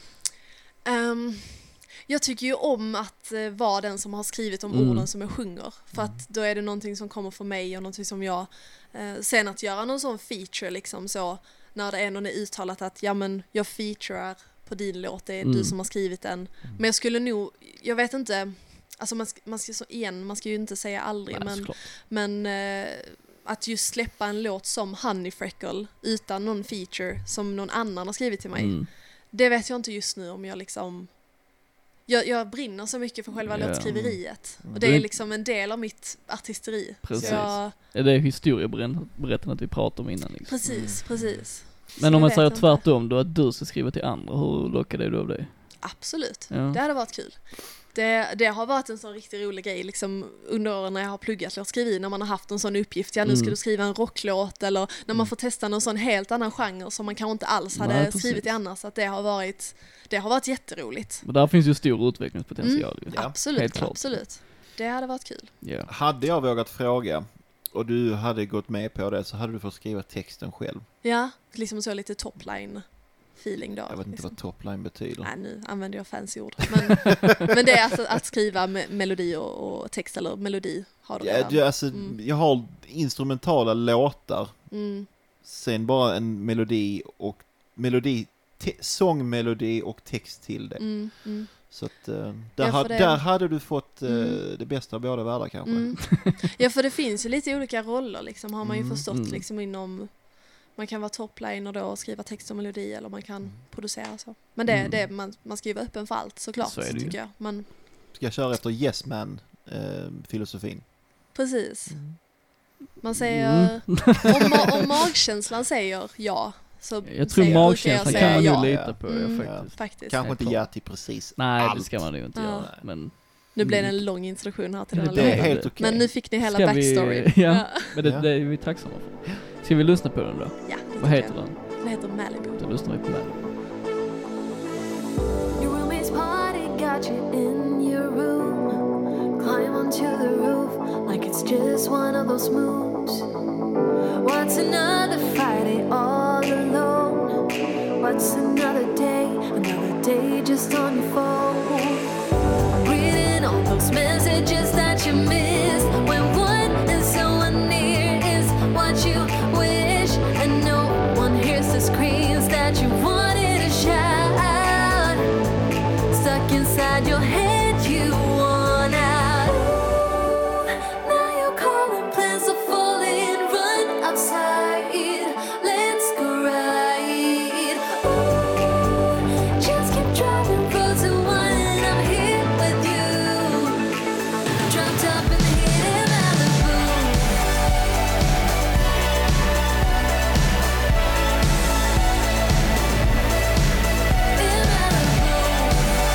Ehm, jag tycker ju om att uh, vara den som har skrivit de Mm. orden som jag sjunger. För att då är det någonting som kommer från mig och någonting som jag... Uh, sen att göra någon sån feature liksom så, när det ändå är uttalat att ja men jag featurear på din låt, det är Mm. du som har skrivit den. Men jag skulle nog, jag vet inte, alltså man ska, man ska så igen, man ska ju inte säga aldrig, Nej, men, såklart. men uh, att just släppa en låt som Honey Freckle utan någon feature som någon annan har skrivit till mig. Mm. Det vet jag inte just nu om jag liksom... Jag, jag brinner så mycket för själva Ja. låtskriveriet. Mm. Och det är liksom en del av mitt artisteri. Precis. Så jag, Är det historieberättandet vi pratade om innan liksom? precis, precis. Men Så om jag man vet säger inte. tvärtom då, att du ska skriva till andra, hur lockar det du av det? Absolut, Ja. det hade varit kul. Det, det har varit en sån riktigt rolig grej liksom, under åren när jag har pluggat låtskriveri, när man har haft en sån uppgift, ja nu ska Mm. du skriva en rocklåt, eller när man får testa någon sån helt annan genre som man kanske inte alls hade Nej, precis. skrivit i annars, att det har varit, det har varit jätteroligt. Men där finns ju stor utvecklingspotential ju. Ja, absolut, helt klart. absolut. Det hade varit kul. Ja. Hade jag vågat fråga och du hade gått med på det så hade du fått skriva texten själv. Ja, liksom så lite topline feeling då. Jag vet inte liksom. vad topline betyder. Nej, nu använder jag fancy ord. Men, men det är alltså att skriva me- melodi och, och text, eller melodi har du Ja, redan. du, alltså, Mm. jag har instrumentala låtar, Mm, sen bara en melodi och melodi, te- sångmelodi och text till det. mm, mm. Så att, eh, där, Ja, ha, för det- där hade du fått eh, Mm. det bästa av båda världar kanske. Mm. Ja, för det finns ju lite olika roller liksom, har man ju Mm, förstått mm. liksom inom, man kan vara topliner då och skriva text och melodi eller man kan producera så. Men det, Mm. det man, man ska ju vara öppen för allt såklart, Så är det ju. tycker jag. Man, Ska jag köra efter yes man eh, filosofin? precis. Mm. Man säger, om, ma- om magkänslan säger ja, så Jag tror säger, brukar jag magkänslan säga kan man ja. nog lita på, Mm. ja, faktiskt. Faktiskt. Kanske Helt inte klart. ja till precis Nej, allt. det ska man ju inte Ja. göra. Men, Nu blev det Mm. en lång introduktion här till Det den här Det är låten. helt okej. Men nu fick ni hela Ska vi- backstory. ja. men det, Ja. det är vi tacksamma för. Ska vi lyssna på den då? Ja, det Vad tycker heter jag. den? Den heter Malibu. Då lyssnar vi på den. Your roommate's party got you in your room. Climb onto the roof like it's just one of those moves. What's another Friday all alone? What's another day? Another day just on your phone. Reading all those messages that you miss when one is someone near is what you wish, and no one hears the screams that you wanted to shout. Stuck inside your head, you want out. Now you're calling, plans are falling. Run outside, let's go ride. Ooh, just keep driving, roads and wine. I'm here with you. Dropped up in the heat of Malibu. In Malibu.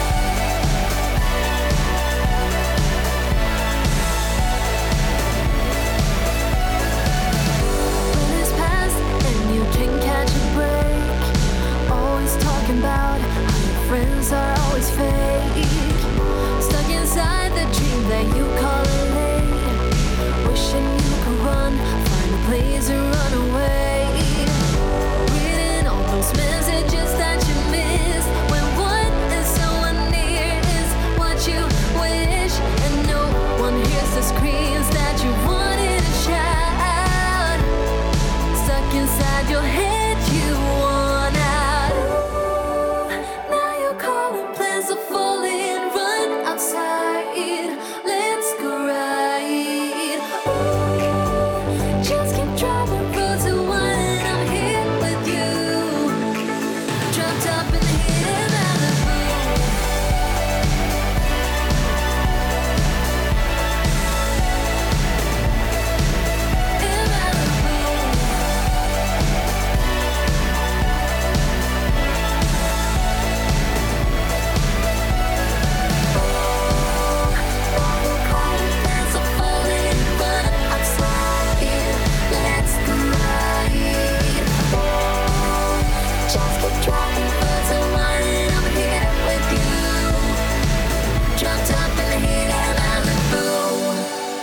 When it's past and you can catch a break, always talking about how your friends are always fake. Stuck inside the dream that you call it late, wishing you could run, find a place to run away. Reading all those messages that you miss when one is someone near is what you wish, and no one hears the screams that you wanted to shout. Stuck inside your head, you want out. Now you're calling, plans are falling. Run outside, let's go ride. Ooh, just keep driving, roads and wine. I'm here with you. Dropped up in the heat of Malibu. In Malibu. Plans are falling, run outside, let's go ride. Just keep driving, roads and wine. I'm here with you. Dropped up in the heat of Malibu.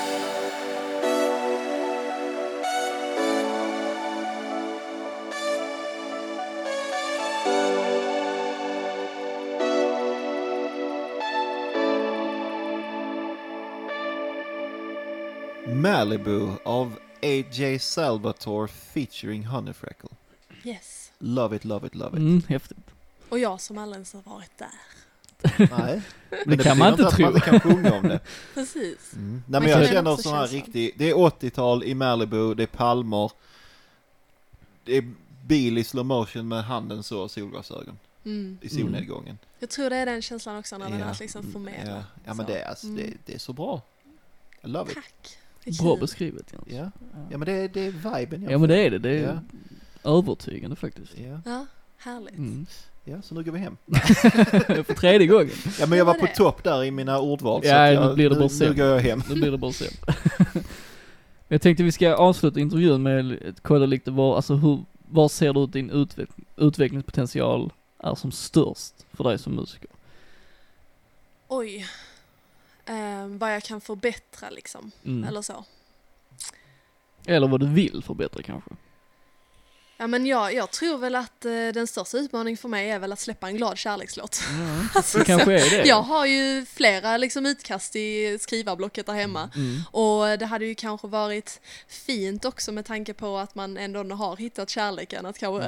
Malibu av A J Salvatore featuring Honeyfreckle. Yes. Love it, love it, love it. Mm, häftigt. Och jag som aldrig ens har varit där. Nej, Det kan man inte betyder tro. att man inte kan sjunga om det. Precis. Mm. Nej, Man men jag kan känner också sån här känslan. riktig, det är åttiotal i Malibu, det är palmer, det är bil i slow motion med handen så och solglasögon Mm. i solnedgången. Jag tror det är den känslan också när den Ja. är liksom förmedlad. Ja, ja men Så. det är, alltså, Mm. det, det är så bra. I love it. Tack. Det är Bra kul. beskrivet Jens. Ja, ja men det, det är viben jag Ja men det är det, det är Ja. övertygande faktiskt. Ja, Ja, härligt. Mm. ja, så nu går vi hem. För tredje gången. Ja men jag var Det på var det. topp där i mina ordval. så Ja, att jag, nu blir det bara nu, nu sämre. går jag hem. Nu blir det bara sen. Jag tänkte vi ska avsluta intervjun med att kolla lite var, alltså hur, var ser du att din utveck, utvecklingspotential är som störst för dig som musiker? Oj. Ehm, vad jag kan förbättra liksom. Mm. Eller så. Eller vad du vill förbättra kanske? Ja, men jag, jag tror väl att eh, den största utmaningen för mig är väl att släppa en glad kärlekslåt. Mm. Alltså, Det kanske är det. jag har ju flera liksom, utkast i skrivarblocket där hemma. Mm. Och det hade ju kanske varit fint också med tanke på att man ändå har hittat kärleken. Att kanske Mm.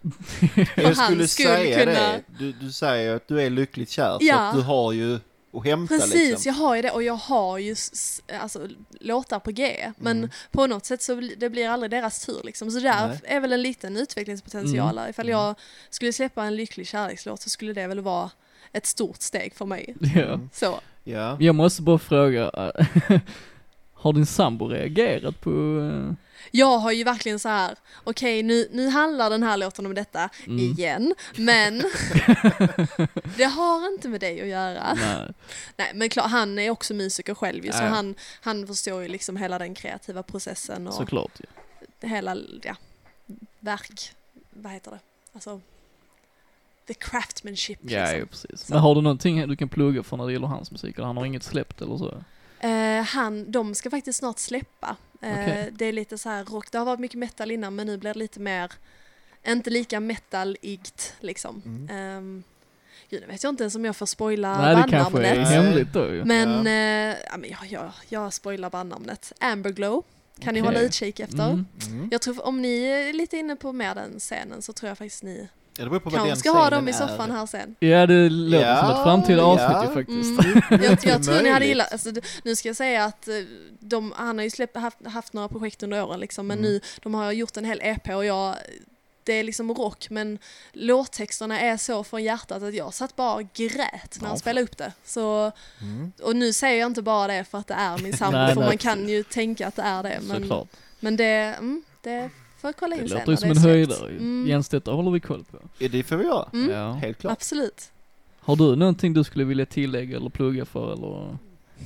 Jag han skulle skulle säga kunna- det. Du, du säger att du är lyckligt kär, så Ja. att du har ju att hämta Precis, liksom. jag har ju det och jag har ju s- alltså, låtar på G. Men Mm. på något sätt så bli- det blir aldrig deras tur liksom. Så där Nej. är väl en liten utvecklingspotential. Mm. Ifall jag skulle släppa en lycklig kärlekslåt så skulle det väl vara ett stort steg för mig. Ja. Mm. Så. Ja. Jag måste bara fråga, äh, har din sambo reagerat på... äh, Jag har ju verkligen så här, okej nu, nu handlar den här låten om detta Mm. igen, men det har inte med dig att göra. Nej. Nej, men klart, han är också musiker själv ju, så Ja. han, han förstår ju liksom hela den kreativa processen och Såklart ja. hela, ja, verk, vad heter det? Alltså, the craftsmanship Ja, liksom. ja, precis. Så. Men har du någonting du kan plugga för när det gäller hans musik? Eller han har inget släppt eller så? Eh, han, de ska faktiskt snart släppa. Eh, Okej. Det är lite så här rock, det har varit mycket metal innan men nu blir det lite mer, inte lika metaligt liksom. Mm. Ehm, gud, jag vet jag inte ens om jag får spoila Nej, det kanske är bandnamnet. hemligt då ju. Men, Ja. eh, ja, men jag, jag, jag spoilar bandnamnet. Amberglow kan ni Okej. hålla utkik efter. Mm. Mm. Jag tror om ni är lite inne på mer den scenen så tror jag faktiskt ni Ja, det beror på vad kanske den ska ha dem scenen i soffan är. här sen. Ja, det låter Ja, som ett framtida avsnitt ja. ju faktiskt. Mm. Jag, jag tror ni hade möjligt. gillat, alltså, d- nu ska jag säga att eh, de, han har ju släppt, haft, haft några projekt under åren liksom, men Mm. nu, de har gjort en hel E P och jag, det är liksom rock men låttexterna är så från hjärtat att jag satt bara och grät när Ja, han spelade upp det. Så, Mm. och nu säger jag inte bara det för att det är min sambo, Nej, för nej, man kan ju tänka att det är det. Men, Såklart. men det, mm, det får kolla Det in sen. låter ju när som det en är släppt. höjdare ju. Mm, Jens, detta håller vi koll på. Ja, det får vi göra. mm, Ja. Helt klart. absolut. Har du någonting du skulle vilja tillägga eller plugga för eller?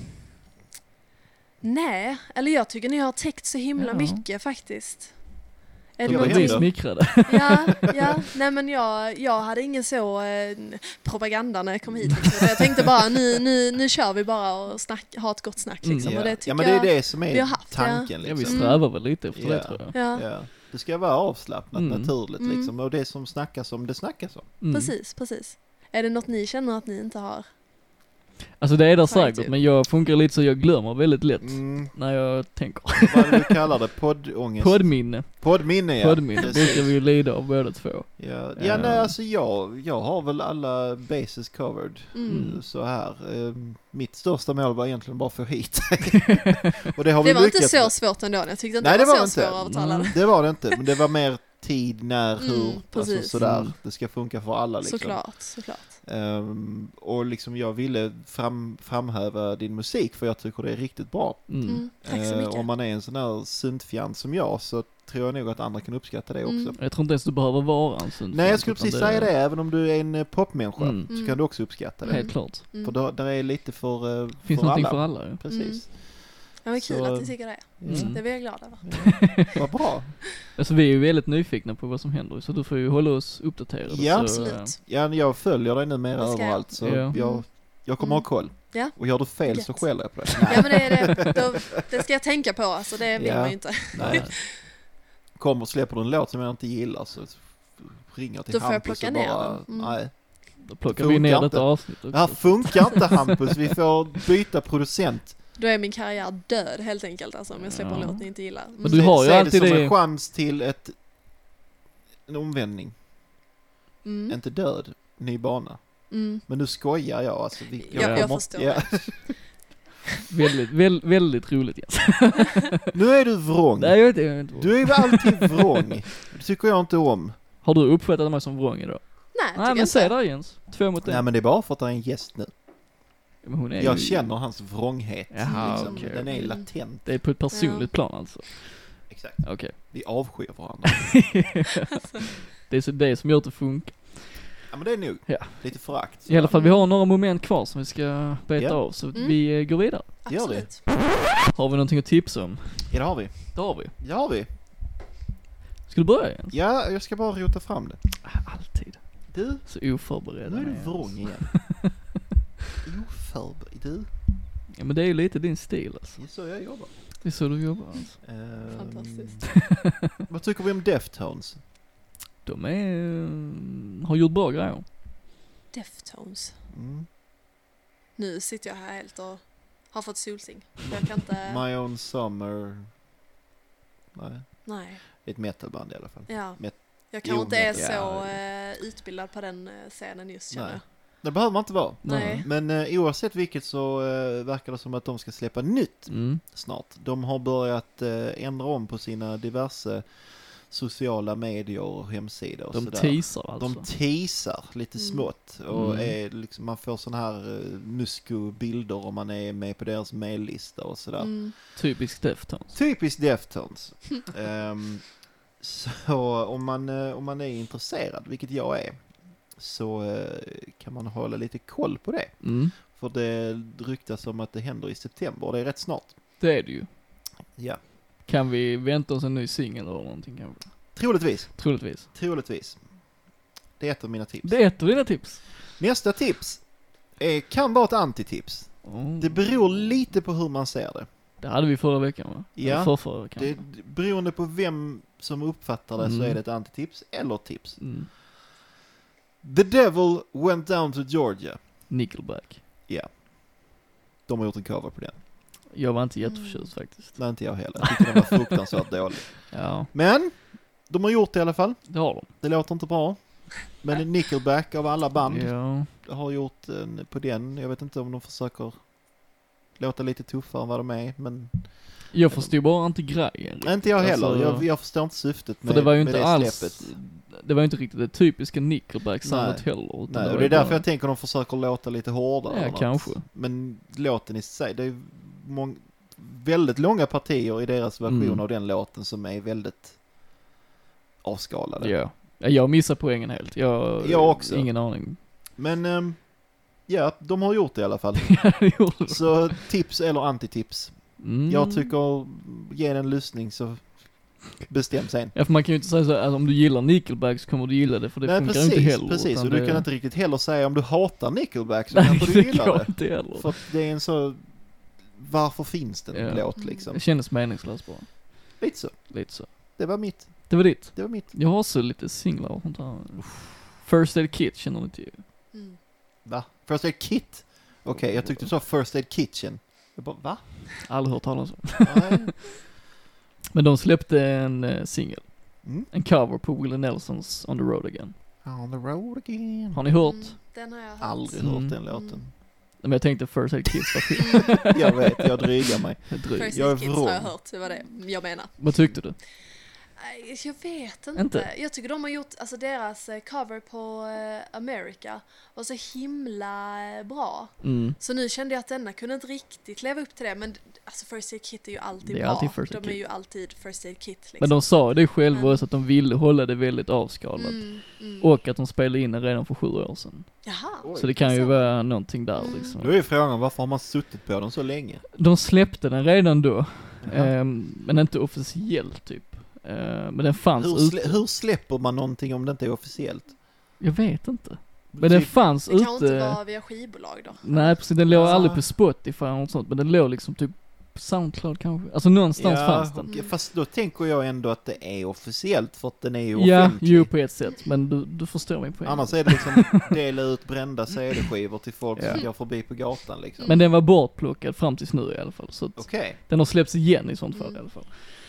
Nej, eller jag tycker ni har täckt så himla Ja. mycket faktiskt. Är det Ja, Då men blir vi någonting- hej då. smickrade. Ja, ja, nej men jag, jag hade ingen så eh, propaganda när jag kom hit. Liksom. Jag tänkte bara nu, nu, nu kör vi bara och snack, ha ett gott snack liksom. Mm, Och det Ja. tycker ja, men det är jag, det som vi är har haft, tanken. Ja, vi Liksom. strävar väl lite efter det Ja. tror jag. ja, Ja. Det ska vara avslappnat, Mm. naturligt Mm. liksom. Och det som snackas om, det snackas om. Mm. precis, precis. Är det något ni känner att ni inte har? Alltså det är det Tagit säkert, upp. men jag funkar lite så jag glömmer väldigt lätt Mm. när jag tänker. Vad är det du kallar det? Poddångest? Poddminne. Poddminne, ja. Poddminne Precis. brukar vi ju lida av båda två. Ja, Ja. ja nej, alltså jag, jag har väl alla bases covered. Mm. Eh, Så här. Eh, Mitt största mål var egentligen bara att få hit Och det har vi Det var inte lyckats så med. svårt ändå. Jag tyckte inte Nej, det det var, var så inte. svårt att övertala. Mm. Det var det inte, men det var mer tid, när, Mm, hur, alltså precis. sådär. Mm. Det ska funka för alla liksom. Såklart, såklart. Ehm, och liksom jag ville fram, framhäva din musik för jag tycker det är riktigt bra. Mm. Mm. Tack så Eh, mycket. om man är en sån här syntfjant som jag så tror jag nog att andra kan uppskatta det också. Mm. Jag tror inte ens du behöver vara en sån. Nej, jag skulle utan precis säga det, även om du är en eh, popmänniska Mm. så Mm. kan du också uppskatta det. Helt klart. Mm. För då, där är lite för, eh, Finns för någonting alla. för alla ju. Precis. Ja, men kul Så- att ni tycker det. Mm. Det blir jag glad över. Vad bra. Alltså vi är ju väldigt nyfikna på vad som händer, så du får ju hålla oss uppdaterade. Ja. så, Absolut. Ja, jag följer dig numera Det ska jag. överallt så Ja. jag, jag kommer Mm. ha koll. Ja. Och gör du fel Gött. så skäller jag på dig. Ja, men det är det. Då, det ska jag tänka på. Alltså, det vill Ja. man ju inte. Nej. Kommer och släpper du en låt som jag inte gillar så ringer till Då får jag Hampus plocka och ner bara, den. Mm. nej. Då plockar Funkar vi ner inte. detta avsnitt också. Det här funkar inte Hampus, vi får byta producent. Då är min karriär död helt enkelt. Alltså, om jag släpper en Ja. låt ni inte gillar. Mm. Men du har ju Se det alltid som det- en chans till ett, en omvändning. Mm. Inte död, ny bana. Mm. Men nu skojar jag alltså. Vi, Ja, jag kommer- förstår ja. Väldigt, väl, väldigt roligt Jens. Nu är du vrång. Nej jag vet inte, jag vet inte. Du är ju alltid vrång. Det tycker jag inte om. Har du uppfattat mig som vrång idag? Nej, tycker Nej men jag säg inte. där Jens. Två mot en. Nej men det är bara för att det är en gäst nu. Men hon är Jag ju, känner hans vrånghet. Jaha, liksom. okej. Den är Mm. latent. Det är på ett personligt plan alltså. Exakt. Okej. Vi avskyr varandra. Det är så det som gör att det funkar. Ja men det är nog. Ja. Lite förakt. I alla fall vi har några moment kvar som vi ska beta Ja. av så Mm. vi eh, går vidare. Gör vi. Absolut. Har vi någonting att tipsa om? Ja det har vi. Det har vi. Det har vi. Ska du börja Jens? Ja, jag ska bara rota fram det. Alltid. Du, Så oförberedd. nu är du Jens. vrång igen. Oförberedd. Du, Ja men det är ju lite din stil alltså. det är så jag jobbar. Det är så du jobbar alltså. Ehm, Fantastiskt. Vad tycker vi om Deftones? De är, eh, har gjort bra grejer. Deftones. Mm. Nu sitter jag här helt och har fått solsing. Jag kan inte... My Own Summer. Nej, Nej. ett metalband i alla fall. Ja. Jag kanske Jo, inte är men- så ja. eh, utbildad på den eh, scenen just känner Nej. jag. Det behöver man inte vara. Nej. Men eh, oavsett vilket så eh, verkar det som att de ska släppa nytt Mm. snart. De har börjat eh, ändra om på sina diverse sociala medier och hemsidor och De sådär. teasar alltså. De teasar lite Mm. smått och Mm. är liksom, man får såna här uh, musko-bilder om man är med på deras maillista och sådär. Mm. Typiskt Deftones. Typiskt Deftones. Ehm, så om man, eh, om man är intresserad, vilket jag är, så eh, kan man hålla lite koll på det. Mm. För det ryktas om att det händer i september och det är rätt snart. Det är det ju. Ja, Kan vi vänta oss en ny singel eller någonting kanske? troligtvis. Troligtvis. Troligtvis. Det är ett av mina tips. Det är ett av dina tips. Nästa tips är, kan vara ett antitips. Oh. Det beror lite på hur man ser det. Det hade vi förra veckan va? Ja. Eller förrförra veckan. Det beroende på vem som uppfattar det Mm. så är det ett antitips eller tips. Mm. The Devil Went Down to Georgia. Nickelback. Ja. De har gjort en cover på den. Jag var inte jätteförtjust faktiskt. Nej, inte jag heller. Jag tyckte den var fruktansvärt dålig. Ja, Men, de har gjort det i alla fall. det har de. Det låter inte bra. Men Nickelback av alla band Ja. har gjort en på den. Jag vet inte om de försöker låta lite tuffare än vad de är, men Jag förstod bara inte grejen. inte jag heller. Alltså, jag, jag förstår inte syftet med, För det var ju med inte det alls, släppet. det var ju inte riktigt det typiska Nickelback-soundet Nej. heller. utan Nej, var och det ju är därför bara- jag tänker de försöker låta lite hårdare. Ja, eller något. kanske. Men låten i sig, det är mång- väldigt långa partier i deras version Mm. av den låten som är väldigt avskalade. Ja. Ja, jag missar poängen helt. Jag, Jag också. Ingen aning. Men ehm, ja, de har gjort det i alla fall. Ja, det gjorde det. Så tips eller antitips. Mm. Jag tycker, ge den en lyssning så bestäm sen. Ja, för man kan ju inte säga så att om du gillar Nickelback så kommer du gilla det, för det Nej, funkar precis, inte heller. precis. utan Och du det... kan inte riktigt heller säga om du hatar Nickelback så Nej, kanske du det gillar går det. inte heller. För att det är en så, varför finns det en Ja. låt liksom? Det kändes meningslöst bara. Lite så. Lite så. Det var mitt. Det var ditt. Det var mitt. Jag har så lite singlar och sånt här. First Aid Kit känner ni till. Mm. Va? First Aid Kit? Okej, jag tyckte du sa First Aid Kitchen. Jag bara, va? Aldrig hört talas om. Nej. Men de släppte en uh, singel. Mm. En cover på Willie Nelsons On the Road Again. On the road again. Har ni hört? Mm. Den har jag hört. Aldrig Mm. hört den låten. Men jag tänkte First Aid Kit var skit. Jag vet, jag drygar mig. Dryg. First Jag är Aid Kids har jag vrång. hört, det var det jag menar. Vad tyckte du? Nej, jag vet inte. Inte? Jag tycker de har gjort, alltså deras eh, cover på eh, America var så himla eh, bra. Mm. Så nu kände jag att denna kunde inte riktigt leva upp till det, men alltså First Aid Kit är ju alltid Det är bra. alltid First Aid de är Kit. ju alltid First Aid Kit liksom. Men de sa det själva Men- också att de ville hålla det väldigt avskalat. Mm, mm. Och att de spelade in den redan för sju år sedan. Jaha. Oj. Så det kan ju Så. vara någonting där Mm. liksom. Då är frågan, varför har man suttit på den så länge? De släppte den redan då. Jaha. Ehm, men inte officiellt typ. Ehm, men den fanns Hur, ute. slä, hur släpper man någonting om det inte är officiellt? Jag vet inte. Men den Typ- fanns Det kanske inte ute. var via skivbolag då. Nej precis, den låg Ja. aldrig på Spotify eller något sånt. Men den låg liksom typ på Soundcloud kanske. Alltså någonstans fanns den. okej, fast då tänker jag ändå att det är officiellt för att den är ju Ja, offentlig. jo på ett sätt. Men du, du förstår min poäng. Annars är det liksom dela ut brända C D-skivor till folk som Ja. går förbi på gatan liksom. Men den var bortplockad fram tills nu i alla fall. Så att Okej, den har släppts igen i sånt fall Mm. i alla fall.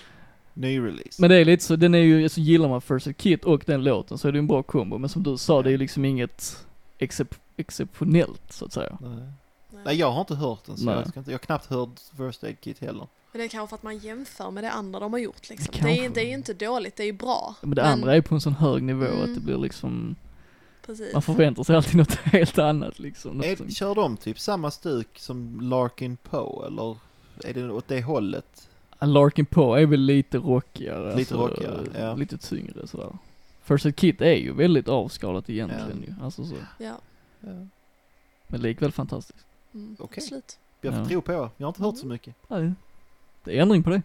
ny release. Men det är lite så, den är ju, så gillar man First Aid Kit och den låten så är det en bra kombo. Men som du sa, det är ju liksom inget excep- exceptionellt så att säga. Nej. Nej. Nej, jag har inte hört den så Nej. jag, ska inte, jag har knappt hört First Aid Kit heller. Men det är kanske för att man jämför med det andra de har gjort liksom. Det Det är, kanske. det är ju inte dåligt, det är ju bra. Men det andra är på en sån hög nivå Mm. att det blir liksom, Precis. man förväntar sig alltid något helt annat liksom. Något som- Är, kör de typ samma stuk som Larkin Poe eller är det åt det hållet? Larkin Poe är väl lite rockigare. Lite rockigare, ja. Lite tyngre sådär. First Aid Kit är ju väldigt avskalat egentligen ju. Alltså så. Ja. Ja. Men likväl fantastiskt. Mm. Okej. Absolut. Jag får Ja. tro på er. Jag har inte hört så mycket. Nej. Det är ändring på det.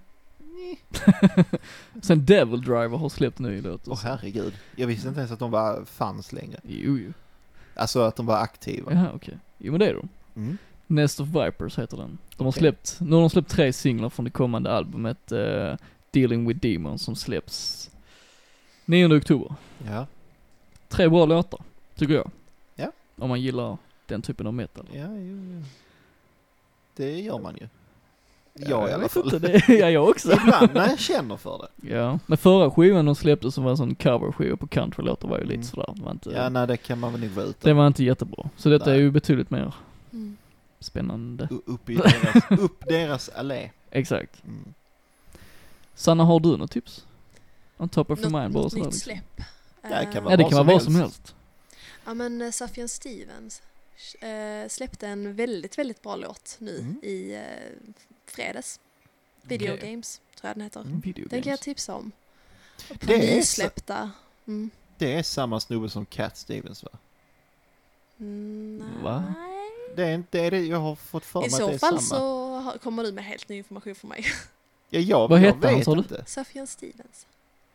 Sen Devil Driver har släppt en ny låt. Åh herregud. Jag visste inte ens att de var, fanns längre. Jo, jo. Alltså att de var aktiva. Jaha, okej. Jo men det är de. Mm. Nest of Vipers heter den. De har Okej. släppt, nu har de släppt tre singlar från det kommande albumet uh, Dealing with Demons som släpps nionde oktober. Ja. Tre bra låtar, tycker jag. Ja. Om man gillar den typen av metal. Ja, jo, jo. Det gör man ju. Jag i alla vet fall. inte, det, ja, jag också. Ibland när jag känner för det. Ja, men förra skivan de släppte som var en sån coverskiva på countrylåtar var ju lite Mm. sådär. Det var inte, Ja, nej, det kan man väl nog vara utan. det var inte jättebra. Så detta Nej. är ju betydligt mer Mm. spännande. U- Upp, i deras, upp deras allé. Exakt. Mm. Sanna, har du något tips? On top of your Något, mind bara något sådär, nytt liksom. släpp. Ja, det kan Eh, vara Ja, det vad kan vara som vad helst. som helst. Ja men uh, Sufjan Stevens eh, släppte en väldigt, väldigt bra låt nu Mm. i uh, fredags. Video Okej. Games tror jag den heter. Mm. Video Den kan jag games. tipsa om. Det är så- Nysläppta. Mm. Det är samma snubbe som Cat Stevens, va? Mm, nej. Va? Det är inte det, är det jag har fått för mig I att det så är fall samma. så har- kommer du med helt ny information för mig. Ja, jag, Vad jag heter han, vet sa du? inte. Sufjan Stevens.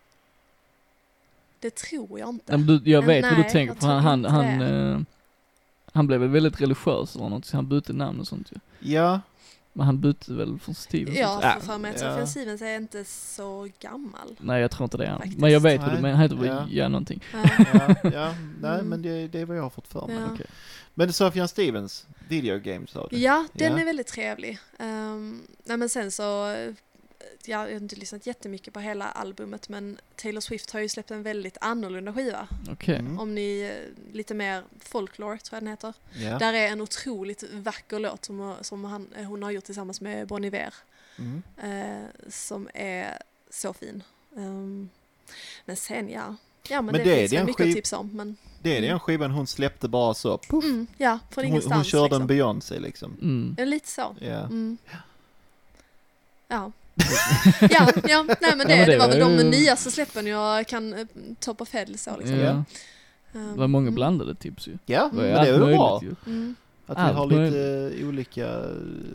Det tror jag inte. Nej, men du, jag Men vet vad du nej, tänker jag på. Han, tror han, inte han, det. eh, han blev väl väldigt religiös eller något så han bytte namn och sånt ju. Ja, Men han bytte väl från Stevens Jag också. får för mig att ja. Sufjan Stevens är inte så gammal. Nej, jag tror inte det är han. Faktiskt. Men jag vet vad du Nej. menar. Han heter väl Ja. ja. någonting. Ja. ja, ja. Nej, Mm. men det, det är vad jag har fått för mig. Ja. Okej. Men Sufjan Stevens, Video Games sa du? Ja, den Ja. är väldigt trevlig. Um, nej men sen så, ja, jag har inte lyssnat jättemycket på hela albumet men Taylor Swift har ju släppt en väldigt annorlunda skiva. Okej. Mm. Om ni, eh, lite mer folklore tror jag den heter. Ja. Där är en otroligt vacker låt som, som han, eh, hon har gjort tillsammans med Bon Iver. Mm. Eh, som är så fin. Um, men sen ja, ja men, Men det, det är finns väl den mycket skiv- att tipsa om. Men, Det är den Mm. skivan hon släppte bara så. Puff. mm, ja, från Hon, ingenstans. hon körde liksom. en Beyoncé liksom. Mm. Ja, lite så. Ja. Mm. Ja. ja, ja, nej men det, men det det var väl var de ju- nyaste släppen jag kan eh, top of head så liksom. Ja. Um, Det var många mm. blandade tips ju. Ja, Det men var ju det är allt väl bra. möjligt ju. Mm. Att vi Allt har lite eh, olika uh,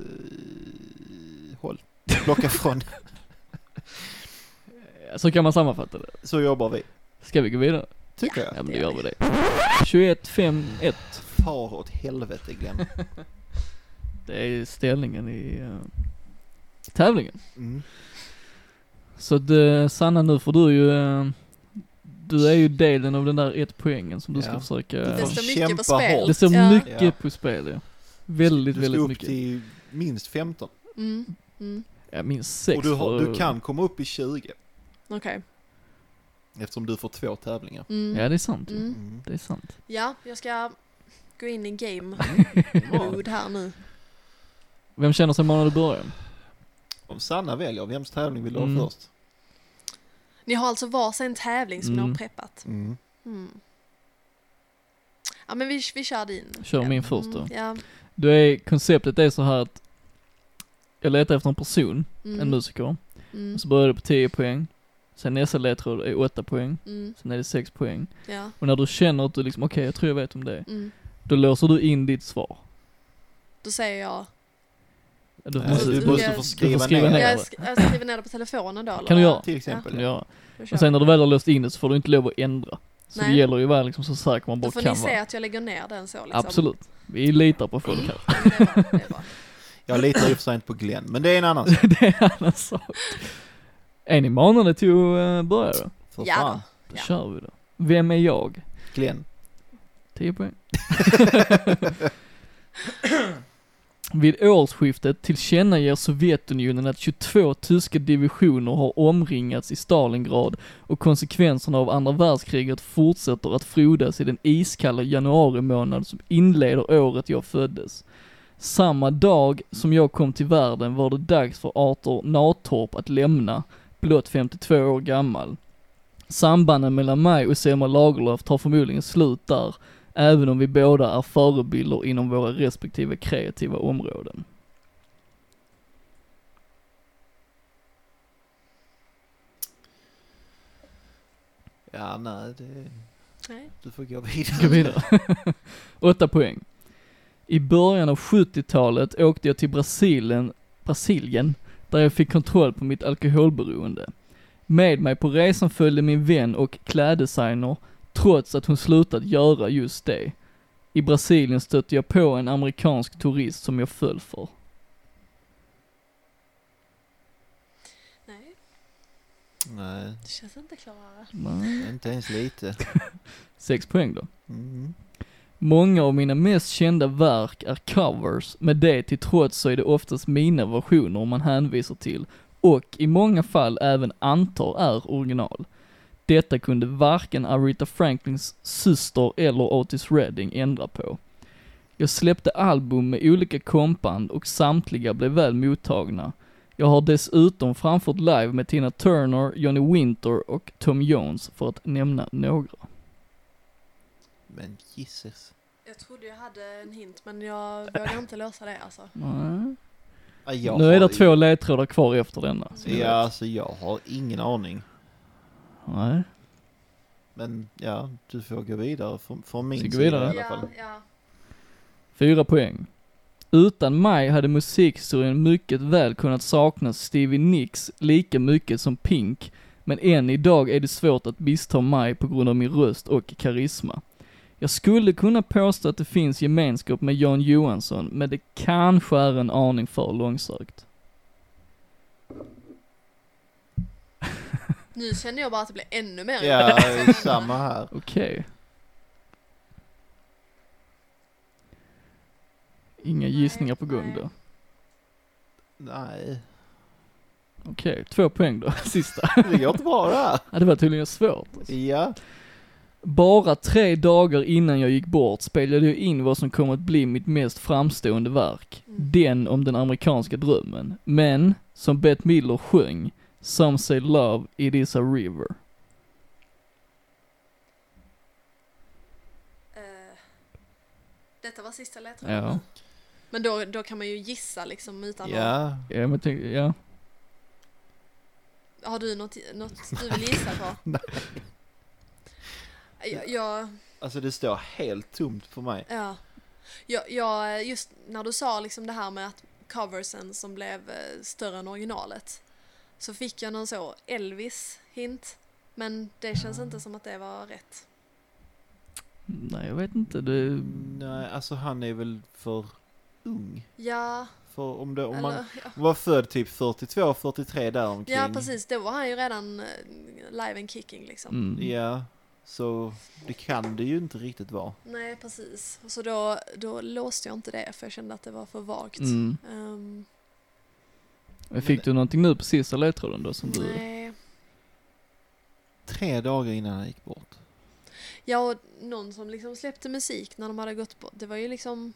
håll. Plocka från. Så kan man sammanfatta det. Så jobbar vi. Ska vi gå vidare? Tycker Ja, jag. men det då gör gör vi det. tjugoett fem ett. Far åt helvete, Glenn. Det är ställningen i uh, tävlingen. Mm. Så det, Sanna, nu får du ju, uh, du är ju delen av den där ett poängen som du ska Ja. försöka. Det får står mycket på kämpa spel. hårt. Det står Ja. mycket Ja. på spel ja. Väldigt, Du ska väldigt upp mycket. till minst femton. Mm. Mm. Ja, minst sex. Och du, har, för- du kan komma upp i tjugo. Okej. Eftersom du får två tävlingar. Mm. Ja, det är sant. ju. Mm. Mm. Det är sant. Ja, jag ska gå in i game Bra. mode här nu. Vem känner sig manad att börja? Om Sanna väljer, vems tävling vill du ha Mm. först? Ni har alltså varsin tävling som ni Mm. har preppat. Mm. Mm. Ja men vi, vi kör din. Kör Ja. min först då. Mm, ja. Då är, konceptet är så här att jag letar efter en person, Mm. en musiker. Mm. Så börjar det på tio poäng. Sen nästa ledtråd är åtta poäng. Mm. Sen är det sex poäng. Ja. Och när du känner att du liksom, okej jag tror jag vet om det är. Mm. Då låser du in ditt svar. Då säger jag... Du Nej, måste, du du måste ska- få du skriva får skriva ner. ner. Jag, det. sk- jag skriver ner det på telefonen då eller? Kan du göra? Till exempel. kan du göra. Då kör Och sen när vi. du väl har löst in det så får du inte lov att ändra. Så Nej. det gäller ju att vara liksom så säker man Då bara får kan ni se vara. att jag lägger ner den så liksom. Absolut. Vi litar på folk här. Ja, men det är bra, det är bra. Jag litar i och för sig inte på Glenn, men det är en annan sak. Det är en annan sak. Är ni manade till att uh, börja då? För Ja fan. Då Ja. kör vi då. Vem är jag? Glenn. tio poäng. Vid årsskiftet tillkännager Sovjetunionen att tjugotvå tyska divisioner har omringats i Stalingrad och konsekvenserna av andra världskriget fortsätter att frodas i den iskalla januari månad som inleder året jag föddes. Samma dag som jag kom till världen var det dags för Arthur Natorp att lämna, blott femtiotvå år gammal. Sambanden mellan mig och Selma Lagerlöf tar förmodligen slut där, även om vi båda är förebilder inom våra respektive kreativa områden. Ja, nej, det... Nej. Du får gå Gå vidare. vidare. Åtta poäng. I början av sjuttiotalet åkte jag till Brasilien, Brasilien, där jag fick kontroll på mitt alkoholberoende. Med mig på resan följde min vän och kläddesigner, trots att hon slutat göra just det. I Brasilien stötte jag på en amerikansk turist som jag föll för. Nej, Nej, det känns inte klarare. Nej. inte ens lite. Sex poäng då. Mm. Många av mina mest kända verk är covers, med det till trots så är det oftast mina versioner man hänvisar till och i många fall även antar är original. Detta kunde varken Aretha Franklins syster eller Otis Redding ändra på. Jag släppte album med olika kompband och samtliga blev väl mottagna. Jag har dessutom framfört live med Tina Turner, Johnny Winter och Tom Jones för att nämna några. Men Jesus. Jag trodde jag hade en hint, men jag vågar inte lösa det alltså. Nej. Ja, jag Nu är det har två ledtrådar kvar efter denna. så jag Ja, vet. alltså jag har ingen aning. Nej. Men ja, du får gå vidare från, från min Ska gå sida vidare? i alla fall. ja. Fyra poäng. Utan mig hade musikhistorien mycket väl kunnat saknas Stevie Nicks lika mycket som Pink, men än idag är det svårt att missta mig på grund av min röst och karisma. Jag skulle kunna påstå att det finns gemenskap med Jan Johansson, men det kanske är en aning för långsökt. Nu känner jag bara att det blir ännu mer. Ja, samma här. Okej. Inga gissningar på gång då. Nej, Okej, två poäng då, sista. det går inte bra det här. Ja, det var tydligen svårt. Alltså. Ja, Bara tre dagar innan jag gick bort spelade jag in vad som kommer att bli mitt mest framstående verk. Mm. Den om den amerikanska drömmen. Men, som Bette Midler sjöng, Some say love, it is a river. Eh, detta var sista ledtråden. Ja. Men då, då kan man ju gissa liksom utan att... ja. Ja, men tänk, ja. Har du något, något du vill gissa på? Nej. Jag, jag, Alltså det står helt tomt för mig. ja. Jag, jag, just när du sa liksom det här med att coversen som blev eh, större än originalet, så fick jag någon så Elvis-hint, men det känns inte som att det var rätt. Nej, jag vet inte. Det, Nej, alltså han är väl för ung. Ja, För om, det, om eller, man ja. var född typ fyrtiotvå fyrtiotre där omkring. ja, precis. Då var han ju redan eh, live and kicking liksom. mm. Ja, så det kan det ju inte riktigt vara. Nej, precis. Så då, då låste jag inte det, för jag kände att det var för vagt. Mm. Ehm, Men fick du någonting nu på sista ledtråden då som du... nej. Tre dagar innan han gick bort. Ja, och någon som liksom släppte musik när de hade gått bort. Det var ju liksom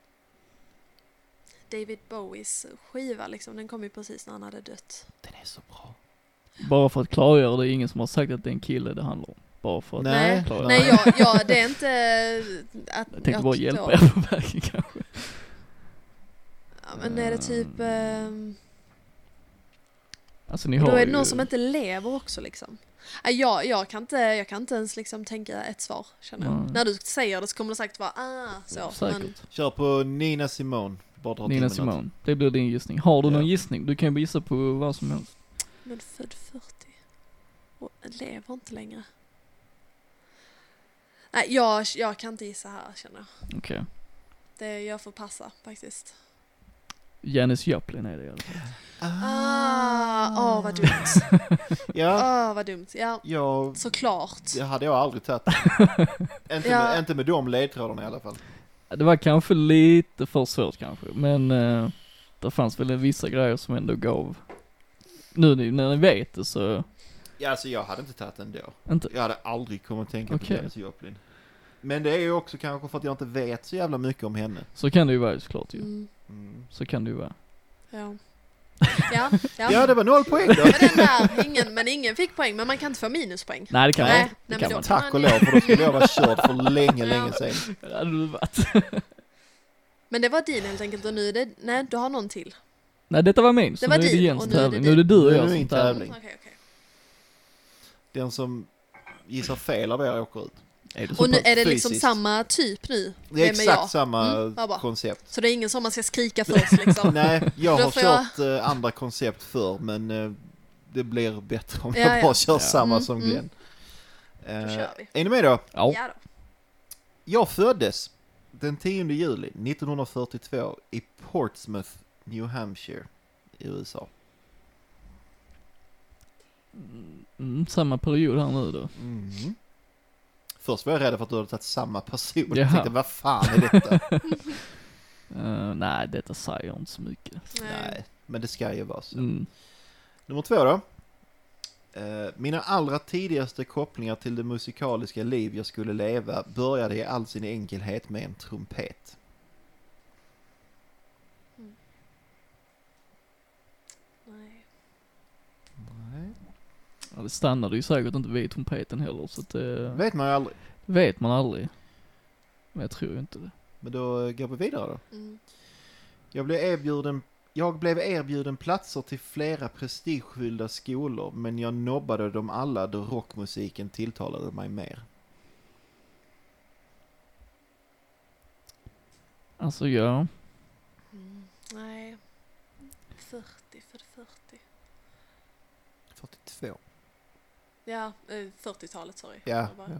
David Bowies skiva liksom. Den kom ju precis när han hade dött. Den är så bra. Bara för att klargöra, det är ingen som har sagt att det är en kille det handlar om. Bara för att Nej. klargöra. Nej, jag, jag, det är inte att... Jag tänkte att bara då- hjälpa er på vägen kanske. Ja, men är det typ... ehm, Alltså ni då har är det ju... någon som inte lever också liksom. Nej, Jag, jag, kan inte, jag kan inte ens liksom tänka ett svar, känner jag. Nej. När du säger det så kommer det sagt vara ah, så. Säkert. Men, Kör på Nina Simone. Bara dra till Nina med något. Simone. Det blir din gissning. Har du Ja. någon gissning? Du kan ju gissa på vad som helst. men född fyrtio och lever inte längre. Nej, jag, jag kan inte gissa här, känner jag. Okej. Det jag får passa faktiskt. Janis Joplin är det i alla fall. Ah, åh vad dumt. Ja, Åh vad dumt. Ja, jag, såklart. det hade jag aldrig tagit. inte, Ja. med, inte med de ledtrådarna i alla fall. Det var kanske lite för svårt kanske, men uh, det fanns väl vissa grejer som ändå gav. Nu ni- när ni vet det så, Ja, alltså jag hade inte tagit den då. inte. Jag hade aldrig kommit att tänka Okej. på Janis Joplin. Men det är ju också kanske för att jag inte vet så jävla mycket om henne. Så kan det ju vara såklart ju. Mm, Mm. Så kan det ju vara. ja. Ja, ja. Ja, det var noll poäng då. Men den där, ingen, men ingen fick poäng, men man kan inte få minuspoäng. Nej det kan Nej, man. nej, Det men kan då- man. Tack och lov, för då skulle jag vara körd för länge, länge sedan. Det hade du varit. Men det var din helt enkelt och nu är det, nej du har någon till. Nej detta var min, så Det var nu är det din, Jens och nu är det tävling. din. Nu är det du och Nu är jag det som min tävlar. tävling. Okej, okej. Den som gissar fel av er åker ut. Är det så Och nu pass? är det liksom Fysiskt. samma typ nu? Det är Vem exakt jag? samma Mm, vad bra. koncept. Så det är ingen som man ska skrika först liksom? Nej, jag Då har får jag- kört eh, andra koncept för men eh, det blir bättre om Ja, jag ja. bara kör Ja. samma Mm, som mm. Glenn. Då Eh, kör vi. är ni med då? Ja. Ja då. Jag föddes den tionde juli nittonhundrafyrtiotvå i Portsmouth, New Hampshire i U S A. Mm, samma period här nu då. Mm. Först var jag rädd för att du hade tagit samma person. Jaha. Jag tänkte, vad fan är detta? Uh, nej, detta säger inte så mycket. Nej, men det ska ju vara så. Mm. Nummer två då. Eh, mina allra tidigaste kopplingar till det musikaliska liv jag skulle leva började i all sin enkelhet med en trumpet. Nej. Nej. Ja, det stannade ju säkert inte vid trumpeten heller, så att det Vet man ju aldrig. vet man aldrig. Men jag tror inte det. Men då går vi vidare då. Mm. Jag blev erbjuden, jag blev erbjuden platser till flera prestigefyllda skolor, men jag nobbade dem alla då rockmusiken tilltalade mig mer. Alltså ja. Mm. Nej. fyrtio för fyrtio. fyrtiotvå. Ja, eh, fyrtiotalet, sorry. Ja, Jag bara- ja.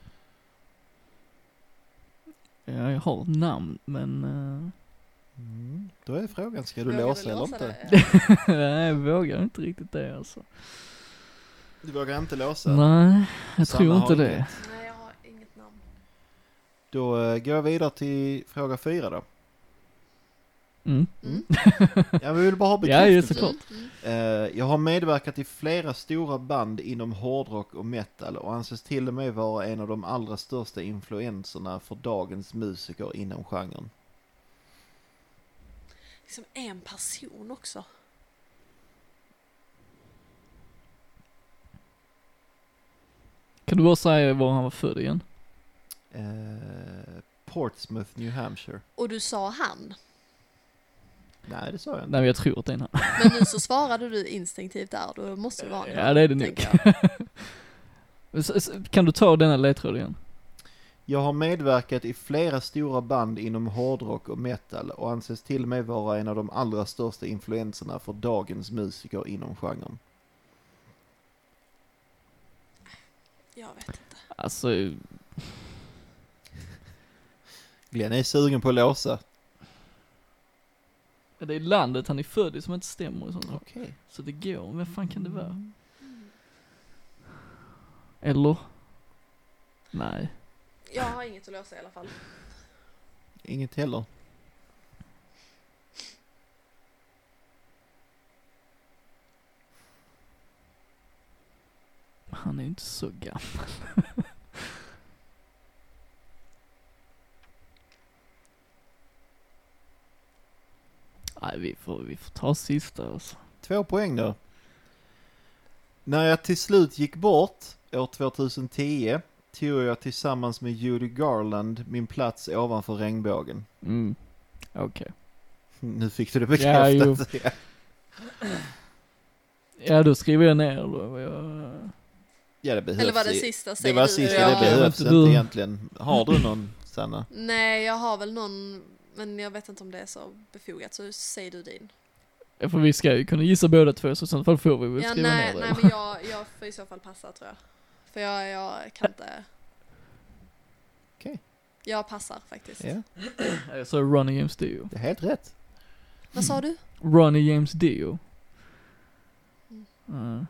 Ja, jag har ett namn, men uh, Mm. Då är frågan, ska du Vågar låsa eller inte? det? Ja. nej, jag vågar inte riktigt det alltså. Du vågar inte låsa? Nej, jag Sanna tror inte har det. inget. Nej, jag har inget namn. Då eh, går jag vidare till fråga fyra då. Mm. Mm. Jag vill bara ha Ja, just bekräftelse. såklart. Mm. Eh, jag har medverkat i flera stora band inom hårdrock och metal och anses till och med vara en av de allra största influenserna för dagens musiker inom genren. Liksom en person också. Kan du bara säga var han var född igen? Eh, Portsmouth, New Hampshire. Och du sa han. Nej, det sa jag inte. Nej, men jag tror att det är en han. Men nu så svarade du instinktivt där. Då måste det vara en Ja, han, det är det nog. tänker jag. S- s- Kan du ta denna ledtråd igen? Jag har medverkat i flera stora band inom hårdrock och metal och anses till och med vara en av de allra största influenserna för dagens musiker inom genren. Jag vet inte. Alltså, Glenn är sugen på att låsa. det är landet han är född i som inte stämmer och sånt. Okej. Så det går. Vem fan kan det vara? Eller? Nej. Jag har inget att låsa i alla fall. Inget heller. Han är ju inte så gammal. Nej, vi får, vi får ta sista alltså. Två poäng då. När jag till slut gick bort år tjugohundratio tog jag tillsammans med Judy Garland min plats ovanför regnbågen. Mm. Okej. Nu fick du det Ja, jo. bekräftat. Ja, Ja, då skriver jag ner då. Jag... ja, det behövs. Eller var det i- sista? Det säger var du? sista, Ja. det behövs inte inte du. egentligen. Har du någon, Sanna? Nej, jag har väl någon, men jag vet inte om det är så befogat, så säg du din. Ja, för vi ska ju kunna gissa båda två, så i så fall får vi väl Ja, skriva nej, ner det. nej, men jag, jag får i så fall passa, tror jag. För jag, jag kan inte... Okej. Jag passar faktiskt. Ja, Jag sa Ronnie James Dio. det är helt rätt. Vad sa du? Ronnie James Dio. Mm. Mm.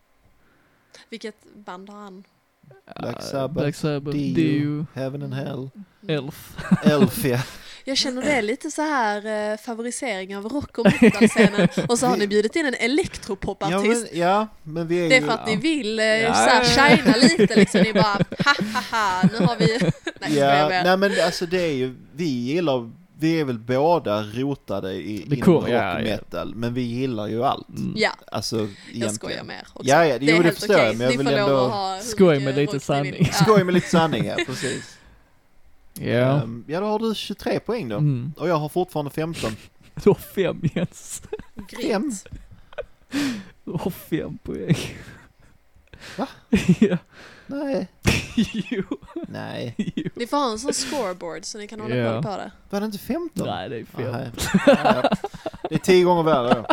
Vilket band har han? Black Ja, Sabbath, Black Sabbath, Dio, Dio, Heaven and Hell, Mm. Elf. Elf, ja. Jag känner det är lite så här eh, favorisering av rock- och metal-scenen. Och så har ni bjudit in en Ja elektropopartist. men, ja, men vi är Det är ju... för att ni vill eh, Ja, så här ja, ja. shina lite liksom. Ni bara ha ha ha, nu har vi... Nej, Ja, jag vet. nej men alltså det är ju, vi gillar, vi är väl båda rotade i Det inom kom- rock ja, och ja. metal, men vi gillar ju allt. Mm. Ja, Alltså jag egentligen. skojar med er också. Ja, ja, det jo, är det helt förstår jag, okej. men jag Ni vill får lov ändå att ha hur skoj mycket med lite rock ni vill. sanning. Ja. Skoj med lite sanning, ja, precis. Ja. Ehm, ja, då har du tjugotre poäng då. Mm. Och jag har fortfarande femton. Du har fem, Jens. Grymt. Du har fem poäng. Va? Ja. Nej. Jo. Nej. Jo. Ni får ha en sån scoreboard så ni kan hålla Ja. koll på det. Var det inte femton? Nej, det är fem. Nej. Ja, det är tio gånger värre då.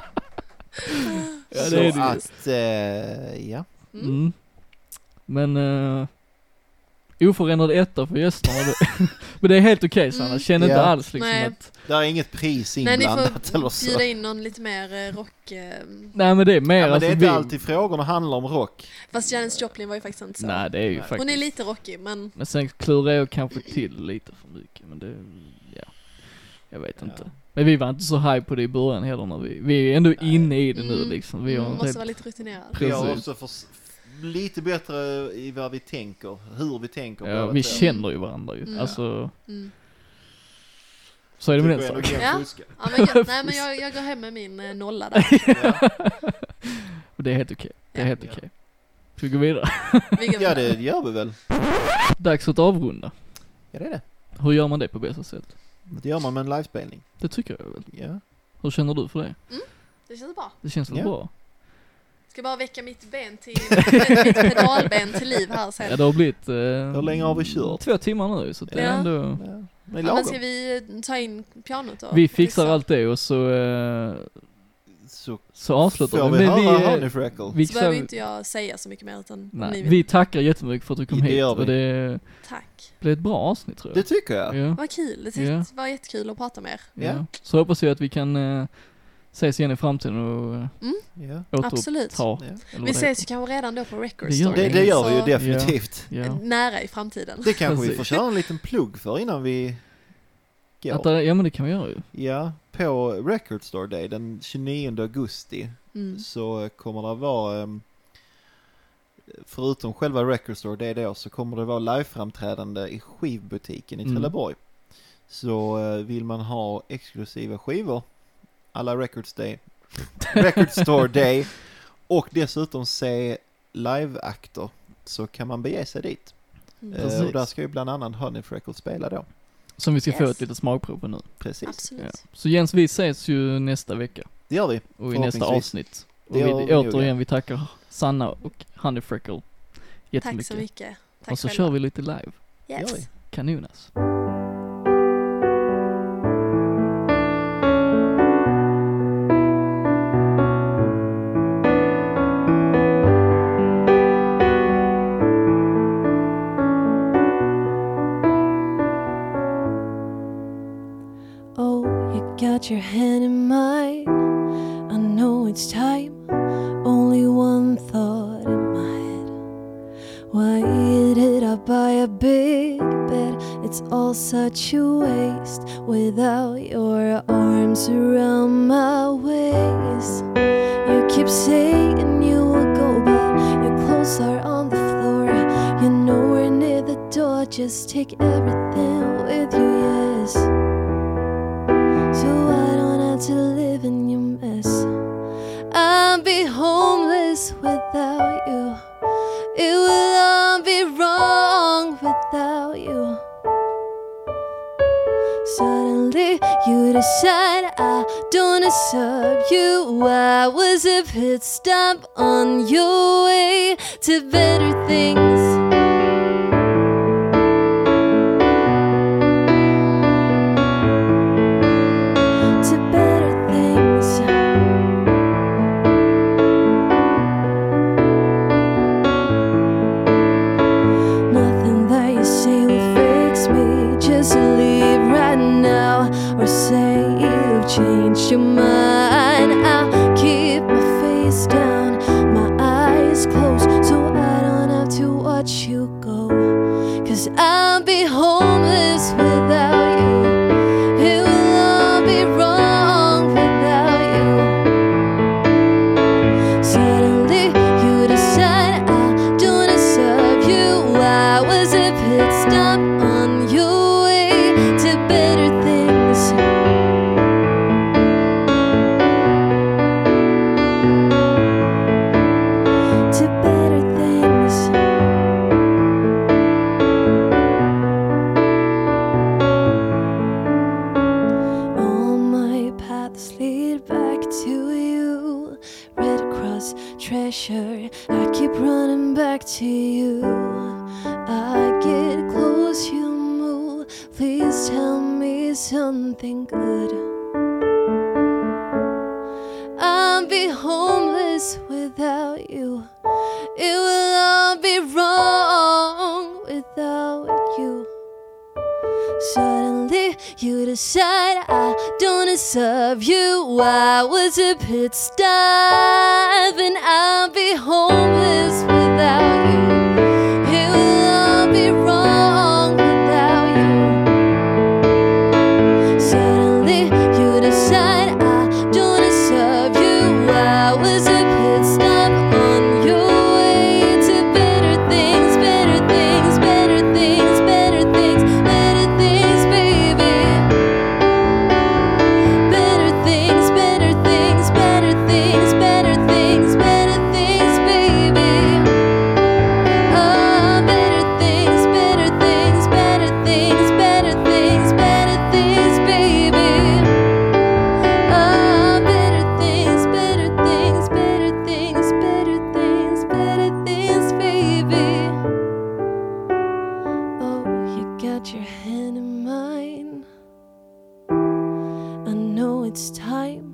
Ja, Så det är det ju. att, eh, ja. Mm. Mm. Men, uh, oförändrad etta för gästerna. Men det är helt okej, Sanna. Mm. Känner inte Ja. alls liksom Nej. att... Där är inget pris Nej, ni inblandat eller får så. bjuda in någon lite mer eh, rock... Eh, Nej men det är mer Ja, men det är alltså inte vi... alltid frågorna handlar om rock. fast Janis Joplin var ju faktiskt inte så. Nej det är ju Nej. faktiskt... Hon är lite rockig, men... Men sen klurar jag kanske till lite för mycket, men det... Ja. Jag vet Ja. inte. Men vi var inte så high på det i början heller när vi... Vi är ändå Nej. inne i det nu Mm. liksom. Vi har Mm, inte måste helt... vara lite rutinerad. Vi har Precis. också för, lite bättre i vad vi tänker, hur vi tänker. Ja, båda vi två. känner ju varandra ju. Mm. alltså... Mm. Så är det med den Tycker jag saken. nog kan Ja. fuska. Ja, men jag, nej men jag, jag går hem med min eh, nolla där. Ja. Och det är helt okej. Det är Ja. helt okej. Ska vi gå vidare? Vi går Ja, vidare. det gör vi väl. Dags att avrunda. Ja, det är det. Hur gör man det på bästa sätt? Det gör man med en livespelning. Det tycker jag väl. Ja. Hur känner du för det? Det känns bra. Det känns väl Ja. bra? Ska bara väcka mitt ben till, mitt pedalben till liv här sen. Ja, det har blivit... Eh, Hur länge har vi kört? Två timmar nu, så det är Ja. ändå... Ja, det är Ja, men lagom. ska vi ta in pianot då? Vi fixar Fixa. allt det och så, eh, Så så avslutar får vi. vi Men höra vi, eh, Honey Freckle. vi, Så behöver så, inte jag säga så mycket mer utan om ni nej, vill. vi tackar jättemycket för att du kom Det hit gör vi. och det Tack. blev ett bra avsnitt tror Det jag. tycker jag. Ja, Vad kul. Det Ja. var jättekul att prata med er. ja. Ja. Så hoppas jag att vi kan eh, ses igen i framtiden och eh, Ja. återuppta. Absolut. Ja. eller vad Vi det ses heter. ju kanske redan då på Record Det gör Store. Det, det gör vi ju Så, definitivt. Ja. nära i framtiden. Det kanske vi Precis. får köra en liten plugg för innan vi Att, går. det- ja men det kan vi göra ju. Ja, på Record Store Day den tjugonionde augusti Mm. så kommer det vara, ehm, förutom själva Record Store Day då, så kommer det vara liveframträdande i skivbutiken i Mm. Trelleborg. Så eh, vill man ha exklusiva skivor, alla Records Day, Record Store Day, och dessutom se liveakter, så kan man bege sig dit. Mm. Eh, Precis. och där ska ju bland annat Honey Freckle spela då. Som vi ska få Yes. ett litet smakprov på nu. Precis. Absolut. Ja. Så Jens, vi ses ju nästa vecka Det gör vi. och i nästa Förhoppningsvis. avsnitt. Och Det gör vi, vi nog, återigen, ja. vi tackar Sanna och Honey Freckle Tack jättemycket. så mycket. Tack och så själva. kör vi lite live. Gör Yes. vi. Kanonas. Oh, you got your hand in mine. I know it's time. Only one thought in my head. Why did I buy a big bed? It's all such a waste without your arms around my waist. You keep saying you will go, but your clothes are on the floor. You're nowhere near the door. Just take everything with you, yes. So I don't have to live in your mess. I'll be homeless without you. It will all be wrong without you. Suddenly you decide I don't deserve you. I was a pit stop on your way to better things. To better things. Nothing that you say will fix me. Just leave right now, or say you've changed your mind. I'll keep my face down, my eyes closed, so I don't have to watch you go. 'Cause I'll be homeless without you. It will all be wrong without you. Suddenly you decide I don't deserve you. I was a pit stop on your way to better things. To better things. All my paths lead back to you. Red Cross treasure, I keep running back to you. I get close, you move. Please tell me something good. I'll be homeless without you. It will all be wrong without you. Suddenly you decide I don't deserve you. I was a pit stop and I'll be homeless without you. It will all be wrong without you. Suddenly you decide I don't deserve you. I was a pit stop on your way to better things, better things, better things, better things, better things, baby. Better things, better things, better things, better things, better things, baby. Oh, better things, better things, better things, better things, better things, baby. Oh, better things, better things, better things, better things, better things, baby. Oh, you got your hand in mine. I know it's time